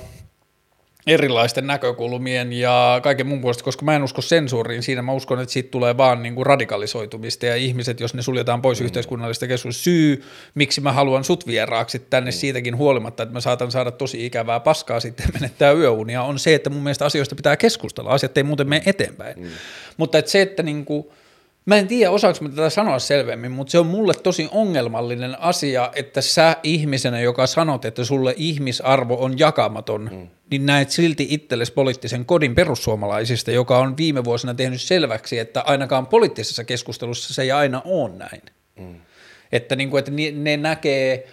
erilaisten näkökulmien ja kaiken muun puolesta, koska mä en usko sensuuriin siinä, mä uskon, että siitä tulee vaan niin kuin radikalisoitumista ja ihmiset, jos ne suljetaan pois mm. yhteiskunnallista keskustelua, syy, miksi mä haluan sut vieraaksi tänne mm. siitäkin huolimatta, että mä saatan saada tosi ikävää paskaa sitten menettää yöunia, on se, että mun mielestä asioista pitää keskustella, asiat ei muuten mene eteenpäin, mm. mutta että se, että niin kuin mä en tiedä, osaanko mä tätä sanoa selvemmin, mutta se on mulle tosi ongelmallinen asia, että sä ihmisenä, joka sanot, että sulle ihmisarvo on jakamaton, mm. niin näet silti itsellesi poliittisen kodin perussuomalaisista, joka on viime vuosina tehnyt selväksi, että ainakaan poliittisessa keskustelussa se ei aina ole näin. Mm. Että, niin kuin, että ne näkee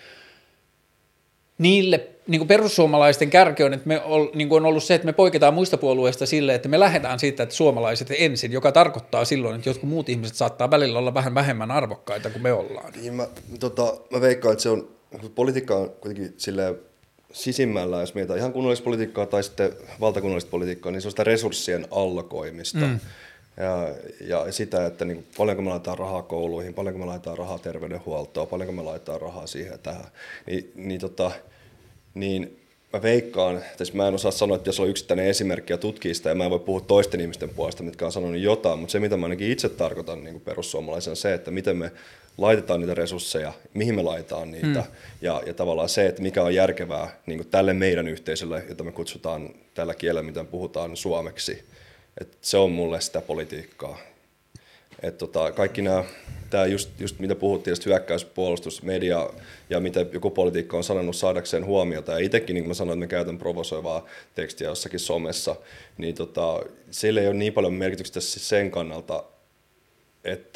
niille niin kuin perussuomalaisten kärki on, että me ol, niin kuin on ollut se, että me poiketaan muista puolueista sille, että me lähdetään siitä, että suomalaiset ensin, joka tarkoittaa silloin, että jotkut muut ihmiset saattaa välillä olla vähän vähemmän arvokkaita kuin me ollaan. Niin mä, tota, mä veikkaan, että se on, politiikka on kuitenkin silleen sisimmällä, jos mietitään ihan kunnallispolitiikkaa tai sitten valtakunnallista politiikkaa, niin se on sitä resurssien allokoimista. Mm. Ja, ja sitä, että niin paljonko me laitetaan rahaa kouluihin, paljonko me laitetaan rahaa terveydenhuoltoon, paljonko me laitetaan rahaa siihen ja tähän, niin, niin, tota, niin mä veikkaan, että mä en osaa sanoa, että jos on yksittäinen esimerkki ja tutkii sitä, ja mä en voi puhua toisten ihmisten puolesta, mitkä on sanonut jotain, mutta se, mitä mä ainakin itse tarkoitan niin perussuomalaisen, on se, että miten me laitetaan niitä resursseja, mihin me laitetaan niitä, hmm. ja, ja tavallaan se, että mikä on järkevää niin tälle meidän yhteisölle, jota me kutsutaan tällä kielellä, mitä puhutaan suomeksi. Et se on mulle sitä politiikkaa. Et tota, kaikki nämä, tää just, just mitä puhuttiin, hyökkäys, puolustus, media ja mitä joku politiikka on sanonut saadakseen huomiota. Ja itsekin, niin kuin mä sanoin, että mä käytän provosoivaa tekstiä jossakin somessa, niin tota, sillä ei ole niin paljon merkitystä sen kannalta, että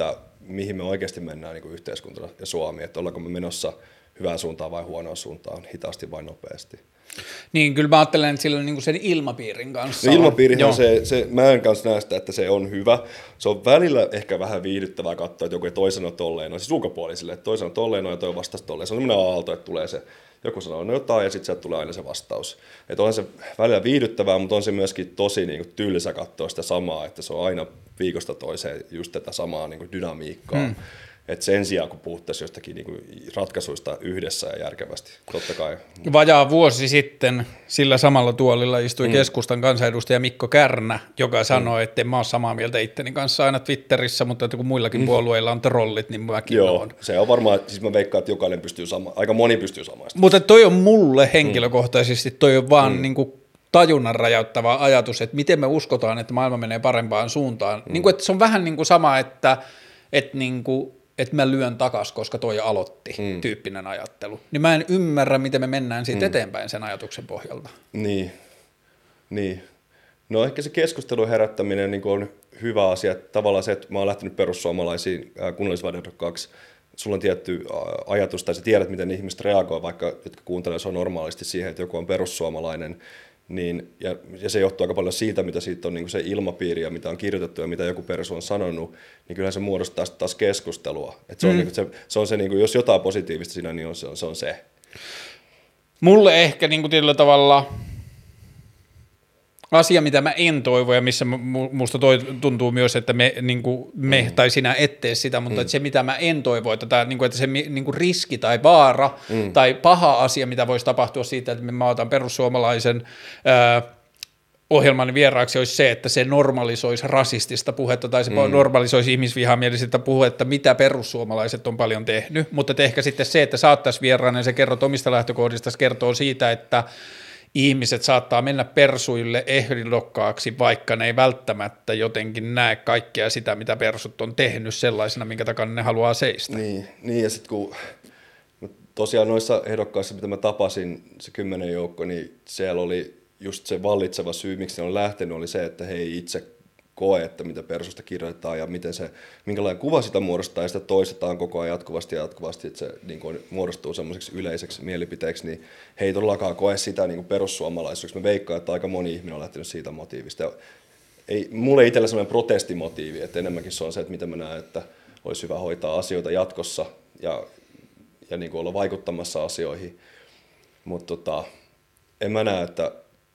mihin me oikeasti mennään niin kuin yhteiskuntana ja Suomi, että ollaanko me menossa hyvään suuntaan vai huonoon suuntaan, hitaasti vai nopeasti. Niin, kyllä mä ajattelen, että sillä on niin kuin sen ilmapiirin kanssa. No, ilmapiirihän se, se, mä en kanssa näe sitä, että se on hyvä. Se on välillä ehkä vähän viihdyttävää katsoa, että joku ei toi sanoo tolleen, no siis ulkopuolisille, että toi sanoo tolleen, no ja toi vastasi tolleen. Se on semmoinen aalto, että tulee se, joku sanoo no jotain ja sitten sieltä tulee aina se vastaus. Että on se välillä viihdyttävää, mutta on se myöskin tosi niin kuin tylsä katsoa sitä samaa, että se on aina viikosta toiseen just tätä samaa niin kuin dynamiikkaa. Hmm. Että sen sijaan, kun puhuttaisiin jostakin niinku ratkaisuista yhdessä ja järkevästi, totta kai. Vajaa vuosi sitten sillä samalla tuolilla istui mm. keskustan kansanedustaja Mikko Kärnä, joka sanoi, mm. että en mä ole samaa mieltä itteni kanssa aina Twitterissä, mutta että kun muillakin mm. puolueilla on trollit, niin mäkin Joo, on. Se on varmaan, siis mä veikkaan, että jokainen pystyy sama, aika moni pystyy samaistamaan. Mutta toi on mulle henkilökohtaisesti, toi on vaan mm. niinku tajunnan räjäyttävä ajatus, että miten me uskotaan, että maailma menee parempaan suuntaan. Mm. Niin kuin, että se on vähän niin kuin sama, että, että niin kuin että mä lyön takas, koska toi aloitti, mm. tyyppinen ajattelu. Niin mä en ymmärrä, miten me mennään siitä mm. eteenpäin sen ajatuksen pohjalta. Niin, niin. No ehkä se keskustelun herättäminen niin on hyvä asia. Tavallaan se, että mä oon lähtenyt perussuomalaisiin kunnallisvaaliehdokkaaksi, sulla on tietty ajatus, tai sä tiedät, miten ihmiset reagoi, vaikka jotka kuuntelee se on normaalisti siihen, että joku on perussuomalainen, niin, ja, ja se johtuu aika paljon siitä, mitä siitä on niin kuin se ilmapiiri ja mitä on kirjoitettu ja mitä joku persu on sanonut, niin kyllähän se muodostaa taas keskustelua. Et se, mm. on niin kuin se, se on se, niin kuin, jos jotain positiivista siinä, niin on, se, on, se on se. Mulle ehkä niin kuin tietyllä tavalla asia, mitä mä en toivo ja missä musta toi tuntuu myös, että me, niin kuin me mm. tai sinä et tee sitä, mutta mm. että se mitä mä en toivo, että, tämä, niin kuin, että se niin kuin riski tai vaara mm. tai paha asia, mitä voisi tapahtua siitä, että mä otan perussuomalaisen ää, ohjelman vieraaksi, olisi se, että se normalisoisi rasistista puhetta tai se mm. normalisoisi ihmisvihamielistä puhetta, mitä perussuomalaiset on paljon tehnyt, mutta ehkä sitten se, että saattaisi vieraana ja se kerrot omista lähtökohdista, kertoo siitä, että ihmiset saattaa mennä persuille ehdokkaaksi, vaikka ne ei välttämättä jotenkin näe kaikkea sitä, mitä persut on tehnyt sellaisena, minkä takana ne haluaa seistä. Niin, niin ja sitten kun tosiaan noissa ehdokkaissa, mitä mä tapasin, se kymmenen joukko, niin siellä oli just se vallitseva syy, miksi ne on lähtenyt, oli se, että he ei itse koe, että mitä persusta kirjoitetaan ja miten se, minkälainen kuva sitä muodostaa ja sitä toistetaan koko ajan jatkuvasti ja jatkuvasti, että se niin kuin muodostuu semmoiseksi yleiseksi mielipiteeksi, niin he ei todellakaan koe sitä niin kuin perussuomalaisuuksi. Mä veikkaan, että aika moni ihminen on lähtenyt siitä motiivista. Ja ei, mulle ei itsellä semmoinen protestimotiivi, että enemmänkin se on se, että miten mä näen, että olisi hyvä hoitaa asioita jatkossa ja, ja niin kuin olla vaikuttamassa asioihin, mutta tota, en mä näe, että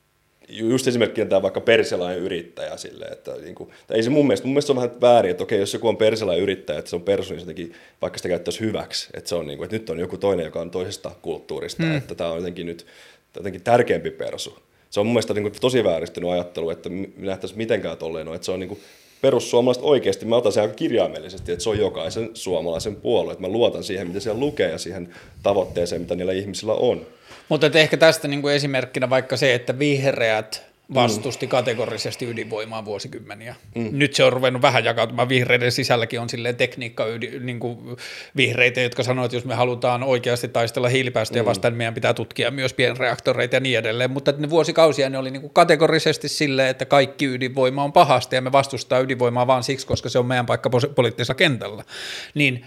just esimerkkinä tämä vaikka persialainen yrittäjä silleen, että niin kuin, ei se mun mielestä, mun mielestä se on vähän väärin, että okei, jos joku on persialainen yrittäjä, että se on persu, niin se jotenkin, vaikka sitä käyttäisi hyväksi, että se on niin kuin, että nyt on joku toinen, joka on toisesta kulttuurista, hmm. että tämä on jotenkin nyt jotenkin tärkeämpi persu. Se on mun mielestä niin kuin tosi vääristynyt ajattelu, että me nähtäisiin mitenkään tolleen, että se on niin kuin perussuomalaiset oikeasti, mä otan sen aika kirjaimellisesti, että se on jokaisen suomalaisen puolue, että mä luotan siihen, mitä siellä lukee ja siihen tavoitteeseen, mitä niillä ihmisillä on. Mutta ehkä tästä niin kuin esimerkkinä vaikka se, että vihreät vastusti mm. kategorisesti ydinvoimaa vuosikymmeniä. Mm. Nyt se on ruvennut vähän jakautumaan. Vihreiden sisälläkin on silleen tekniikka niin kuin vihreitä, jotka sanoo, että jos me halutaan oikeasti taistella hiilipäästöjä mm. vastaan, niin meidän pitää tutkia myös pienreaktoreita ja niin edelleen. Mutta ne vuosikausia ne oli niin kuin kategorisesti silleen, että kaikki ydinvoima on pahasta ja me vastustaa ydinvoimaa vaan siksi, koska se on meidän paikka poliittisella kentällä. Niin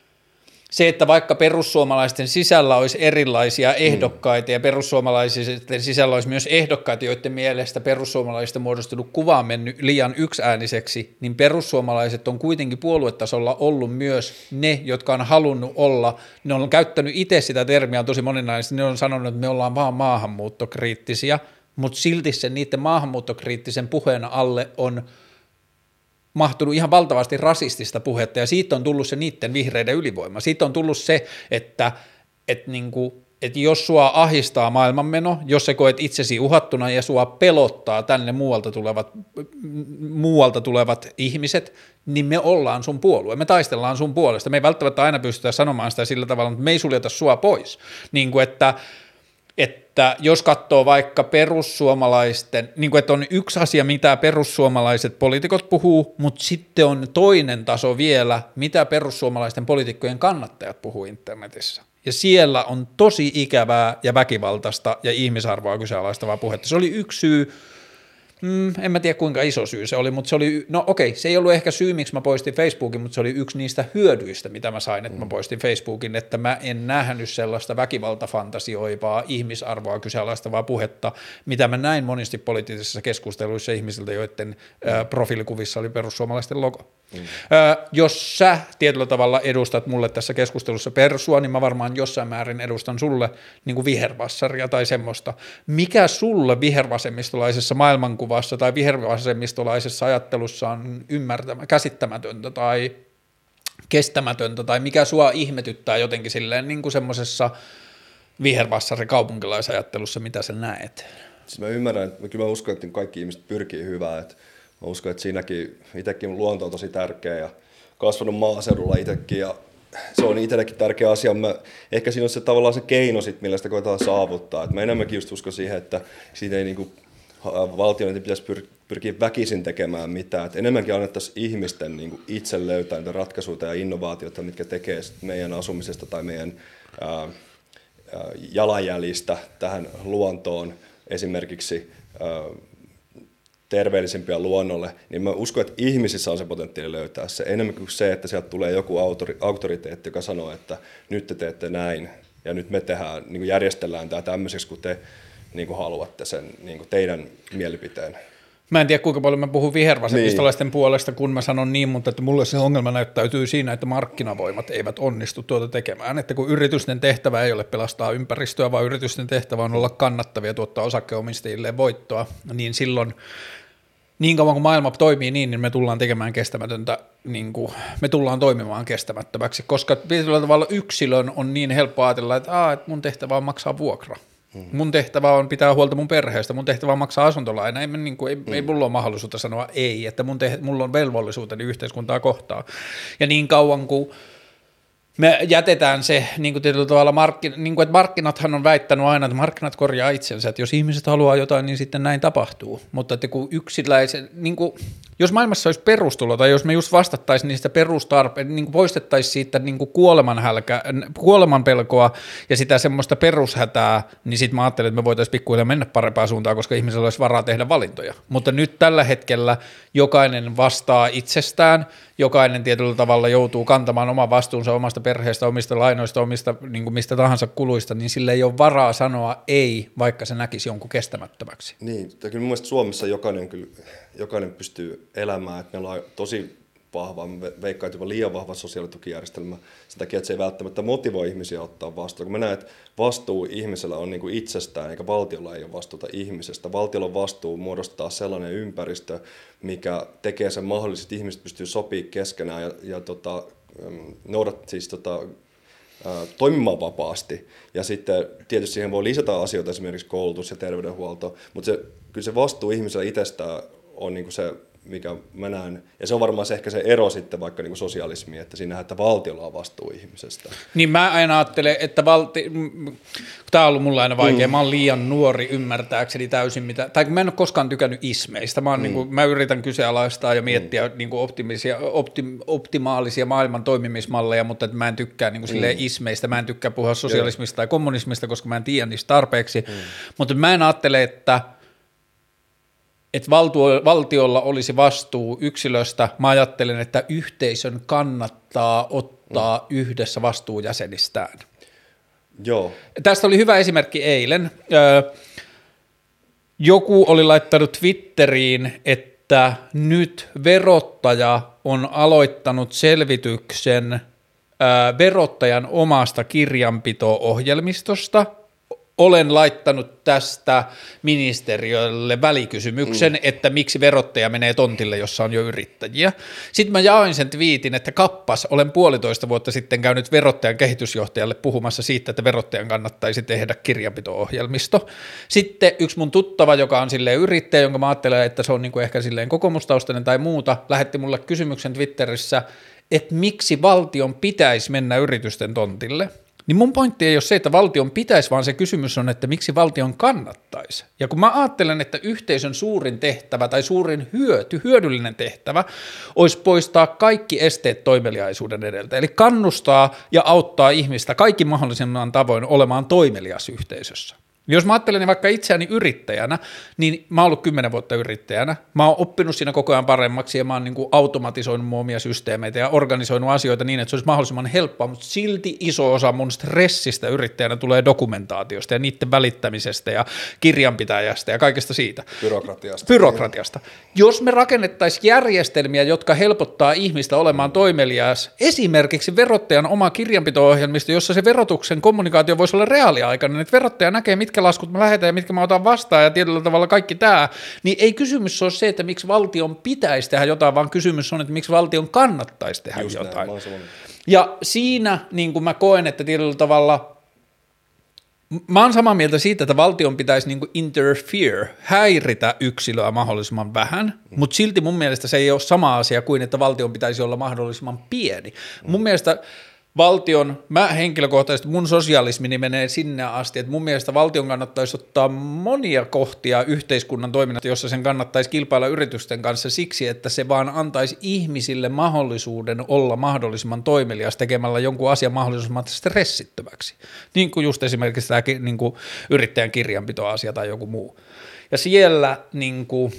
se, että vaikka perussuomalaisten sisällä olisi erilaisia ehdokkaita mm. ja perussuomalaisten sisällä olisi myös ehdokkaita, joiden mielestä perussuomalaisista muodostunut kuva on mennyt liian yksiääniseksi, niin perussuomalaiset on kuitenkin puoluetasolla ollut myös ne, jotka on halunnut olla, ne on käyttänyt itse sitä termiä tosi moninaisesti, ne on sanonut, että me ollaan vaan maahanmuuttokriittisiä, mutta silti sen niiden maahanmuuttokriittisen puheen alle on mahtunut ihan valtavasti rasistista puhetta, ja siitä on tullut se niiden vihreiden ylivoima. Siitä on tullut se, että, että, niin kuin, että jos sua ahistaa maailmanmeno, jos sä koet itsesi uhattuna ja sua pelottaa tänne muualta tulevat, muualta tulevat ihmiset, niin me ollaan sun puolue, me taistellaan sun puolesta. Me ei välttämättä aina pystytä sanomaan sitä sillä tavalla, mutta me ei suljeta sua pois. Niin kuin, että että jos katsoo vaikka perussuomalaisten, niin kuin että on yksi asia, mitä perussuomalaiset poliitikot puhuu, mutta sitten on toinen taso vielä, mitä perussuomalaisten poliitikkojen kannattajat puhuu internetissä. Ja siellä on tosi ikävää ja väkivaltaista ja ihmisarvoa kyseenalaistavaa puhetta. Se oli yksi syy, Mm, en mä tiedä kuinka iso syy se oli, mutta se oli, no okei, se ei ollut ehkä syy, miksi mä poistin Facebookin, mutta se oli yksi niistä hyödyistä, mitä mä sain, että mä poistin Facebookin, että mä en nähnyt sellaista väkivaltafantasioivaa, ihmisarvoa kyseenalaistavaa puhetta, mitä mä näin monesti poliittisissa keskusteluissa ihmisiltä, joiden mm. ä, profiilikuvissa oli perussuomalaisten logo. Mm. Ä, jos sä tietyllä tavalla edustat mulle tässä keskustelussa persua, niin mä varmaan jossain määrin edustan sulle niin kuin vihervassaria tai semmoista. Mikä sulle vihervasemmistolaisessa maailmankuvassa tai vihervasemmistolaisessa ajattelussa on ymmärtämä, käsittämätöntä tai kestämätöntä, tai mikä sua ihmetyttää jotenkin silleen niin kuin semmoisessa vihervassarikaupunkilaisajattelussa, mitä sä näet? Siis mä ymmärrän, että kyllä mä uskon, että kaikki ihmiset pyrkii hyvään, että mä uskon, että siinäkin itsekin luonto on tosi tärkeä ja kasvanut maaseudulla itsekin ja se on itsellekin tärkeä asia. Mä, ehkä siinä on se tavallaan se keino, sit, millä sitä koetaan saavuttaa. Et mä enemmänkin just uskon siihen, että siitä ei niinku, valtion ei pitäisi pyr, pyrkiä väkisin tekemään mitään. Et enemmänkin annettaisiin ihmisten niinku, itse löytää niitä ratkaisuja ja innovaatioita, mitkä tekee meidän asumisesta tai meidän ää, ää, jalanjäljistä tähän luontoon esimerkiksi ää, terveellisempiä luonnolle, niin mä uskon, että ihmisissä on se potentiaali löytää se, enemmän kuin se, että sieltä tulee joku autori, auktoriteetti, joka sanoo, että nyt te teette näin, ja nyt me tehdään, niin kuin järjestellään tämä tämmöiseksi, kun te niin kuin haluatte sen niin kuin teidän mielipiteen. Mä en tiedä, kuinka paljon mä puhun vihervasemmistolaisten niin. puolesta, kun mä sanon niin, mutta että mulle se ongelma näyttäytyy siinä, että markkinavoimat eivät onnistu tuota tekemään. Että kun yritysten tehtävä ei ole pelastaa ympäristöä, vaan yritysten tehtävä on olla kannattavia, tuottaa osakkeenomistajille voittoa, niin silloin niin kauan kuin maailma toimii niin, niin me tullaan tekemään kestämätöntä, niin kuin, me tullaan toimimaan kestämättömäksi, koska tietyllä tavalla yksilön on niin helppo ajatella, että, Aa, että mun tehtävä on maksaa vuokra. Hmm. Mun tehtävä on pitää huolta mun perheestä, mun tehtävä on maksaa asuntolaina, ei, niin kuin, ei, hmm. ei mulla ole mahdollisuutta sanoa ei, että mun te, mulla on velvollisuuteni yhteiskuntaa kohtaan. Ja niin kauan kuin me jätetään se, niin kuin tietyllä tavalla, markkin, niin kuin, että markkinathan on väittänyt aina, että markkinat korjaa itsensä, että jos ihmiset haluaa jotain, niin sitten näin tapahtuu. Mutta että kun yksilöisen, niin kuin, jos maailmassa olisi perustulo, tai jos me just vastattaisiin niistä perustarpeista, niin poistettaisiin siitä niin kuin kuolemanhälkä, kuolemanpelkoa ja sitä semmoista perushätää, niin sitten mä ajattelin, että me voitaisiin pikkuhiljaa mennä parempaan suuntaan, koska ihmisellä olisi varaa tehdä valintoja. Mutta nyt tällä hetkellä jokainen vastaa itsestään, jokainen tietyllä tavalla joutuu kantamaan oman vastuunsa omasta perheestä, omista lainoista, omista niin kuin mistä tahansa kuluista, niin sillä ei ole varaa sanoa ei, vaikka se näkisi jonkun kestämättömäksi. Niin, kyllä mun mielestä Suomessa jokainen, kyllä, jokainen pystyy elämään, että meillä on tosi vahva, veikkaan jopa liian vahva sosiaalitukijärjestelmä sen takia, että se ei välttämättä motivoi ihmisiä ottaa vastuuta. Kun mä näen, että vastuu ihmisellä on niin kuin itsestään, eikä valtiolla ei ole vastuuta ihmisestä. Valtiolla on vastuu muodostaa sellainen ympäristö, mikä tekee sen mahdollisesti, että ihmiset pystyy sopimaan keskenään ja, ja tota, noudat, siis tota, ää, toimimaan vapaasti. Ja sitten tietysti siihen voi lisätä asioita, esimerkiksi koulutus ja terveydenhuolto, mutta se, kyllä se vastuu ihmisellä itsestään on niin kuin se, mikä mä näen, ja se on varmaan se ehkä se ero sitten vaikka niin sosialismiin, että siinä että valtiolla on vastuu ihmisestä. Niin mä aina ajattelen, että valti... tämä on ollut mulla aina vaikea, mm. mä oon liian nuori ymmärtääkseni täysin mitä, tai mä en ole koskaan tykännyt ismeistä, mä, oon mm. niin kuin, mä yritän kyseenalaistaa ja miettiä mm. niin kuin optimisia, optim, optimaalisia maailman toimimismalleja, mutta että mä en tykkää niin kuin mm. silleen ismeistä, mä en tykkää puhua sosialismista yeah. tai kommunismista, koska mä en tiedä niistä tarpeeksi, mm. mutta mä en ajattele, että että valtiolla olisi vastuu yksilöstä, mä ajattelen, että yhteisön kannattaa ottaa mm. yhdessä vastuu jäsenistään. Joo. Tästä oli hyvä esimerkki eilen. Joku oli laittanut Twitteriin, että nyt verottaja on aloittanut selvityksen verottajan omasta kirjanpito-ohjelmistosta. Olen laittanut tästä ministeriölle välikysymyksen, mm. että miksi verottaja menee tontille, jossa on jo yrittäjiä. Sitten mä jaoin sen twiitin, että kappas, olen puolitoista vuotta sitten käynyt verottajan kehitysjohtajalle puhumassa siitä, että verottajan kannattaisi tehdä kirjanpito-ohjelmisto. Sitten yksi mun tuttava, joka on silleen yrittäjä, jonka mä ajattelen, että se on niinku ehkä silleen kokoomustaustainen tai muuta, lähetti mulle kysymyksen Twitterissä, että miksi valtion pitäisi mennä yritysten tontille. Niin mun pointti ei ole se, että valtion pitäisi, vaan se kysymys on, että miksi valtion kannattaisi. Ja kun mä ajattelen, että yhteisön suurin tehtävä tai suurin hyöty, hyödyllinen tehtävä olisi poistaa kaikki esteet toimeliaisuuden edeltä, eli kannustaa ja auttaa ihmistä kaikki mahdollisimman tavoin olemaan toimelias yhteisössä. Jos mä ajattelen vaikka itseäni yrittäjänä, niin mä oon ollut kymmenen vuotta yrittäjänä, mä oon oppinut siinä koko ajan paremmaksi ja mä oon niin kuin automatisoinut mun omia systeemeitä ja organisoinut asioita niin, että se olisi mahdollisimman helppoa, mutta silti iso osa mun stressistä yrittäjänä tulee dokumentaatiosta ja niiden välittämisestä ja kirjanpitäjästä ja kaikesta siitä. Byrokratiasta. Byrokratiasta. Jos me rakennettaisiin järjestelmiä, jotka helpottaa ihmistä olemaan toimelias, esimerkiksi verottajan oma kirjanpito-ohjelmisto, jossa se verotuksen kommunikaatio voisi olla reaaliaikainen, että verottaja näkee, mitkä laskut mä lähetän ja mitkä mä otan vastaan ja tietyllä tavalla kaikki tämä, niin ei kysymys ole se, että miksi valtion pitäisi tehdä jotain, vaan kysymys on, että miksi valtion kannattaisi tehdä Just jotain. Näin, ja siinä niin kuin mä koen, että tietyllä tavalla mä oon samaa mieltä siitä, että valtion pitäisi niin kuin interfere, häiritä yksilöä mahdollisimman vähän, mm. mutta silti mun mielestä se ei ole sama asia kuin, että valtion pitäisi olla mahdollisimman pieni. Mm. Mun mielestä valtion, mä henkilökohtaisesti, mun sosialismini menee sinne asti, että mun mielestä valtion kannattaisi ottaa monia kohtia yhteiskunnan toiminnasta, jossa sen kannattaisi kilpailla yritysten kanssa siksi, että se vaan antaisi ihmisille mahdollisuuden olla mahdollisimman toimelias tekemällä jonkun asian mahdollisimman stressittömäksi. Niin kuin just esimerkiksi tämä niin kuin yrittäjän kirjanpitoasia tai joku muu. Ja siellä niin kuin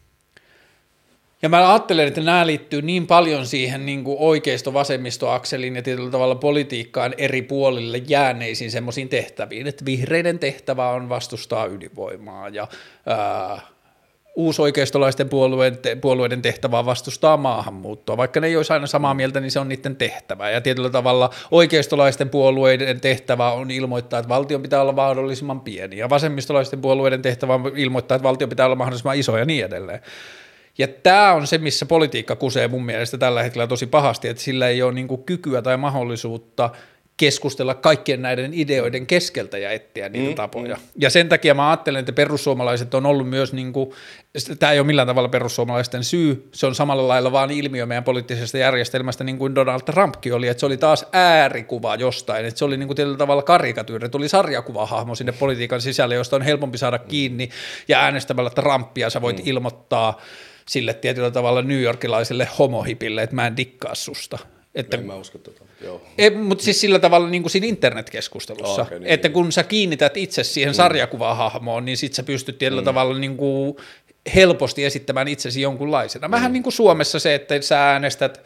ja mä ajattelen, että nämä liittyy niin paljon siihen niin kuin oikeisto-vasemmisto-akselin ja tietyllä tavalla politiikkaan eri puolille jääneisiin semmoisiin tehtäviin, että vihreiden tehtävä on vastustaa ydinvoimaa ja ää, uusoikeistolaisten puolueiden, puolueiden tehtävä on vastustaa maahanmuuttoa. Vaikka ne ei olisi aina samaa mieltä, niin se on niiden tehtävä. Ja tietyllä tavalla oikeistolaisten puolueiden tehtävä on ilmoittaa, että valtion pitää olla mahdollisimman pieni ja vasemmistolaisten puolueiden tehtävä on ilmoittaa, että valtion pitää olla mahdollisimman iso ja niin edelleen. Ja tämä on se, missä politiikka kusee mun mielestä tällä hetkellä tosi pahasti, että sillä ei ole niin kuin kykyä tai mahdollisuutta keskustella kaikkien näiden ideoiden keskeltä ja etsiä niitä mm, tapoja. Mm. Ja sen takia mä ajattelen, että perussuomalaiset on ollut myös, niin kuin, tämä ei ole millään tavalla perussuomalaisten syy, se on samalla lailla vaan ilmiö meidän poliittisesta järjestelmästä, niin kuin Donald Trumpkin oli, että se oli taas äärikuva jostain, että se oli niin kuin tietyllä tavalla karikatyyri, tuli sarjakuvahahmo sinne politiikan sisälle, josta on helpompi saada kiinni, ja äänestämällä Trumpia sä voit mm. ilmoittaa sille tietyllä tavalla newyorkilaiselle homohipille, että mä en dikkaa susta. Että, en mä usko tota, joo. Ei, mutta siis sillä tavalla niin kuin siinä internetkeskustelussa, okay, niin, että niin. kun sä kiinnität itse siihen sarjakuvahahmoon, niin sit sä pystyt tietyllä mm. tavalla niin kuin helposti esittämään itsesi jonkunlaisena. Vähän mm. niin kuin Suomessa se, että sä äänestät,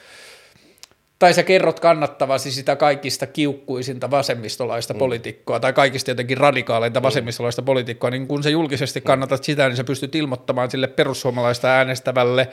tai sä kerrot kannattavasi sitä kaikista kiukkuisinta vasemmistolaista mm. poliitikkoa, tai kaikista jotenkin radikaaleinta mm. vasemmistolaista poliitikkoa, niin kun sä julkisesti kannatat sitä, niin sä pystyt ilmoittamaan sille perussuomalaista äänestävälle,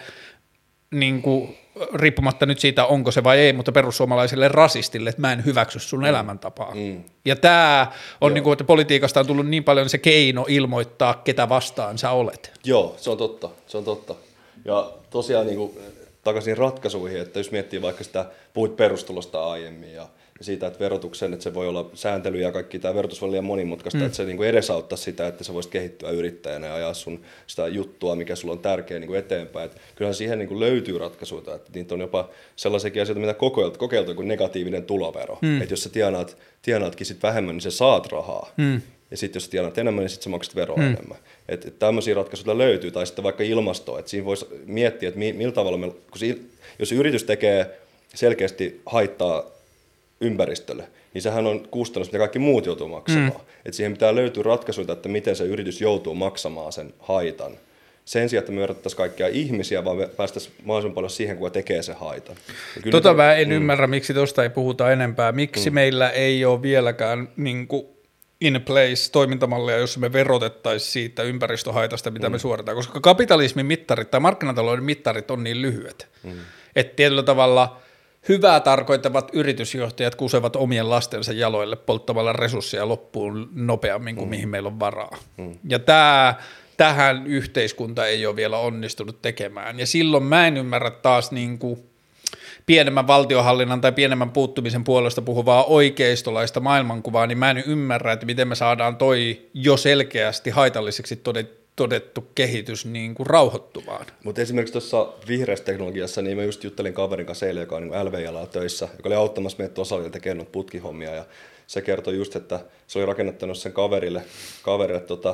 niin kuin, riippumatta nyt siitä, onko se vai ei, mutta perussuomalaiselle rasistille, että mä en hyväksy sun mm. elämäntapaa. Mm. Ja tämä on, niin kuin, että politiikasta on tullut niin paljon se keino ilmoittaa, ketä vastaan sä olet. Joo, se on totta, se on totta. Ja tosiaan niin kuin, takaisin ratkaisuihin, että jos miettii vaikka sitä, puhuit perustulosta aiemmin ja siitä, että verotuksen, että se voi olla sääntely ja kaikki, tämä verotus voi olla liian monimutkaista, mm. että se niin kuin edesauttaa sitä, että sä voisit kehittyä yrittäjänä ja ajaa sun sitä juttua, mikä sulla on tärkeä niin kuin eteenpäin. Että kyllähän siihen niin kuin löytyy ratkaisuja, että niitä on jopa sellaisiakin asioita, mitä kokeiltu, kokeiltu kuin negatiivinen tulovero. Mm. Että jos sä tienaat, tienaatkin sit vähemmän, niin sä saat rahaa. Mm. Ja sitten jos sä tienaat enemmän, niin sitten sä maksat veroa mm. enemmän. Että et tämmöisiä ratkaisuja löytyy, tai sitten vaikka ilmastoa, että siinä voisi miettiä, että mi, millä tavalla me, kun se, jos yritys tekee selkeästi haittaa ympäristölle, niin sehän on kustannus, mitä kaikki muut joutuu maksamaan. Mm. Et siihen pitää löytyä ratkaisuja, että miten se yritys joutuu maksamaan sen haitan. Sen sijaan, että me verrattaisiin kaikkia ihmisiä, vaan me päästäisiin mahdollisimman paljon siihen, kuka tekee se haitan. Tota mä en mm. ymmärrä, miksi tuosta ei puhuta enempää. Miksi mm. meillä ei ole vieläkään niin kuin in place toimintamallia, jossa me verotettaisiin siitä ympäristöhaitasta, mitä mm. me suoritetaan, koska kapitalismin mittarit tai markkinatalouden mittarit on niin lyhyet, mm. että tietyllä tavalla hyvää tarkoittavat yritysjohtajat kusevat omien lastensa jaloille polttamalla resursseja loppuun nopeammin kuin mm. mihin meillä on varaa. Mm. Ja tämä, tähän yhteiskunta ei ole vielä onnistunut tekemään. Ja silloin mä en ymmärrä taas niin kuin pienemmän valtionhallinnan tai pienemmän puuttumisen puolesta puhuvaa oikeistolaista maailmankuvaa, niin mä en ymmärrä, että miten me saadaan toi jo selkeästi haitalliseksi todettu todettu kehitys niin kuin rauhoittumaan. Mutta esimerkiksi tuossa vihreässä teknologiassa, niin mä just juttelin kaverin kanssa eilen, joka on niin L V L töissä, joka oli auttamassa meitä osalta tekemään putkihommia, ja se kertoi just, että se oli rakennettanut sen kaverille, kaverille tota,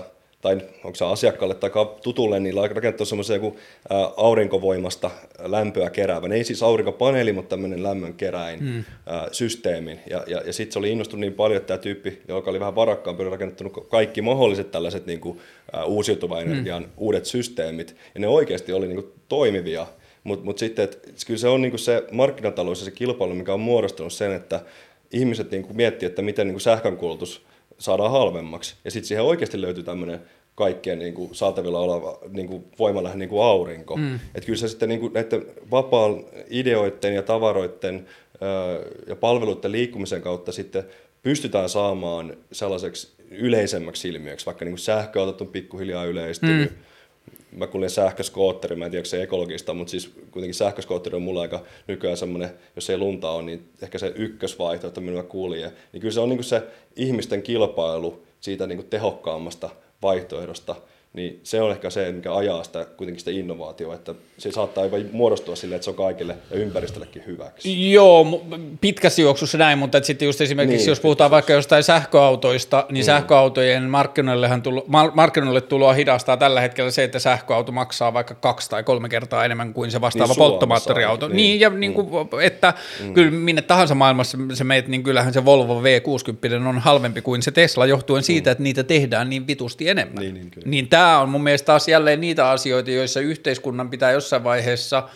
tai onko se asiakkaalle tai tutulle, niin rakennettu semmoisen joku ää, aurinkovoimasta lämpöä keräävän, ei siis aurinkopaneeli, mutta tämmöinen lämmön keräin mm. ää, systeemin. Ja, ja, ja sitten se oli innostunut niin paljon, että tämä tyyppi, joka oli vähän varakkaampi, oli rakennettanut kaikki mahdolliset tällaiset niin kuin, ää, uusiutuvan energian mm. uudet systeemit, ja ne oikeasti oli niin kuin, toimivia. Mutta mut sitten, että kyllä se on niin kuin se markkinatalous ja se kilpailu, mikä on muodostunut sen, että ihmiset niin kuin miettii, että miten niin kuin sähkönkulutus saadaan halvemmaksi. Ja sitten siihen oikeasti löytyy tämmöinen kaikkien niin kuin saatavilla oleva niin kuin voimalähde niin kuin aurinko. Mm. Että kyllä se sitten niin kuin näiden vapaan ideoiden ja tavaroiden ää, ja palveluiden liikkumisen kautta sitten pystytään saamaan sellaiseksi yleisemmäksi ilmiöksi, vaikka niin kuin sähköautot on pikkuhiljaa yleistynyt. Mm. Mä kuulin sähköskootteri, mä en tiedä, onko se ekologista, mutta siis kuitenkin sähköskootteri on mulla aika nykyään semmoinen, jos ei lunta ole, niin ehkä se ykkösvaihtoehto, mitä mä kuulin. Ja, niin kyllä se on niin kuin se ihmisten kilpailu siitä niin kuin tehokkaammasta vaihtoehdosta, niin se on ehkä se, mikä ajaa sitä, kuitenkin sitä innovaatiota, että se saattaa jopa muodostua silleen, että se on kaikille ja ympäristöllekin hyväksi. Joo, pitkässä juoksussa näin, mutta sitten just esimerkiksi, niin, jos puhutaan vaikka jostain sähköautoista, niin mm. sähköautojen markkinoillehan tulo, markkinoille tuloa hidastaa tällä hetkellä se, että sähköauto maksaa vaikka kaksi tai kolme kertaa enemmän kuin se vastaava niin polttomoottoriauto. Niin, niin ja mm. niin kuin, että mm. kyllä minne tahansa maailmassa se meet, niin kyllähän se Volvo V kuusikymmentä on halvempi kuin se Tesla johtuen siitä, mm. että niitä tehdään niin vitusti enemmän. Niin, niin, niin tämä on mun mielestä taas jälleen niitä asioita, joissa yhteiskunnan pitää jossain vaiheessa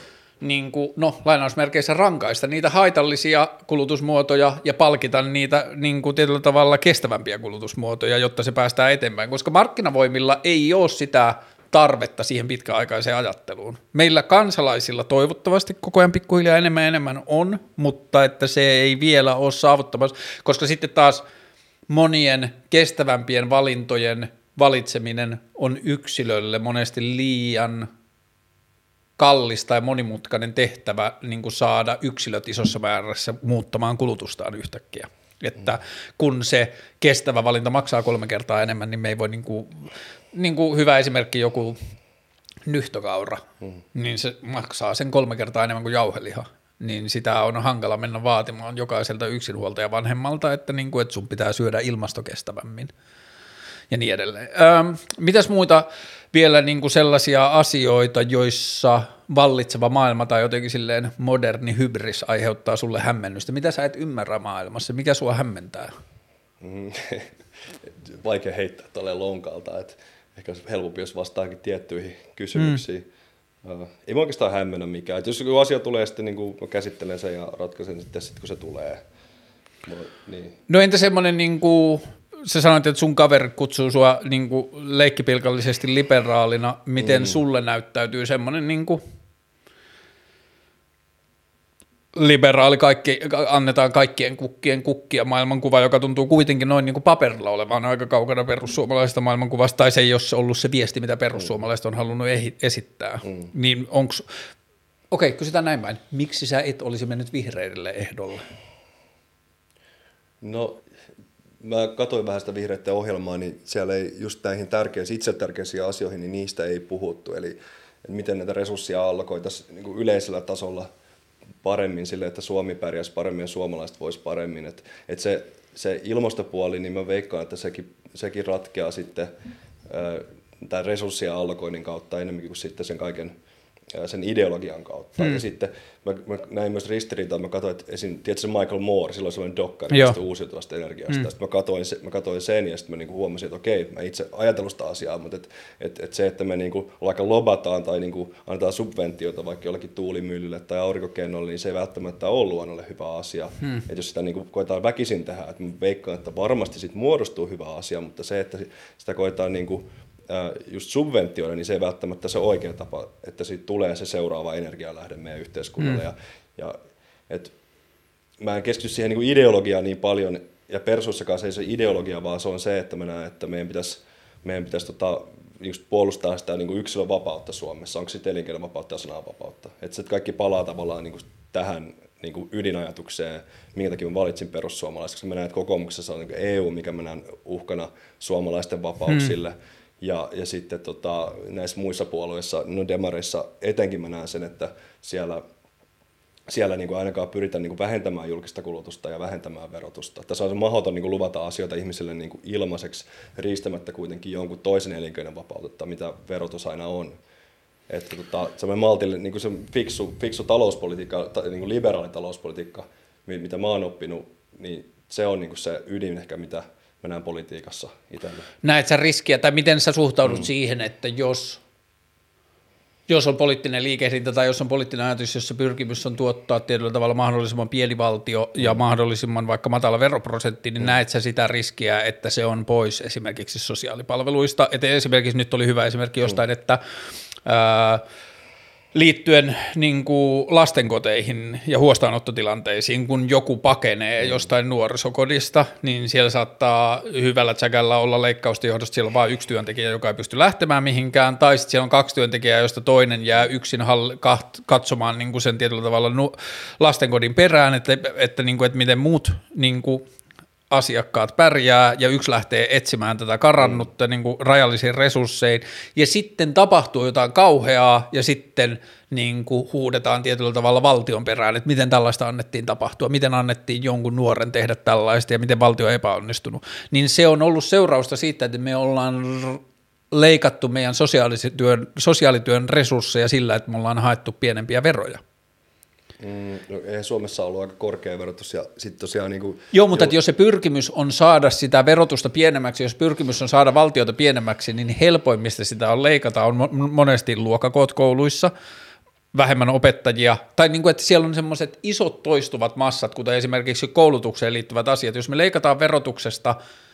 niin kuin, no, lainausmerkeissä rankaista niitä haitallisia kulutusmuotoja ja palkita niitä niin kuin tietyllä tavalla kestävämpiä kulutusmuotoja, jotta se päästään eteenpäin, koska markkinavoimilla ei ole sitä tarvetta siihen pitkäaikaiseen ajatteluun. Meillä kansalaisilla toivottavasti koko ajan pikkuhiljaa enemmän ja enemmän on, mutta että se ei vielä ole saavuttamassa, koska sitten taas monien kestävämpien valintojen valitseminen on yksilölle monesti liian kallis tai monimutkainen tehtävä niin kuin saada yksilöt isossa määrässä muuttamaan kulutustaan yhtäkkiä. Että kun se kestävä valinta maksaa kolme kertaa enemmän, niin me ei voi, niin kuin, niin kuin hyvä esimerkki joku nyhtökaura, mm. niin se maksaa sen kolme kertaa enemmän kuin jauheliha. Niin sitä on hankala mennä vaatimaan jokaiselta yksinhuoltaja vanhemmalta, että, niin kuin, että sun pitää syödä ilmastokestävämmin. Ja niin edelleen. Ähm, mitäs muita vielä niin kuin sellaisia asioita, joissa vallitseva maailma tai jotenkin silleen moderni hybris aiheuttaa sulle hämmennystä? Mitä sä et ymmärrä maailmassa? Mikä sua hämmentää? Mm, vaikea heittää tolleen lonkalta, että ehkä helpompi, jos vastaakin tiettyihin kysymyksiin. Mm. Uh, ei mä oikeastaan hämmennä mikään. Et jos joku asia tulee, sitten niin kuin mä käsittelen sen ja ratkaisen sitten, sit, kun se tulee. No, niin. No entä semmoinen niin kuin sä sanoit, että sun kaveri kutsuu sua niin kuin leikkipilkallisesti liberaalina. Miten mm. sulle näyttäytyy semmoinen niin kuin liberaali, kaikki, annetaan kaikkien kukkien kukkia maailmankuva, joka tuntuu kuitenkin noin niin kuin paperilla olevan aika kaukana perussuomalaisesta maailmankuvasta, tai se ei ole ollut se viesti, mitä perussuomalaiset on halunnut esittää. Mm. Niin onks, okei, kysytään näin päin. Miksi sä et olisi mennyt vihreille ehdolle? No, mä katsoin vähän sitä vihreiden ohjelmaa, niin siellä ei just näihin tärkeisiin, itse tärkeisiin asioihin, niin niistä ei puhuttu. Eli että miten näitä resursseja allokoitaisiin niin kuin yleisellä tasolla paremmin sille, että Suomi pärjäisi paremmin ja suomalaiset vois paremmin. Että et se, se ilmastopuoli, niin mä veikkaan, että sekin, sekin ratkeaa sitten tämän resurssien allokoinnin kautta enemmänkin kuin sitten sen kaiken sen ideologian kautta. Hmm. Ja sitten mä, mä näin myös ristiriitaa, mä katsoin, että esim, tiedätkö se Michael Moore, silloin sellainen dokkari tästä uusiutuvasta energiasta. Hmm. Sitten mä katsoin, mä katsoin sen ja sitten mä niinku huomasin, että okei, mä itse ajatellut sitä asiaa, mutta et, et, et se, että me niinku vaikka lobataan tai niinku annetaan subventiota vaikka jollekin tuulimyllylle tai aurinkokennolle, niin se ei välttämättä ole luonnolle hyvä asia. Hmm. Että jos sitä niinku koetaan väkisin tehdä, että mä veikkaan, että varmasti sit muodostuu hyvä asia, mutta se, että sitä koetaan niinku just subventioida, niin se ei välttämättä se oikea tapa, että siitä tulee se seuraava energialähde meidän yhteiskunnalle. Mm. Ja, ja, et, mä en keskity siihen niin kuin ideologiaan niin paljon, ja persuussakaan se ei se ideologia, vaan se on se, että mä näen, että meidän pitäisi, meidän pitäisi tota, just puolustaa sitä niin kuin yksilön vapautta Suomessa. Onko sitten elinkeinovapautta ja sananvapautta? Että se kaikki palaa tavallaan niin kuin tähän niin kuin ydinajatukseen, minkä takia mä valitsin perussuomalaiset, koska mä näen, että kokoomuksessa on niin kuin E U, mikä mä näen uhkana suomalaisten vapauksille. Mm. Ja, ja sitten tota, näissä muissa puolueissa, no demareissa etenkin mä näen sen, että siellä siellä niin kuin ainakaan pyritä niin kuin vähentämään julkista kulutusta ja vähentämään verotusta. Tässä on se mahdoton niin kuin luvata asioita ihmisille niin kuin ilmaiseksi, riistämättä kuitenkin jonkun toisen elinkeinon vapautetta, mitä verotus aina on. Että tota, semmoinen maltille, niin kuin se fiksu, fiksu talouspolitiikka, niin kuin liberaali talouspolitiikka, mitä mä oon oppinut, niin se on niin kuin se ydin ehkä, mitä mä näen politiikassa itsellä. Näet sä riskiä, tai miten sä suhtaudut mm. siihen, että jos... Jos on poliittinen liikehdintä tai jos on poliittinen ajatus, jossa pyrkimys on tuottaa tietyllä tavalla mahdollisimman pieni valtio ja mm. mahdollisimman vaikka matala veroprosentti, niin mm. näet sä sitä riskiä, että se on pois esimerkiksi sosiaalipalveluista. Et esimerkiksi nyt oli hyvä esimerkki jostain, mm. että ää, liittyen niin kuin lastenkoteihin ja huostaanottotilanteisiin, kun joku pakenee mm. jostain nuorisokodista, niin siellä saattaa hyvällä tsäkällä olla leikkausten johdosta, siellä on vain yksi työntekijä, joka ei pysty lähtemään mihinkään, tai sitten siellä on kaksi työntekijää, joista toinen jää yksin hall- kat- katsomaan niin kuin sen tietyllä tavalla nu- lastenkodin perään, että, että, niin kuin, että miten muut niin kuin asiakkaat pärjää ja yksi lähtee etsimään tätä karannutta mm. niin kuin rajallisiin resurssein ja sitten tapahtuu jotain kauheaa ja sitten niin kuin huudetaan tietyllä tavalla valtion perään, että miten tällaista annettiin tapahtua, miten annettiin jonkun nuoren tehdä tällaista ja miten valtio on epäonnistunut, niin se on ollut seurausta siitä, että me ollaan leikattu meidän sosiaalityön, sosiaalityön resursseja sillä, että me ollaan haettu pienempiä veroja. Mm, no, eihän Suomessa ollut aika korkea verotus ja sitten tosiaan niin kuin... Joo, mutta jo... jos se pyrkimys on saada sitä verotusta pienemmäksi, jos pyrkimys on saada valtiota pienemmäksi, niin helpoimmista sitä on leikata, on monesti luokkakoot kouluissa, vähemmän opettajia, tai niin kuin, että siellä on semmoiset isot toistuvat massat, kuten esimerkiksi koulutukseen liittyvät asiat. Jos me leikataan verotuksesta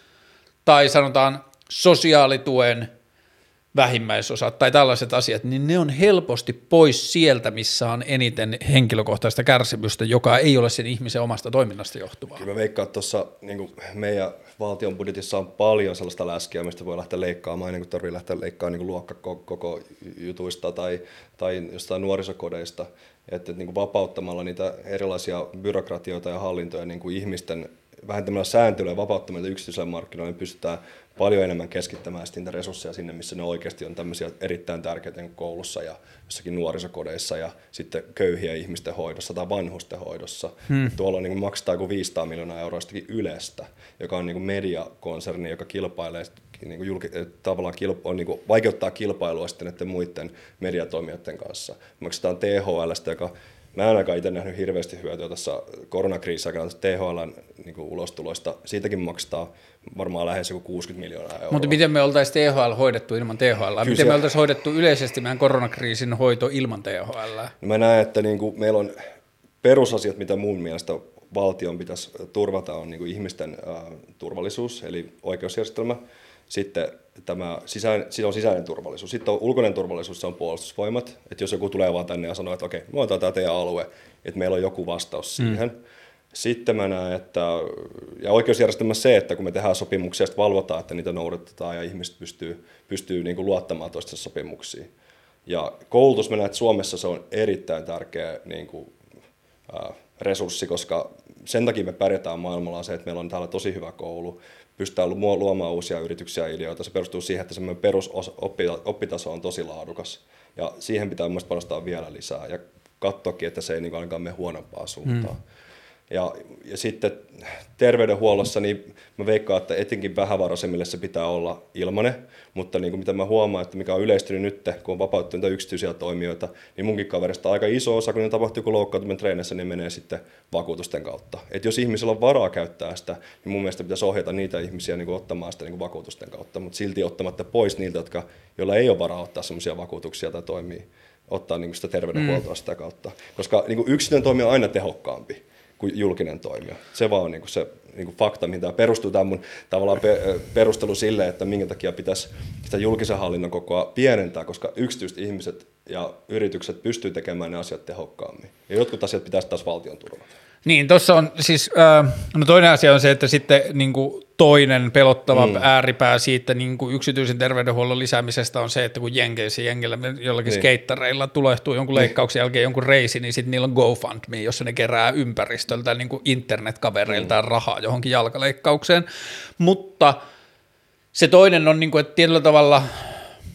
tai sanotaan sosiaalituen vähimmäisosat tai tällaiset asiat, niin ne on helposti pois sieltä, missä on eniten henkilökohtaista kärsimystä, joka ei ole sen ihmisen omasta toiminnasta johtuvaa. Kyllä mä veikkaan, että tuossa niin meidän valtion budjetissa on paljon sellaista läskiä, mistä voi lähteä leikkaamaan, ennen kuin tarvitsee lähteä leikkaamaan niin luokkakoko jutuista tai, tai jostain nuorisokodeista. Että niin kuin vapauttamalla niitä erilaisia byrokratioita ja hallintoja niin kuin ihmisten vähentämällä sääntelyä ja vapauttamalla yksityisellä markkinoilla, niin pystytään paljon enemmän keskittämään niitä resursseja sinne, missä ne oikeasti on tämmöisiä erittäin tärkeitä niin koulussa ja jossakin nuorisokodeissa ja sitten köyhien ihmisten hoidossa tai vanhusten hoidossa. Hmm. Tuolla niin maksetaan kuin viisisataa miljoonaa euroa Ylestä, joka on niin kuin mediakonserni, joka kilpailee, niin kuin julki, tavallaan kilpa, on, niin kuin vaikeuttaa kilpailua sitten näiden muiden mediatoimijoiden kanssa. Maksetaan T H L:stä, joka mä en ainakaan itse nähnyt hirveästi hyötyä tässä koronakriisissä aikana T H L:n niin kuin ulostuloista. Siitäkin maksetaan varmaan lähes joku kuusikymmentä miljoonaa euroa. Mutta miten me oltaisiin T H L hoidettu ilman T H L? Miten se... me oltaisiin hoidettu yleisesti meidän koronakriisin hoito ilman T H L? No mä näen, että niin kuin meillä on perusasiat, mitä mun mielestä valtion pitäisi turvata, on niin kuin ihmisten äh, turvallisuus, eli oikeusjärjestelmä. Sitten tämä sisäinen, on sisäinen turvallisuus. Sitten on ulkoinen turvallisuus, se on puolustusvoimat. Että jos joku tulee vaan tänne ja sanoo, että okei, me otetaan tämä teidän alue, että meillä on joku vastaus siihen. Mm. Sitten mä näen, että, ja oikeusjärjestelmä se, että kun me tehdään sopimuksia, sitten valvotaan, että niitä noudatetaan ja ihmiset pystyy, pystyy niin kuin luottamaan toistensa sopimuksiin. Ja koulutus, mä näen, että Suomessa se on erittäin tärkeä niin kuin, äh, resurssi, koska sen takia me pärjätään maailmalla se, että meillä on täällä tosi hyvä koulu, pystytään luomaan uusia yrityksiä ja ideoita. Se perustuu siihen, että semmoinen perusoppitaso on tosi laadukas. Ja siihen pitää mielestäni panostaa vielä lisää ja katsoakin, että se ei niin ainakaan mene huonompaa suuntaan. Mm. Ja, ja sitten terveydenhuollossa, niin mä veikkaan, että etenkin vähävaraisemmille se pitää olla ilmainen, mutta niin kuin mitä mä huomaan, että mikä on yleistynyt nyt, kun on vapauttanut yksityisiä toimijoita, niin munkin kaverista aika iso osa, kun ne tapahtuu joku loukkaantuminen treenissä, niin menee sitten vakuutusten kautta. Et jos ihmisellä on varaa käyttää sitä, niin mun mielestä pitäisi ohjata niitä ihmisiä niin kuin ottamaan sitä niin kuin vakuutusten kautta, mutta silti ottamatta pois niiltä, jotka, joilla ei ole varaa ottaa sellaisia vakuutuksia tai toimia, ottaa niin kuin sitä terveydenhuoltoa mm. sitä kautta. Koska niin kuin yksityinen toimija on aina tehokkaampi kuin julkinen toimija. Se vaan on niin kuin se niin kuin fakta, mihin tämä perustuu. Tämä mun tavallaan pe- perustelu sille, että minkä takia pitäisi sitä julkisen hallinnon kokoa pienentää, koska yksityiset ihmiset ja yritykset pystyy tekemään ne asiat tehokkaammin. Ja jotkut asiat pitäisi taas valtion turvata. Niin, tuossa on siis, äh, no toinen asia on se, että sitten niin kuin toinen pelottava mm. ääripää siitä niin kuin yksityisen terveydenhuollon lisäämisestä on se, että kun Jenkeissä jengellä jollakin niin. skeittareilla tulehtuu jonkun leikkauksen jälkeen jonkun reisi, niin sitten niillä on GoFundMe, jossa ne kerää ympäristöltä niin kuin internetkavereilta mm. rahaa johonkin jalkaleikkaukseen. Mutta se toinen on, niin kuin, että tietyllä tavalla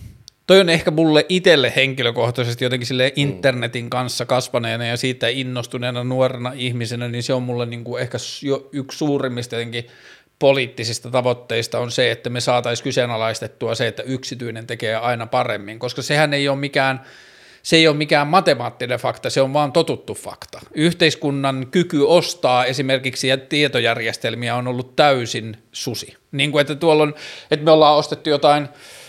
toi on ehkä mulle itselle henkilökohtaisesti jotenkin sille internetin kanssa kasvaneena ja siitä innostuneena nuorena ihmisenä, niin se on mulle niin kuin ehkä jo yksi suurimmista jotenkin poliittisista tavoitteista on se, että me saataisiin kyseenalaistettua se, että yksityinen tekee aina paremmin, koska sehän ei ole mikään, se ei ole mikään matemaattinen fakta, se on vaan totuttu fakta. Yhteiskunnan kyky ostaa esimerkiksi tietojärjestelmiä on ollut täysin susi. Niin kuin, että tuolla on, että me ollaan ostettu jotain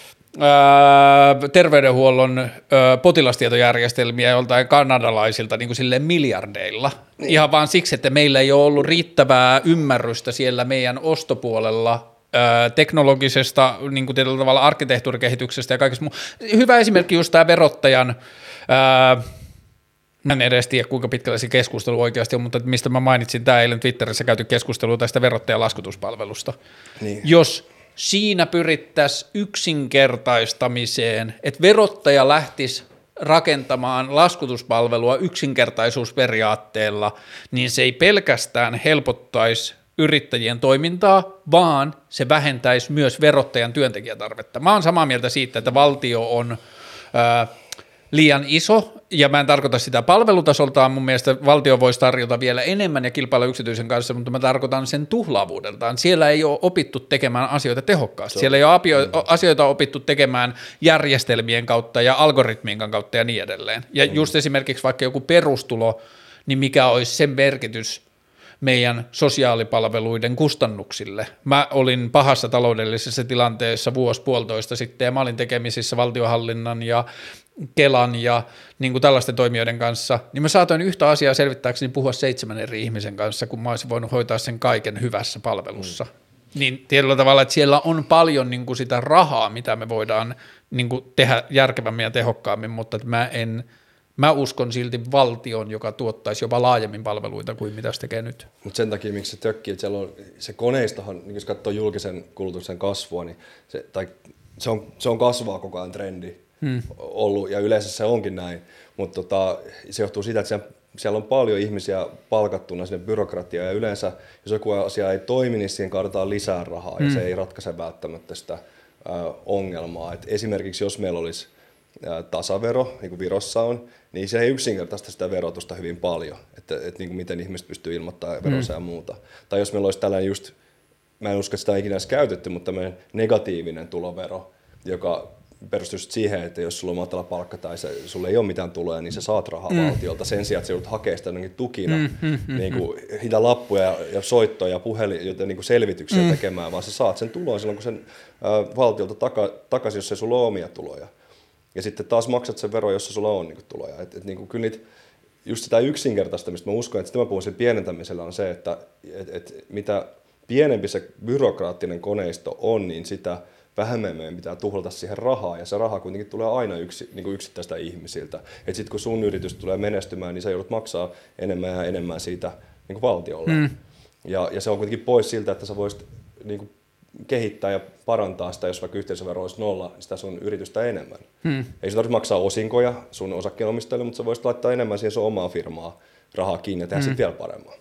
Öö, terveydenhuollon öö, potilastietojärjestelmiä joltain kanadalaisilta niin kuin silleen miljardeilla, niin. Ihan vaan siksi, että meillä ei ole ollut riittävää ymmärrystä siellä meidän ostopuolella öö, teknologisesta niin kuin tietyllä tavalla arkkitehtuurikehityksestä ja kaikesta muu. Hyvä esimerkki just tämä verottajan, öö, mä en edes tiedä kuinka pitkällä se keskustelu oikeasti on, mutta mistä mä mainitsin tämä eilen Twitterissä käyty keskustelu tästä verottajan laskutuspalvelusta. Niin. Jos siinä pyrittäisiin yksinkertaistamiseen, että verottaja lähtisi rakentamaan laskutuspalvelua yksinkertaisuusperiaatteella, niin se ei pelkästään helpottaisi yrittäjien toimintaa, vaan se vähentäisi myös verottajan työntekijätarvetta. Mä oon samaa mieltä siitä, että valtio on ää, liian iso, ja mä en tarkoita sitä palvelutasoltaan, mun mielestä valtio voisi tarjota vielä enemmän ja kilpailla yksityisen kanssa, mutta mä tarkoitan sen tuhlaavuudeltaan. Siellä ei ole opittu tekemään asioita tehokkaasti, siellä ei ole apio- asioita opittu tekemään järjestelmien kautta ja algoritmien kautta ja niin edelleen. Ja just esimerkiksi vaikka joku perustulo, niin mikä olisi sen merkitys meidän sosiaalipalveluiden kustannuksille. Mä olin pahassa taloudellisessa tilanteessa vuosi puolitoista sitten ja mä olin tekemisissä valtionhallinnan ja Kelan ja niin kuin tällaisten toimijoiden kanssa, niin mä saatoin yhtä asiaa selvittääkseni puhua seitsemän eri ihmisen kanssa, kun mä olisin voinut hoitaa sen kaiken hyvässä palvelussa. Mm. Niin tietyllä tavalla, että siellä on paljon niin kuin sitä rahaa, mitä me voidaan niin kuin tehdä järkevämmin ja tehokkaammin, mutta mä en, mä uskon silti valtion, joka tuottaisi jopa laajemmin palveluita kuin mitä se tekee nyt. Mutta sen takia, miksi se tökkii, että siellä on se koneistohan, niin jos katsoo julkisen kulutuksen kasvua, niin se, tai se, on, se on kasvaa koko ajan trendi. Hmm. ollut, ja yleensä se onkin näin, mutta tota, se johtuu siitä, että siellä, siellä on paljon ihmisiä palkattuna sinne byrokratiaan, ja yleensä, jos joku asia ei toimi, niin siihen kaadetaan lisää rahaa, hmm. ja se ei ratkaise välttämättä sitä ä, ongelmaa. Et esimerkiksi jos meillä olisi ä, tasavero, niin kuin Virossa on, niin se ei yksinkertaista sitä verotusta hyvin paljon, että et, niin kuin miten ihmiset pystyy ilmoittamaan veronsa hmm. ja muuta. Tai jos meillä olisi tällainen just, mä en usko, että sitä on ikinä edes käytetty, mutta tämmöinen negatiivinen tulovero, joka perustuu siihen, että jos sulla on matala palkka tai se, sulla ei ole mitään tuloja, niin sä saat rahaa mm. valtiolta sen sijaan, että sä joudut hakemaan sitä tukina, mm, mm, mm, niin kuin hitä lappuja ja soittoja ja puhelin, joten niin kuin selvityksiä mm. tekemään, vaan sä saat sen tulon silloin, kun sen ä, valtiolta taka, takaisin, jos ei sulla ole omia tuloja. Ja sitten taas maksat sen veron, jos sulla on niin kuin tuloja. Et, et, niin kuin, kyllä niitä, just sitä yksinkertaistamista, mä uskon, että sitä mä puhun sen pienentämisellä on se, että et, et, mitä pienempi se byrokraattinen koneisto on, niin sitä vähemmän meidän pitää tuhlata siihen rahaa, ja se raha kuitenkin tulee aina yksi, niin kuin yksittäistä ihmisiltä. Että sitten kun sun yritys tulee menestymään, niin sä joudut maksaa enemmän ja enemmän siitä niin kuin valtiolle. Mm. Ja, ja se on kuitenkin pois siltä, että sä voisit niin kuin kehittää ja parantaa sitä, jos vaikka yhteisövero olisi nolla, sitä sun yritystä enemmän. Mm. Ei sun tarvitse maksaa osinkoja sun osakkeenomistajille, mutta sä voisit laittaa enemmän siihen sun omaa firmaa rahaa kiinni ja tehdä mm. sitten vielä paremmin.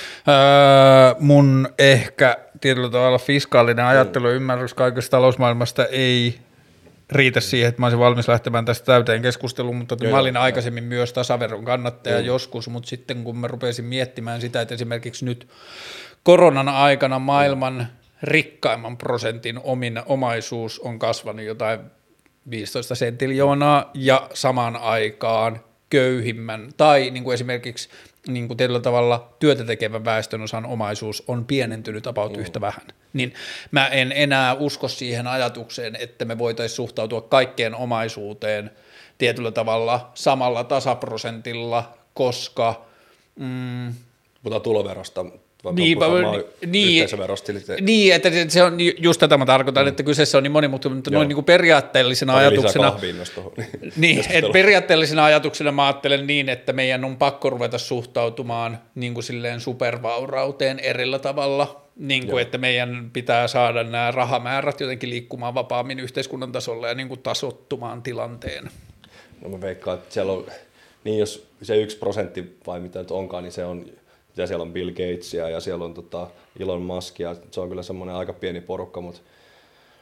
Öö, mun ehkä tietyllä tavalla fiskaalinen ajattelu ja ymmärrys kaikesta talousmaailmasta ei riitä siihen, että mä olisin valmis lähtemään tästä täyteen keskusteluun, mutta joo, mä olin joo, aikaisemmin jo. myös tasaveron kannattaja mm. joskus, mutta sitten kun mä rupesin miettimään sitä, että esimerkiksi nyt koronan aikana maailman mm. rikkaimman prosentin omin omaisuus on kasvanut jotain viisitoista senttiljoonaa ja samaan aikaan köyhimmän tai niin kuin esimerkiksi niin kuin tietyllä tavalla työtä tekevän väestönosan omaisuus on pienentynyt about mm. yhtä vähän, niin mä en enää usko siihen ajatukseen, että me voitaisiin suhtautua kaikkeen omaisuuteen tietyllä tavalla samalla tasaprosentilla, koska Mm, puhutaan tuloverosta. Niin, niin, niin, että se on just tätä mä tarkoitan, mm. että kyseessä on niin monimutkainen, mutta noin niin kuin periaatteellisena Oli ajatuksena, niin, että periaatteellisena ajatuksena mä ajattelen niin, että meidän on pakko ruveta suhtautumaan niin kuin silleen supervaurauteen erillä tavalla, niin kuin, että meidän pitää saada nämä rahamäärät jotenkin liikkumaan vapaammin yhteiskunnan tasolla ja niin kuin tasottumaan tilanteen. No mä veikkaan, että siellä on, niin jos se yksi prosentti vai mitä nyt onkaan, niin se on, ja siellä on Bill Gatesia ja siellä on tota Elon Muskia, se on kyllä semmoinen aika pieni porukka, mutta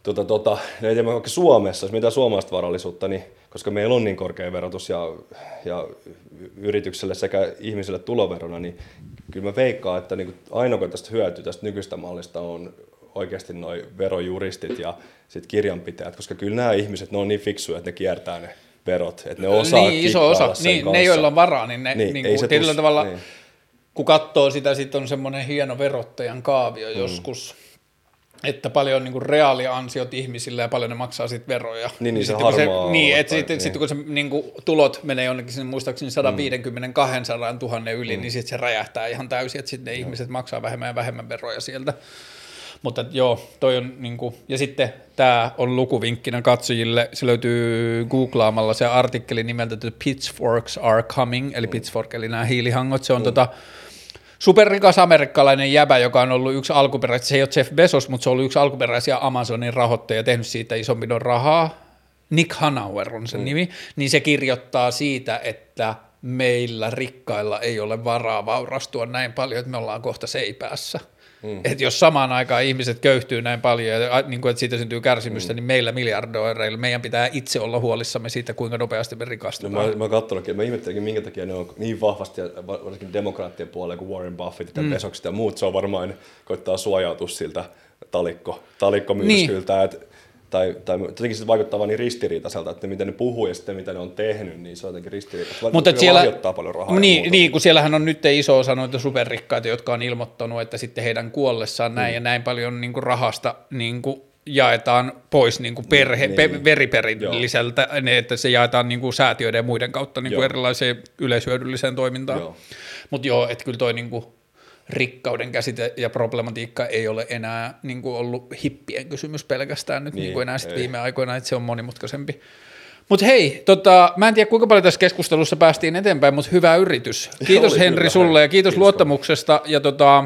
Tota, tota, ei tiedä, vaikka Suomessa, jos mitään suomalaista varallisuutta, niin koska meillä on niin korkea verotus ja, ja yritykselle sekä ihmiselle tuloverona, niin kyllä mä veikkaan, että niin ainoa, kun tästä hyötyy tästä nykyistä mallista on oikeasti noi verojuristit ja sit kirjanpitäjät, koska kyllä nämä ihmiset, ne on niin fiksuja, että ne kiertää ne verot, että ne osaa niin, iso osa. sen niin, kanssa. Ne, joilla on varaa, niin, ne, niin, niin kuin, tietyllä tus, tavalla, niin. kun katsoo sitä, sitten on semmoinen hieno verottajan kaavio mm. joskus, että paljon niin kuin reaaliansiot ihmisille ja paljon ne maksaa sitten veroja. Niin, niin se sitten, harmaa. Se, niin, että sitten niin. sit, kun se niin kuin, tulot menee jonnekin sinne muistaakseni sata viisikymmentä kaksisataa tuhatta yli, mm. niin sitten se räjähtää ihan täysin, että sitten ne mm. ihmiset maksaa vähemmän ja vähemmän veroja sieltä. Mutta joo, toi on niinku, ja sitten tämä on lukuvinkkinä katsojille, se löytyy googlaamalla se artikkeli nimeltä The Pitchforks Are Coming, eli Pitchfork, eli nämä hiilihangot, se on mm. tota, superrikas amerikkalainen jäbä, joka on ollut yksi alkuperäisiä, se ei ole Jeff Bezos, mutta se on ollut yksi alkuperäisiä Amazonin rahoittajia, tehnyt siitä isommin rahaa, Nick Hanauer on sen mm. nimi, niin se kirjoittaa siitä, että meillä rikkailla ei ole varaa vaurastua näin paljon, että me ollaan kohta seipäässä. Mm. Että jos samaan aikaan ihmiset köyhtyy näin paljon ja niin kuin, että siitä syntyy kärsimystä, mm. niin meillä miljardoireilla meidän pitää itse olla huolissamme siitä, kuinka nopeasti me rikastutaan. No, mä, mä katsonutkin, mä ihmettelinkin, minkä takia ne on niin vahvasti, varsinkin demokraattien puolella kuin Warren Buffett ja mm. Bezokset ja muut, se on varmaan koittaa suojautua siltä talikko, talikkomyrskyltä, niin. että Tai, tai jotenkin se vaikuttaa vaan niin ristiriitaiselta, että miten ne puhuu ja sitten mitä ne on tehnyt, niin se on jotenkin ristiriitaista. Mutta siellä lahjoittaa paljon rahaa. Niin, niin, kun siellähän on nyt iso osa noita superrikkaita, jotka on ilmoittanut, että sitten heidän kuollessaan näin mm. ja näin paljon niin kuin rahasta niin kuin jaetaan pois niin kuin perhe, niin, pe, veriperilliseltä, Joo. että se jaetaan niin kuin säätiöiden ja muiden kautta niin kuin erilaiseen yleishyödylliseen toimintaan. Mutta joo, että kyllä toi niin kuin rikkauden käsite ja problematiikka ei ole enää niin kuin ollut hippien kysymys pelkästään nyt niin, niin kuin enää sit viime aikoina, että se on monimutkaisempi. Mutta hei, tota, mä en tiedä kuinka paljon tässä keskustelussa päästiin eteenpäin, mutta hyvä yritys. Kiitos Henri kyllä, sulle ja kiitos, kiitos luottamuksesta. Ja tota,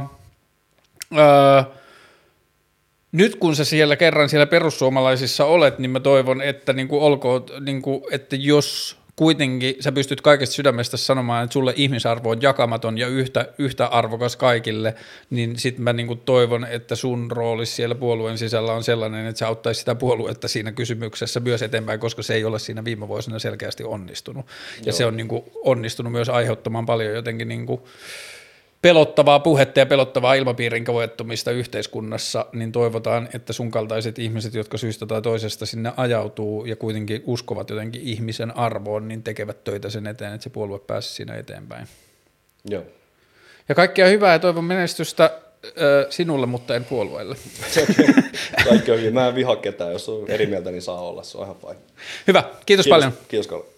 öö, nyt kun sä siellä kerran siellä perussuomalaisissa olet, niin mä toivon, että niin kuin olkoon, niin kuin, että jos kuitenkin sä pystyt kaikesta sydämestä sanomaan, että sulle ihmisarvo on jakamaton ja yhtä, yhtä arvokas kaikille, niin sitten mä niinku toivon, että sun rooli siellä puolueen sisällä on sellainen, että sä auttaisi sitä puoluetta siinä kysymyksessä myös eteenpäin, koska se ei ole siinä viime vuosina selkeästi onnistunut. Ja Joo. se on niinku onnistunut myös aiheuttamaan paljon jotenkin niinku pelottavaa puhetta ja pelottavaa ilmapiirin koettumista yhteiskunnassa, niin toivotaan, että sun kaltaiset ihmiset, jotka syystä tai toisesta sinne ajautuu ja kuitenkin uskovat jotenkin ihmisen arvoon, niin tekevät töitä sen eteen, että se puolue pääsisi siinä eteenpäin. Joo. Ja kaikkea hyvää ja toivon menestystä äh, sinulle, mutta en puolueelle. Kaikki on hyvin. Mä en viha ketään, jos on eri mieltä, niin saa olla. Se on ihan fine. Hyvä, kiitos, kiitos paljon. Kiitos Kalle.